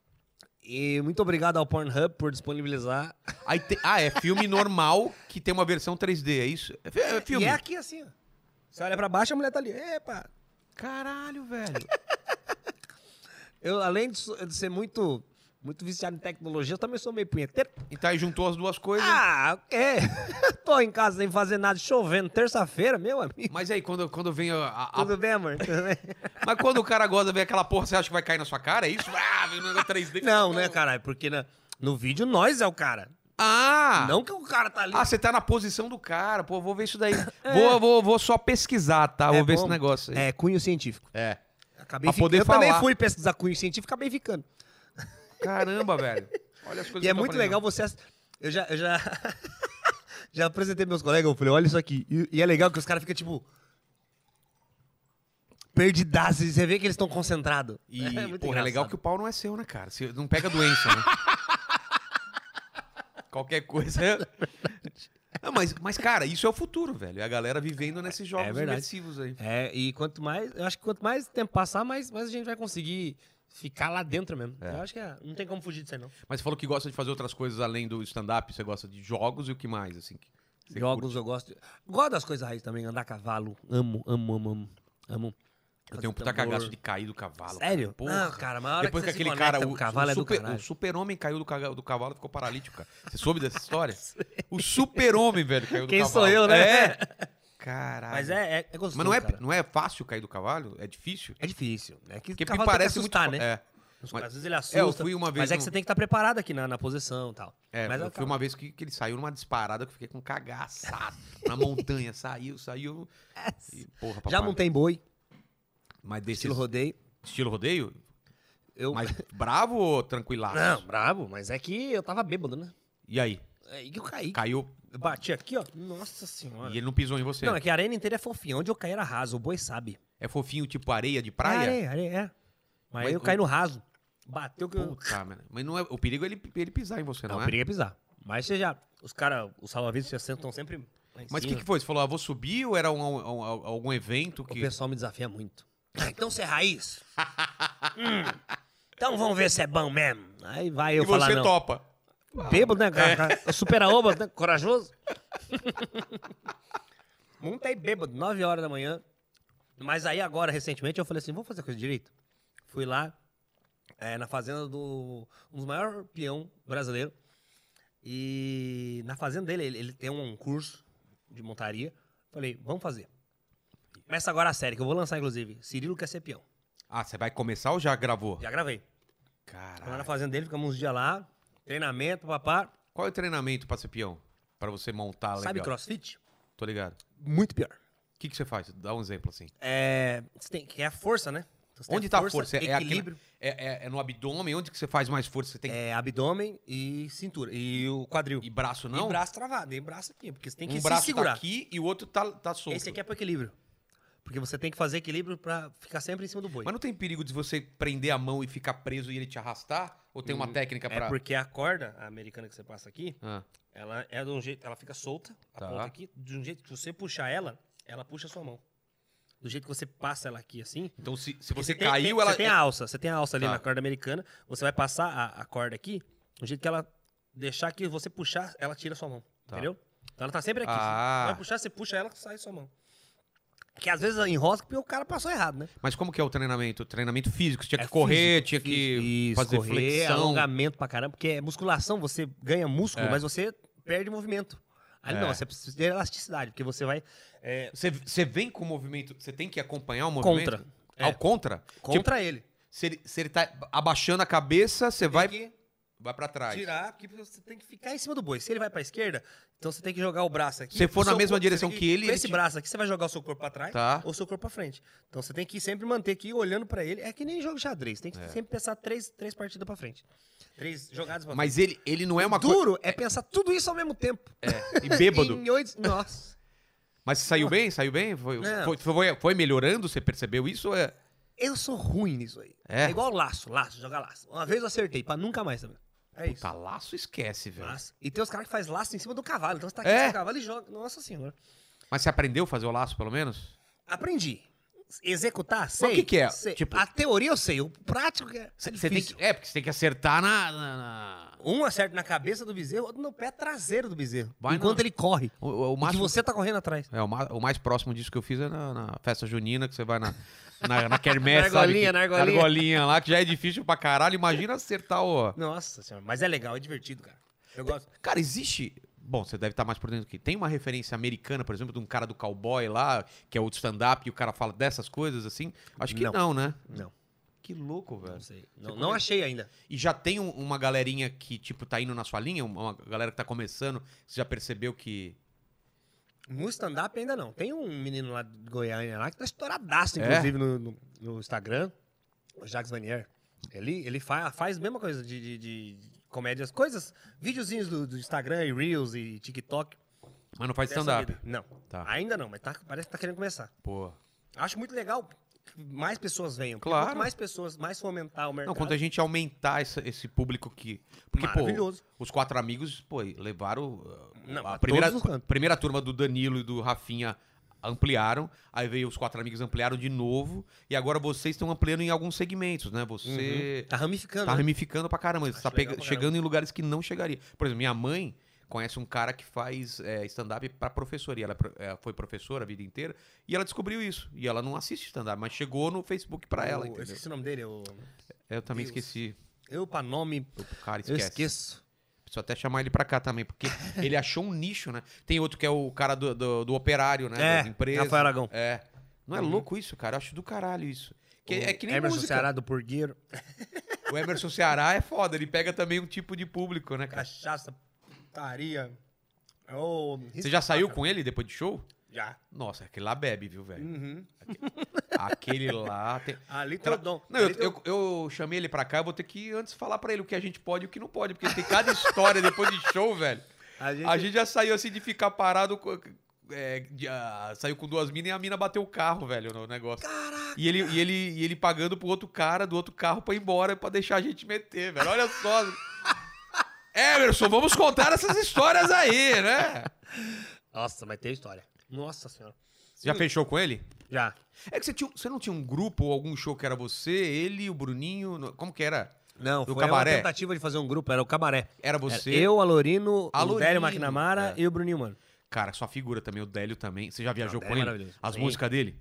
E muito obrigado ao Pornhub por disponibilizar. Aí tem- Ah, é filme normal que tem uma versão três D, é isso? É, fi- é filme. E é aqui assim, ó. Você olha pra baixo, a mulher tá ali. Epa! Caralho, velho. Eu, além de, so- de ser muito, muito viciado em tecnologia, eu também sou meio punheteiro. E tá aí juntou as duas coisas. Ah, é. Tô em casa sem fazer nada, chovendo, terça-feira, meu amigo. Mas aí, quando, quando vem a. a- a- Tudo bem, amor? Tudo bem? Mas quando o cara gosta de ver aquela porra, você acha que vai cair na sua cara? É isso? Ah, vem um negócio três D. Não, né, caralho? Porque na- no vídeo nós é o cara. Ah! Não que o cara tá ali. Ah, você tá na posição do cara. Pô, vou ver isso daí. Vou, vou, vou só pesquisar, tá? É vou ver bom. esse negócio aí. É, cunho científico. É. Acabei Pra ficando. poder Eu também falar. fui pesquisar cunho científico, acabei ficando. Caramba, velho. Olha as coisas E que é eu tô muito aprendendo. legal você. ass- Eu já. Eu já... já apresentei meus colegas, eu falei, olha isso aqui. E, e é legal que os caras ficam, tipo. Perdidaços. e Você vê que eles estão concentrados. E, é muito porra, é legal engraçado. que o pau não é seu, né, cara? Você não pega doença, né? Qualquer coisa. Não, mas, mas, cara, isso é o futuro, velho. É a galera vivendo nesses jogos verdade. imersivos aí. É, e quanto mais. Eu acho que quanto mais tempo passar, mais, mais a gente vai conseguir ficar lá dentro mesmo. É. Eu acho que é, não tem como fugir disso aí, não. Mas você falou que gosta de fazer outras coisas além do stand-up. Você gosta de jogos e o que mais, assim? que você Jogos eu gosto. Gosto das coisas raiz também, andar a cavalo. Amo, amo, amo, amo. Amo. Eu tenho um puta tambor. cagaço de cair do cavalo. Sério? Cara. Porra. Não, cara, mas a hora Depois que que, você aquele se conecta cara, com o, o cavalo o é do super, caralho. o super-homem caiu do, caga- do cavalo e ficou paralítico, cara. Você soube dessa história? O super-homem, velho, caiu do Quem cavalo. sou eu, né? É. Caralho. Mas é, é, é gostoso, Mas não é, cara. não é fácil cair do cavalo? É difícil? É difícil. É que Porque o me cavalo parece tem que assustar, muito... né? É. Mas- Às vezes ele assusta. É, eu fui uma vez Mas é que no- você tem que estar preparado aqui na, na posição e tal. É, mas eu é fui uma vez que, que ele saiu numa disparada que eu fiquei com cagaçado. Na montanha, saiu, saiu. E, porra, papai. Já montei em boi, Mas desse estilo rodeio. estilo rodeio? Eu... Mas bravo ou tranquilaço? Não, bravo, mas é que eu tava bêbado, né? E aí? É aí que eu caí. Caiu Eu bati aqui, ó. Nossa senhora. e ele não pisou em você? Não, é que a arena inteira é fofinha. Onde eu caí era raso, o boi sabe. É fofinho, tipo areia de praia? É areia, areia, é. Mas, Mas eu o- caí no raso. Bateu que eu... Puta, mano. Mas não é, o perigo é ele, ele pisar em você, não, Não, o é? perigo é pisar. Mas você já... Os caras, os salva-vidas já sentam sempre lá em Mas o que, cima. que foi? Você falou, ah, vou subir ou era um- um- um- algum evento O que... pessoal me desafia muito. Ah, então você é raiz? Hum, então vamos ver se é bom mesmo. Aí vai eu E falar você não. topa. Bêbado, né? É. Super aoba, né? Corajoso. Montei bêbado, nove horas da manhã. Mas aí agora, recentemente, eu falei assim, vamos fazer a coisa direito. Fui lá, é, na fazenda do... um dos maiores peão brasileiro. E na fazenda dele, ele, ele tem um curso de montaria. Falei, vamos fazer. Começa agora a série, que eu vou lançar, inclusive. Cirilo quer ser peão. Ah, você vai começar ou já gravou? Já gravei. Caralho. Lá na fazenda dele, ficamos uns dias lá. Treinamento, papá. Qual é o treinamento pra ser peão? Pra você montar legal? Sabe crossfit? Tô ligado. Muito pior. O que, que você faz? Dá um exemplo assim. É, você tem, que é a força, né? Então, você Onde tem tá a força? É, equilíbrio. aqui, é, é, é no abdômen? Onde que você faz mais força? Você tem É abdômen e cintura. E o quadril. E braço não? E braço travado. E braço aqui. Porque você tem que um se braço segurar. tá aqui e o outro tá, tá solto. Esse aqui é pro equilíbrio. Porque você tem que fazer equilíbrio pra ficar sempre em cima do boi. Mas não tem perigo de você prender a mão e ficar preso e ele te arrastar? Ou tem uma Hum, técnica pra... É porque a corda, a americana que você passa aqui, Ah, ela é de um jeito... Ela fica solta, a Tá. ponta aqui. De um jeito que você puxar ela, ela puxa a sua mão. Do jeito que você passa ela aqui assim... então se, se porque você tem- caiu, tem, ela... Você tem a alça. Você tem a alça ali Tá. na corda americana. Você vai passar a, a corda aqui, do jeito que ela... Deixar que você puxar, ela tira a sua mão. Tá. Entendeu? Então ela tá sempre aqui. Ah. Você vai puxar, você puxa ela, sai a sua mão. Que às vezes enrosca porque o cara passou errado, né? Mas como que é o treinamento? Treinamento físico? Você tinha É que correr, físico, tinha que físico. Isso, fazer correr, flexão. alongamento pra caramba, porque é musculação, você ganha músculo, É. mas você perde movimento. Ali É. não, você precisa ter elasticidade, porque você vai é, Você, você vem com o movimento, você tem que acompanhar o movimento? contra. Ao É, contra? contra Tipo, ele. se ele, se ele tá abaixando a cabeça, você vai, Tem que vai pra trás. tirar, porque você tem que ficar em cima do boi. Se ele vai pra esquerda, então você tem que jogar o braço aqui. Se for o na seu mesma corpo- direção você tem que ele, Com ele esse te- braço aqui, você vai jogar o seu corpo pra trás Tá. ou o seu corpo pra frente. Então você tem que sempre manter aqui, olhando pra ele. É que nem jogo de xadrez, tem que sempre pensar três, três partidas pra frente. Três jogadas pra frente. Mas ele, ele não é uma coisa... Duro é pensar tudo isso ao mesmo tempo. E bêbado. Em oito... Nossa. Mas saiu bem? Saiu bem? Foi, Não. foi, foi, foi melhorando? Você percebeu isso? Ou é... Eu sou ruim nisso aí. É? É, igual laço, laço, jogar laço. Uma vez eu acertei, pra nunca mais também. É isso. Puta, laço esquece, velho. Laço. E tem os caras que fazem laço em cima do cavalo. Então você tá aqui É? em cima do cavalo e joga. Nossa senhora. Mas você aprendeu a fazer o laço, pelo menos? Aprendi. Executar, sei. o que que é? Sei. Tipo- A teoria eu sei, o prático é, é Você tem difícil. que, é, porque você tem que acertar na... na- na- Um acerta na cabeça do bezerro, outro no pé traseiro do bezerro. Vai enquanto na- ele corre. O, o E que máximo... você tá correndo atrás. É, o, ma- o mais próximo disso que eu fiz é na, na festa junina, que você vai na, na, na quermesse, Na argolinha, sabe? na que- argolinha. argolinha lá, que já é difícil pra caralho. Imagina acertar o... Nossa senhora, mas é legal, é divertido, cara. Eu gosto. Cara, existe... Bom, você deve estar mais por dentro aqui. Tem uma referência americana, por exemplo, de um cara do cowboy lá, que é o stand-up, e o cara fala dessas coisas assim? Acho que não, Não. né? Não, Que louco, velho. não sei. Não, Você não come- achei ainda. E já tem um- uma galerinha que, tipo, tá indo na sua linha? Uma galera que tá começando, você já percebeu que... No stand-up ainda não. Tem um menino lá de Goiânia lá que tá estouradaço, É? inclusive, no, no- no Instagram. O Jacques Vanier. Ele, ele fa, faz a mesma coisa de, de, de comédias, coisas, videozinhos do, do Instagram e Reels e TikTok. Mas não faz dessa stand-up. vida. Não. Tá. Ainda não, mas tá- parece que tá querendo começar. Pô. Acho muito legal que mais pessoas venham. porque Claro. Quanto mais pessoas, mais fomentar o mercado. Não, quando a gente aumentar essa- esse público que... Porque, pô, Maravilhoso. os quatro amigos, pô, levaram... uh, Não, a a primeira, todos os cantos. primeira turma do Danilo e do Rafinha ampliaram, aí veio os quatro amigos ampliaram de novo, e agora vocês estão ampliando em alguns segmentos, né? Você Tá ramificando. tá né? ramificando pra caramba, você Acho tá legal pega- pra chegando em lugares que não chegaria. Por exemplo, minha mãe conhece um cara que faz é, stand-up pra professoria. Ela é pro- é, foi professora a vida inteira e ela descobriu isso. E ela não assiste stand-up, mas chegou no Facebook pra ela, O- eu entendeu? esqueci o nome dele. O, Eu também Deus. esqueci. eu, pra nome, O cara eu esquece. esqueço. Preciso até chamar ele pra cá também, porque ele achou um nicho, né? Tem outro que é o cara do, do, do operário, né? É, das empresas. Rafael Aragão. É. Não é Uhum. louco isso, cara? Eu acho do caralho isso. Que, é que nem Emerson música. Ceará do Purgueiro. O Emerson Ceará é foda, ele pega também um tipo de público, né, cara? Cachaça, putaria. Oh, Você já saiu com ele depois de show? Já. Nossa, aquele lá bebe, viu, velho? Uhum. Aquele lá... Tem... Ali tem Cara, o dom. Não, eu, Ali tem o- eu, eu chamei ele pra cá, eu vou ter que antes falar pra ele o que a gente pode e o que não pode, porque tem cada história depois de show, velho. A gente, A gente já saiu assim de ficar parado, co- é, de, ah, saiu com duas minas e a mina bateu o carro, velho, no negócio. Caraca! E ele, e, ele, e ele pagando pro outro cara do outro carro pra ir embora, pra deixar a gente meter, velho. Olha só. Emerson, vamos contar essas histórias aí, né? Nossa, mas tem história. Nossa senhora. Você já fechou com ele? Já. É que você, tinha, você não tinha um grupo ou algum show que era você, ele, o Bruninho, no- como que era? Não, do foi Cabaré? uma tentativa de fazer um grupo, era o Cabaré. Era você? Era eu, Alorino, Alorino, o Délio McNamara é. e o Bruninho, mano. Cara, sua figura também, o Délio também. Você já viajou Não, o com Délio é ele? maravilhoso. As Sim. músicas dele?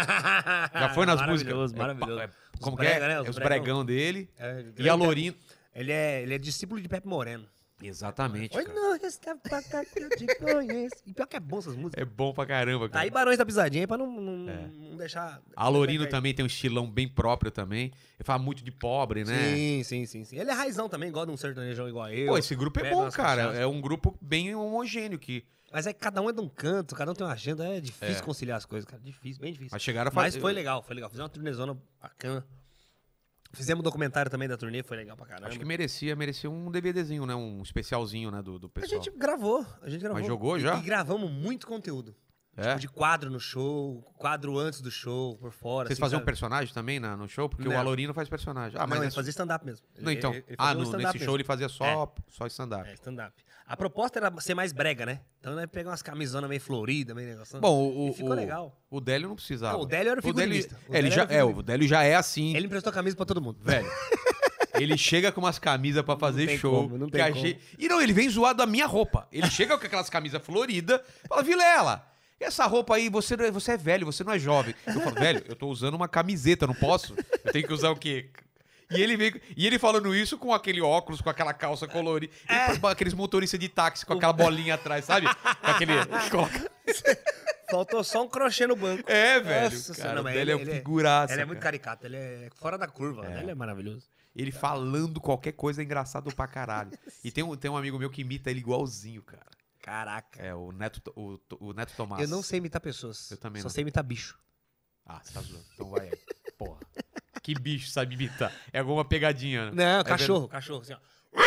Já foi nas músicas? Maravilhoso, maravilhoso. É, Os como brega, que é? né? É Os os bregão. bregão dele. É, E grande Alorino. Ele é, ele é discípulo de Pepe Moreno. Exatamente, Oi, cara. não, está pra cá que eu te conheço. E pior que é bom essas músicas. É bom pra caramba, Tá aí cara. Barões da Pisadinha aí pra não, não, É. não deixar... A Alorino também tem um estilão bem próprio também. Ele fala muito de pobre, né? Sim, sim, sim, sim. Ele é raizão também, gosta de um sertanejão igual eu. Pô, esse grupo é Pega bom, umas cara. cachaças. É um grupo bem homogêneo que... Mas é que cada um é de um canto, cada um tem uma agenda, é difícil conciliar as coisas, cara. Difícil, bem difícil. Mas chegaram a Mas fazer... foi legal, foi legal. Fizemos uma turnezona bacana. Fizemos um documentário também da turnê, foi legal pra caramba. Acho que merecia, merecia um DVDzinho, né? Um especialzinho, né? Do, do A pessoal. gente gravou, a gente gravou. Mas jogou E- já? E, gravamos muito conteúdo. É? Tipo, de quadro no show, quadro antes do show, por fora. Vocês assim, faziam sabe? personagem também na, no show? Porque Não. o Alorino faz personagem. Ah, Não, mas... ele é- fazia stand-up mesmo. Não, então. Ele- ele ah, fazia um no- stand-up nesse mesmo. show ele fazia só, só stand-up. É, stand-up. A proposta era ser mais brega, né? Então, né, pegar umas camisonas meio floridas, meio negócio. Bom, o, E o, ficou o, legal. o Délio não precisava. Não, o Délio era o Délio- figurinista. O é, ele Délio já, era o é, o figurinista. Délio já é assim, Ele emprestou camisa pra todo mundo. velho. Ele chega com umas camisas pra fazer tem show. como, não que tem achei- E não, ele vem zoado da minha roupa. Ele chega com aquelas camisas floridas, fala, Vilela, essa roupa aí, você, não é- você é velho, você não é jovem. Eu falo, velho, eu tô usando uma camiseta, não posso? Eu tenho que usar o quê? E ele, vem, e ele falando isso com aquele óculos, com aquela calça colorida. E aqueles motoristas de táxi com aquela bolinha atrás, sabe? Com aquele... coloca- Faltou só um crochê no banco. É, velho. Nossa cara, Senhora, o mas Délio é um ele- ele é- figuraça. Ele é muito cara. caricato, ele é fora da curva. Ele é maravilhoso. Ele falando qualquer coisa é engraçado pra caralho. E tem um, tem um amigo meu que imita ele igualzinho, cara. Caraca. É, o Neto, o, o Neto Tomás. Eu não sei imitar pessoas. Eu também Só não. sei imitar bicho. Ah, você tá zoando. Então vai aí. Porra. Que bicho sabe imitar? É alguma pegadinha, né? Não, É cachorro, cachorro. Assim, ó.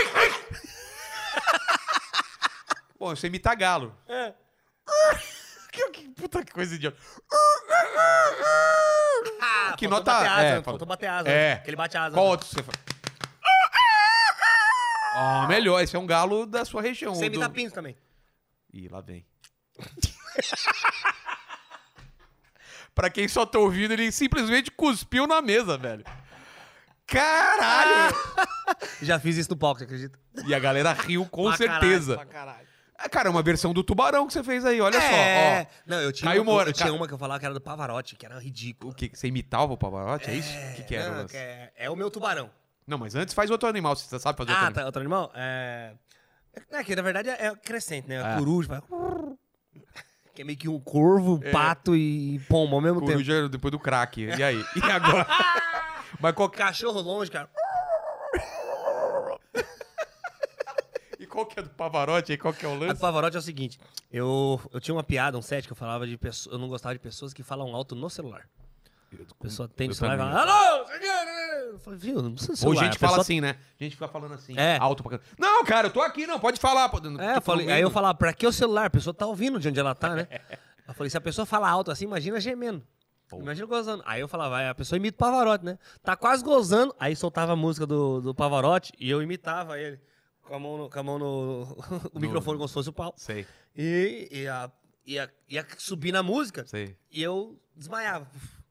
Bom, você imita galo. É. que, que puta que coisa idiota. Ah, Que faltou nota- bater asa, é, faltou faltou- bater asa. É. Que ele bate asa. Qual outro você faz? Ó, melhor. Esse é um galo da sua região. Você do- imita pinto também. Ih, lá vem. Pra quem só tá ouvindo, ele simplesmente cuspiu na mesa, velho. Caralho! Já fiz isso no palco, você acredita? E a galera riu com Pra certeza. Caralho, pra caralho. É, cara, é uma versão do Tubarão que você fez aí, olha É. só. Ó. Não, eu tinha, Caio uma, Moura, eu tinha Ca- uma que eu falava que era do Pavarotti, que era ridículo. O que? Você imitava o Pavarotti? É, isso? O que, que era o Não, lance? que é, é o meu tubarão. Não, mas antes faz outro animal, você sabe fazer outro Ah, animal. tá, outro animal? É... É que na verdade é crescente, né? É. Coruja, vai... Que é meio que um corvo, um pato e pombo ao mesmo tempo. Coruja era depois do crack. E aí? E agora? Mas qual, que- Cachorro longe, cara. e qual que é do Pavarotti aí? Qual que é o A do lance? Pavarotti é o seguinte, eu, eu tinha uma piada, um set que eu falava de pessoas, eu não gostava de pessoas que falam alto no celular. A pessoa tem Eu o celular e também. fala, alô, você quer?" Eu falei, viu, não precisa Ou celular. gente a fala pessoa- assim, né? Gente fica falando assim, É. alto pra caramba. Não, cara, eu tô aqui, não, pode falar. pô. É, eu Tipo, falei, no aí eu meio- falava, pra que o celular? A pessoa tá ouvindo de onde ela tá, né? Eu falei, se a pessoa fala alto assim, imagina gemendo. Pô. Imagina gozando. Aí eu falava, vai, a pessoa imita o Pavarotti, né? Tá quase gozando, aí soltava a música do, do Pavarotti e eu imitava ele. Com a mão no, com a mão no o microfone como se fosse o pau. Sei, E ia, ia, ia subir na música sei. e eu desmaiava.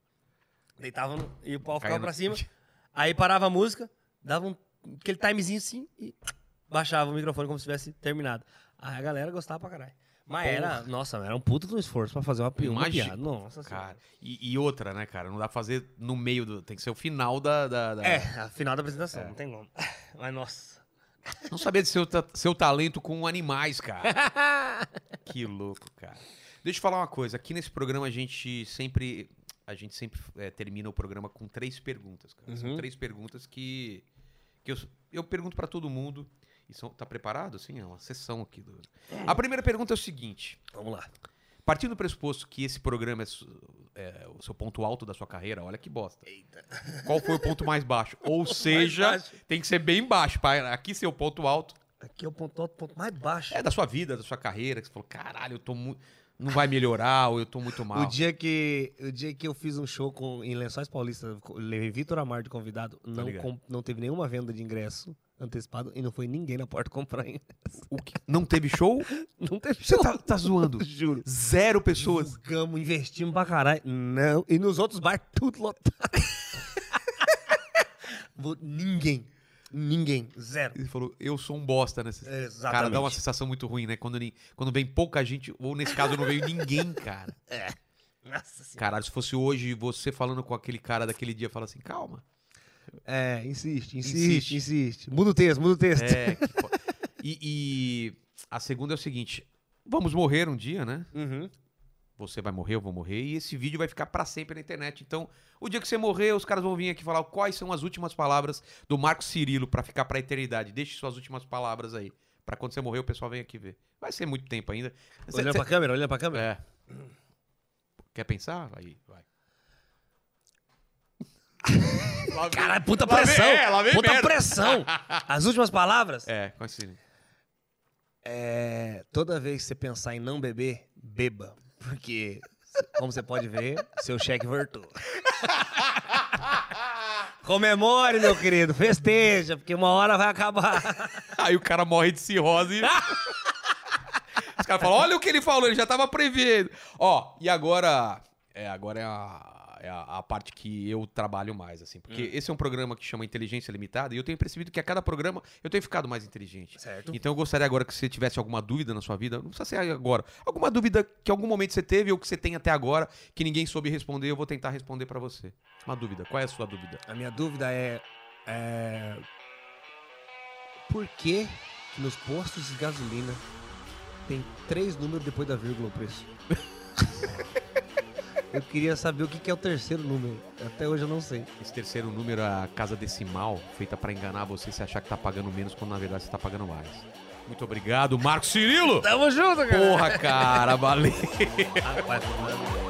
Deitava no, e o pau ficava Caindo. pra cima. Aí parava a música, dava um, aquele timezinho assim e baixava o microfone como se tivesse terminado. Aí a galera gostava pra caralho. Mas era, nossa, era um puto do esforço pra fazer uma, pi- uma Imagina. piada. Nossa Cara, senhora. e, e outra, né, cara? Não dá pra fazer no meio do. Tem que ser o final da. da, da- É, a final da apresentação, não tem como. Mas nossa. Não sabia de seu, ta- seu talento com animais, cara. Que louco, cara. Deixa eu falar uma coisa. Aqui nesse programa a gente sempre. A gente sempre é, termina o programa com três perguntas, cara. São Uhum. três perguntas que. que eu, eu pergunto pra todo mundo. E são, tá preparado? Sim, é uma sessão aqui. Do... A primeira pergunta é o seguinte. Vamos lá. Partindo do pressuposto que esse programa é, su- é o seu ponto alto da sua carreira, olha que bosta. Eita. Qual foi o ponto mais baixo? Ou seja, baixo. tem que ser bem baixo. Para aqui ser o ponto alto Aqui é o ponto alto, ponto mais baixo. é da sua vida, da sua carreira. Que você falou, caralho, eu tô muito. Não vai melhorar, ou eu tô muito mal. O dia, que, o dia que eu fiz um show com, em Lençóis Paulista, levei Vitor Amar de convidado, não, ligado. com- não teve nenhuma venda de ingresso antecipado e não foi ninguém na porta comprar ingresso. O que- Não teve show? Não teve Você show. tá, tá zoando? Juro. Zero pessoas. Divulgamos, investimos pra caralho. Não. E nos outros bares, tudo lotado. Vou- ninguém. Ninguém. Zero. Ele falou, eu sou um bosta nessa. Exatamente. Cara, dá uma sensação muito ruim, né? Quando, nem- quando vem pouca gente, ou nesse caso não veio ninguém, cara. É. Nossa senhora. Caralho, se fosse hoje você falando com aquele cara daquele dia, fala assim, calma. É, insiste, insiste, Insiste. insiste. Muda o texto, muda o texto. É, que fo- e, e a segunda é o seguinte, vamos morrer um dia, né? Uhum. Você vai morrer, eu vou morrer, e esse vídeo vai ficar pra sempre na internet. Então, o dia que você morrer, os caras vão vir aqui falar quais são as últimas palavras do Marcos Cirilo pra ficar pra eternidade. Deixe suas últimas palavras aí. Pra quando você morrer, o pessoal vem aqui ver. Vai ser muito tempo ainda. Cê- Olhando cê- pra câmera, olhando pra câmera. É. Quer pensar? Aí, vai. Caralho, puta Lá vem- pressão. é, lá vem puta merda. pressão. As últimas palavras? É, qual é É, toda vez que você pensar em não beber, beba. Porque, como você pode ver, seu cheque voltou. Comemore, meu querido. Festeja, porque uma hora vai acabar. Aí o cara morre de cirrose. Os caras falam, olha o que ele falou, ele já tava prevendo. Ó, e agora... É, agora é a, é a, a parte que eu trabalho mais, assim. Porque Hum. esse é um programa que chama Inteligência Limitada e eu tenho percebido que a cada programa eu tenho ficado mais inteligente. Certo. Então eu gostaria agora que você tivesse alguma dúvida na sua vida, não precisa ser agora, alguma dúvida que em algum momento você teve ou que você tem até agora, que ninguém soube responder, eu vou tentar responder pra você. Uma dúvida, qual é a sua dúvida? A minha dúvida é, é... Por que, que nos postos de gasolina tem três números depois da vírgula o preço? Eu queria saber o que que é o terceiro número. Até hoje eu não sei. Esse terceiro número é a casa decimal, feita pra enganar você e você achar que tá pagando menos, quando na verdade você tá pagando mais. Muito obrigado, Marcos Cirilo! Tamo junto, cara! Porra, cara, valeu! Rapaz,